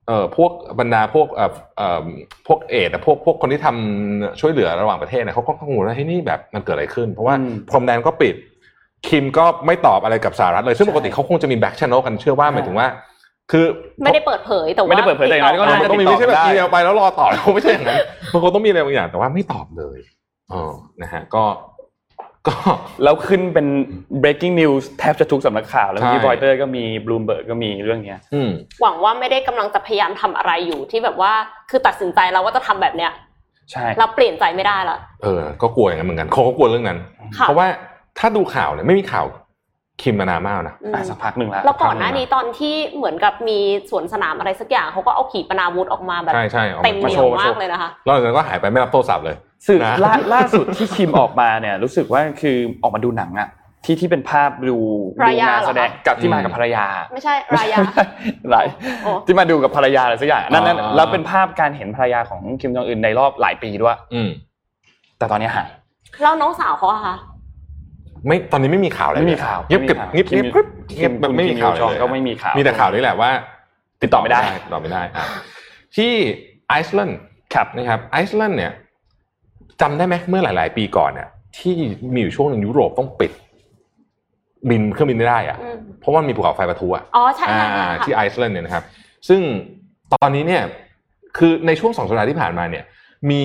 พวกบรรดาพวกเอดพวกคนที่ทำช่วยเหลือระหว่างประเทศเนี่ยเขาก็กังวลว่านี่แบบมันเกิดอะไรขึ้นเพราะว่าพรมแดนก็ปิดคิมก็ไม่ตอบอะไรกับสหรัฐเลยซึ่งปกติเขาคงจะมีแบ็คชานอลกันเชื่อว่าหมายถึงว่าคือไม่ได้เปิดเผยแต่ว่าไม่ได้เปิดเผยแต่อย่างนั้นก็น่าจะต้องมีไม่ใช่แบบอีเมลไปแล้วรอตอบคงไม่ใช่อย่างนั้นมันคงต้องมีอะไรบางอย่างแต่ว่าไม่ตอบเลยนะฮะก็แล้วขึ้นเป็น breaking news แทบจะทุกสำนักข่าวแล้วมี Reuters ก็มี Bloomberg ก็มีเรื่องนี้หวังว่าไม่ได้กำลังจะพยายามทำอะไรอยู่ที่แบบว่าคือตัดสินใจแล้วว่าจะทำแบบเนี้ยใช่เราเปลี่ยนใจไม่ได้ละก็กลัวอย่างนั้นเหมือนกันเขาก็กลัวเรื่องนั้นเพราะว่าถ้าดูข่าวเนี่ยไม่มีข่าวคิมมานานมากนะสักพักนึงแล้วก่อนหน้านี้ตอนที่เหมือนกับมีสวนสนามอะไรสักอย่างเขาก็เอาขีปนาวุธออกมาแบบเต็มเหนียวมากเลยนะคะแล้วจากนั้นก็หายไปไม่รับโทรศัพท์เลยสื่อล่าสุดที่คิมออกมาเนี่ยรู้สึกว่าคือออกมาดูหนังอะที่เป็นภาพดูงานแสดงกับที่มากับภรรยาไม่ใช่รายาที่มาดูกับภรรยาอะไรสักอย่างนั่นแล้วเป็นภาพการเห็นภรรยาของคิมจองอึนในรอบหลายปีด้วยแต่ตอนนี้หายแล้วน้องสาวเขาอะคะไม่ตอนนี้ไม่มีข่าวอะไรไม่มีข่าวเงียบแบบไม่มีข่าวเลยก็ไม่มีข่าวมีแต่ข่าวนี่แหละว่าติดต่อไม่ได้ที่ไอซ์แลนด์นะครับไอซ์แลนด์เนี่ยจำได้ไหมเมื่อหลายๆปีก่อนเนี่ยที่มีอยู่ช่วงนึงยุโรปต้องปิดบินเครื่องบินไม่ได้อะเพราะว่ามีภูเขาไฟปะทุอ่ะใช่ที่ไอซ์แลนด์เนี่ยนะครับซึ่งตอนนี้เนี่ยคือในช่วง2 สัปดาห์ที่ผ่านมาเนี่ยมี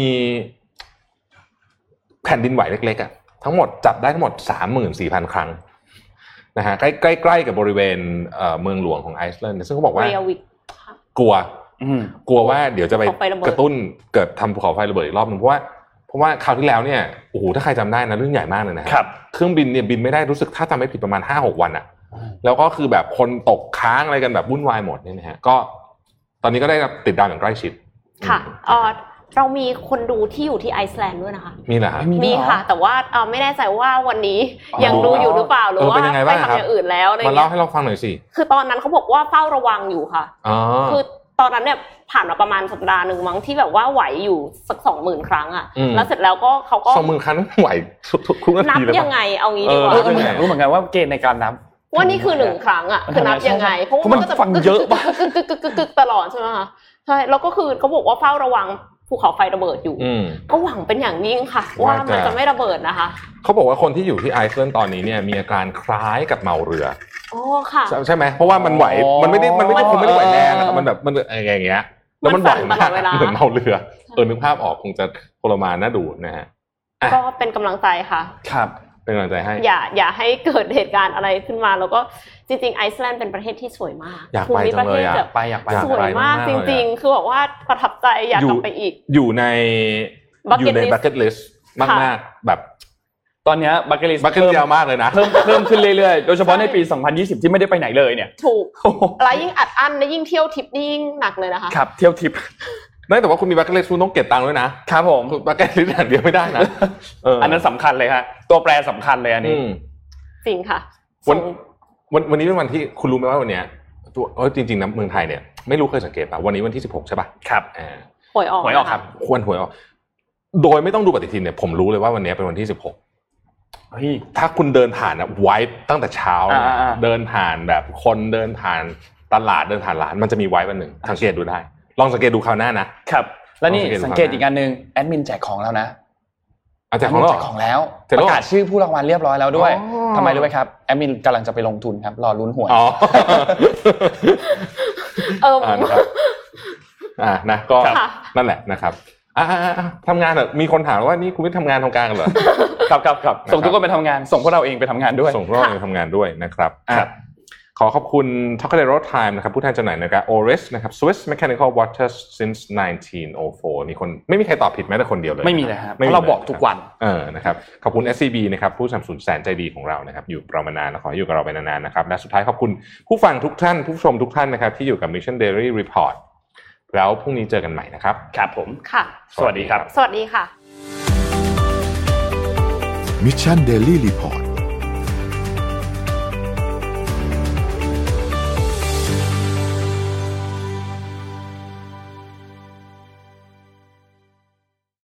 แผ่นดินไหวเล็กๆอ่ะทั้งหมดจับได้ทั้งหมด 34,000 ครั้งนะฮะใกล้ๆกับบริเวณเมืองหลวงของไอซ์แลนด์ซึ่งเขาบอกว่ากลัวว่าเดี๋ยวจะไปกระตุ้นเกิดทำภูเขาไฟระเบิดอีกรอบนึงเพราะว่าคราวที่แล้วเนี่ยโอ้โหถ้าใครจำได้นะเรื่องใหญ่มากเลยนะครับเครื่องบินเนี่ยบินไม่ได้รู้สึกถ้าจำไม่ผิดประมาณ 5-6 วันอ่ะแล้วก็คือแบบคนตกค้างอะไรกันแบบวุ่นวายหมดเนี่ยนะฮะก็ตอนนี้ก็ได้ติดตามอย่างใกล้ชิดค่ะเรามีคนดูที่อยู่ที่ไอซ์แลนด์ด้วยนะคะมีเหรอมีค่ะแต่ว่าไม่แน่ใจว่าวันนี้ยังดูอยู่หรือเปล่าหรือว่าไปทำอย่างอื่นแล้วมาเล่าให้เราฟังหน่อยสิคือตอนนั้นเขาบอกว่าเฝ้าระวังอยู่ค่ะคือตอนนั้นเนี่ยผ่านมาประมาณสัปดาห์นึงมั้งที่แบบว่าไหวอยู่สัก 20,000 ครั้งอ่ะแล้วเสร็จแล้วก็เขาก็ 20,000 ครั้งไหวทุกนาทีเลยนับยังไงเอางี้ดีกว่าอยากรู้เหมือนกันว่าเกณฑ์ในการนับว่านี่คือ1ครั้งอ่ะคือนับยังไงเพราะมันก็จะฟังเยอะมากกึกตลอดใช่ไหมคะใช่แล้วก็คือเขาบอกว่าเฝ้าระวังภูเขาไฟระเบิดอยู่ก็หวังเป็นอย่างยิ่งค่ะว่ามันจะไม่ระเบิดนะคะเขาบอกว่าคนที่อยู่ที่ไอซ์แลนด์ตอนนี้เนี่ยมีอาการคล้ายกับเมาเรือค่ะใช่ไหมเพราะว่ามันไหวมันไม่ได้ไหวแรงมันแบบมันอย่างเงี้ยแล้วมันไหวมากเหมือนเมาเรือนึกภาพออกคงจะทรมานน่าดูนะฮะก็เป็นกำลังใจค่ะครับเป็นกำลังใจให้อย่าให้เกิดเหตุการณ์อะไรขึ้นมาแล้วก็จริงๆไอซ์แลนด์เป็นประเทศที่สวยมากอยากไปจังเลยอยากไปสวยมากจริงๆคือบอกว่าประทับใจอยากกลับไปอีกอยู่ในบัคเก็ตลิสต์มากๆแบบตอนนี้บัคเก็ตลิสต์ยาวมากเลยนะเพิ่มขึ้นเรื่อยๆโดยเฉพาะในปี2020ที่ไม่ได้ไปไหนเลยเนี่ยถูกแล้วยิ่งอัดอั้นและยิ่งเที่ยวทริปยิ่งหนักเลยนะคะครับเที่ยวทริปไม่แต่ว่าคุณมีบัคเก็ตลิสต์คุณต้องเก็บตังค์ด้วยนะครับผมบัคเก็ตลิสต์อย่างเดียวไม่ได้นะอันนั้นสำคัญเลยฮะตัวแปรสำคัญเลยอันนี้จริงค่ะวันนี้เป็นวันที่คุณรู้ไหมว่าวันเนี้ยจริงๆนะเมืองไทยเนี่ยไม่รู้เคยสังเกตป่ะวันนี้วันที่16ใช่ป่ะครับหวยออกครับควรหวยออกโดยไม่ต้องดูปฏิทินเนี่ยผมรู้เลยว่าวันนี้เป็นวันที่16เฮ้ยถ้าคุณเดินผ่านนะไว้ตั้งแต่เช้าเดินผ่านแบบคนเดินผ่านตลาดเดินผ่านร้านมันจะมีไว้วันหนึ่งสังเกตดูได้ลองสังเกตดูคราวหน้านะครับแล้วนี่สังเกตอีกอันนึงแอดมินแจกของแล้วนะแจกของแล้วประกาศชื่อผู้รางวัลเรียบร้อยแล้วด้วยทำไมรู้ไหมครับแอดมินกำลังจะไปลงทุนครับรอลุ้นหวยนะก็นั่นแหละนะครับทำงานเหรอมีคนถามว่านี่คุณไม่ทำงานทำการกันเหรอครับส่งทุกคนไปทำงานส่งพวกเราเองไปทำงานด้วยส่งพวกเราเองทำงานด้วยนะครับขอขอบคุณ Tocadero Time นะครับผู้แทนจำหน่ายนะครับ Oris นะครับ Swiss Mechanical Watches since 1904มีคนไม่มีใครตอบผิดแม้แต่คนเดียวเลยไม่มีเลยครับเพราะเราบอกทุกวันนะครับขอบคุณ SCB นะครับผู้สนับสนุนแสนใจดีของเรานะครับอยู่เรามานานและขอให้อยู่กับเราไปนานๆนะครับและสุดท้ายขอบคุณผู้ฟังทุกท่านผู้ชมทุกท่านนะครับที่อยู่กับ Mission Daily Report แล้วพรุ่งนี้เจอกันใหม่นะครับครับผมค่ะสวัสดีครับสวัสดีค่ะ Mission Daily Report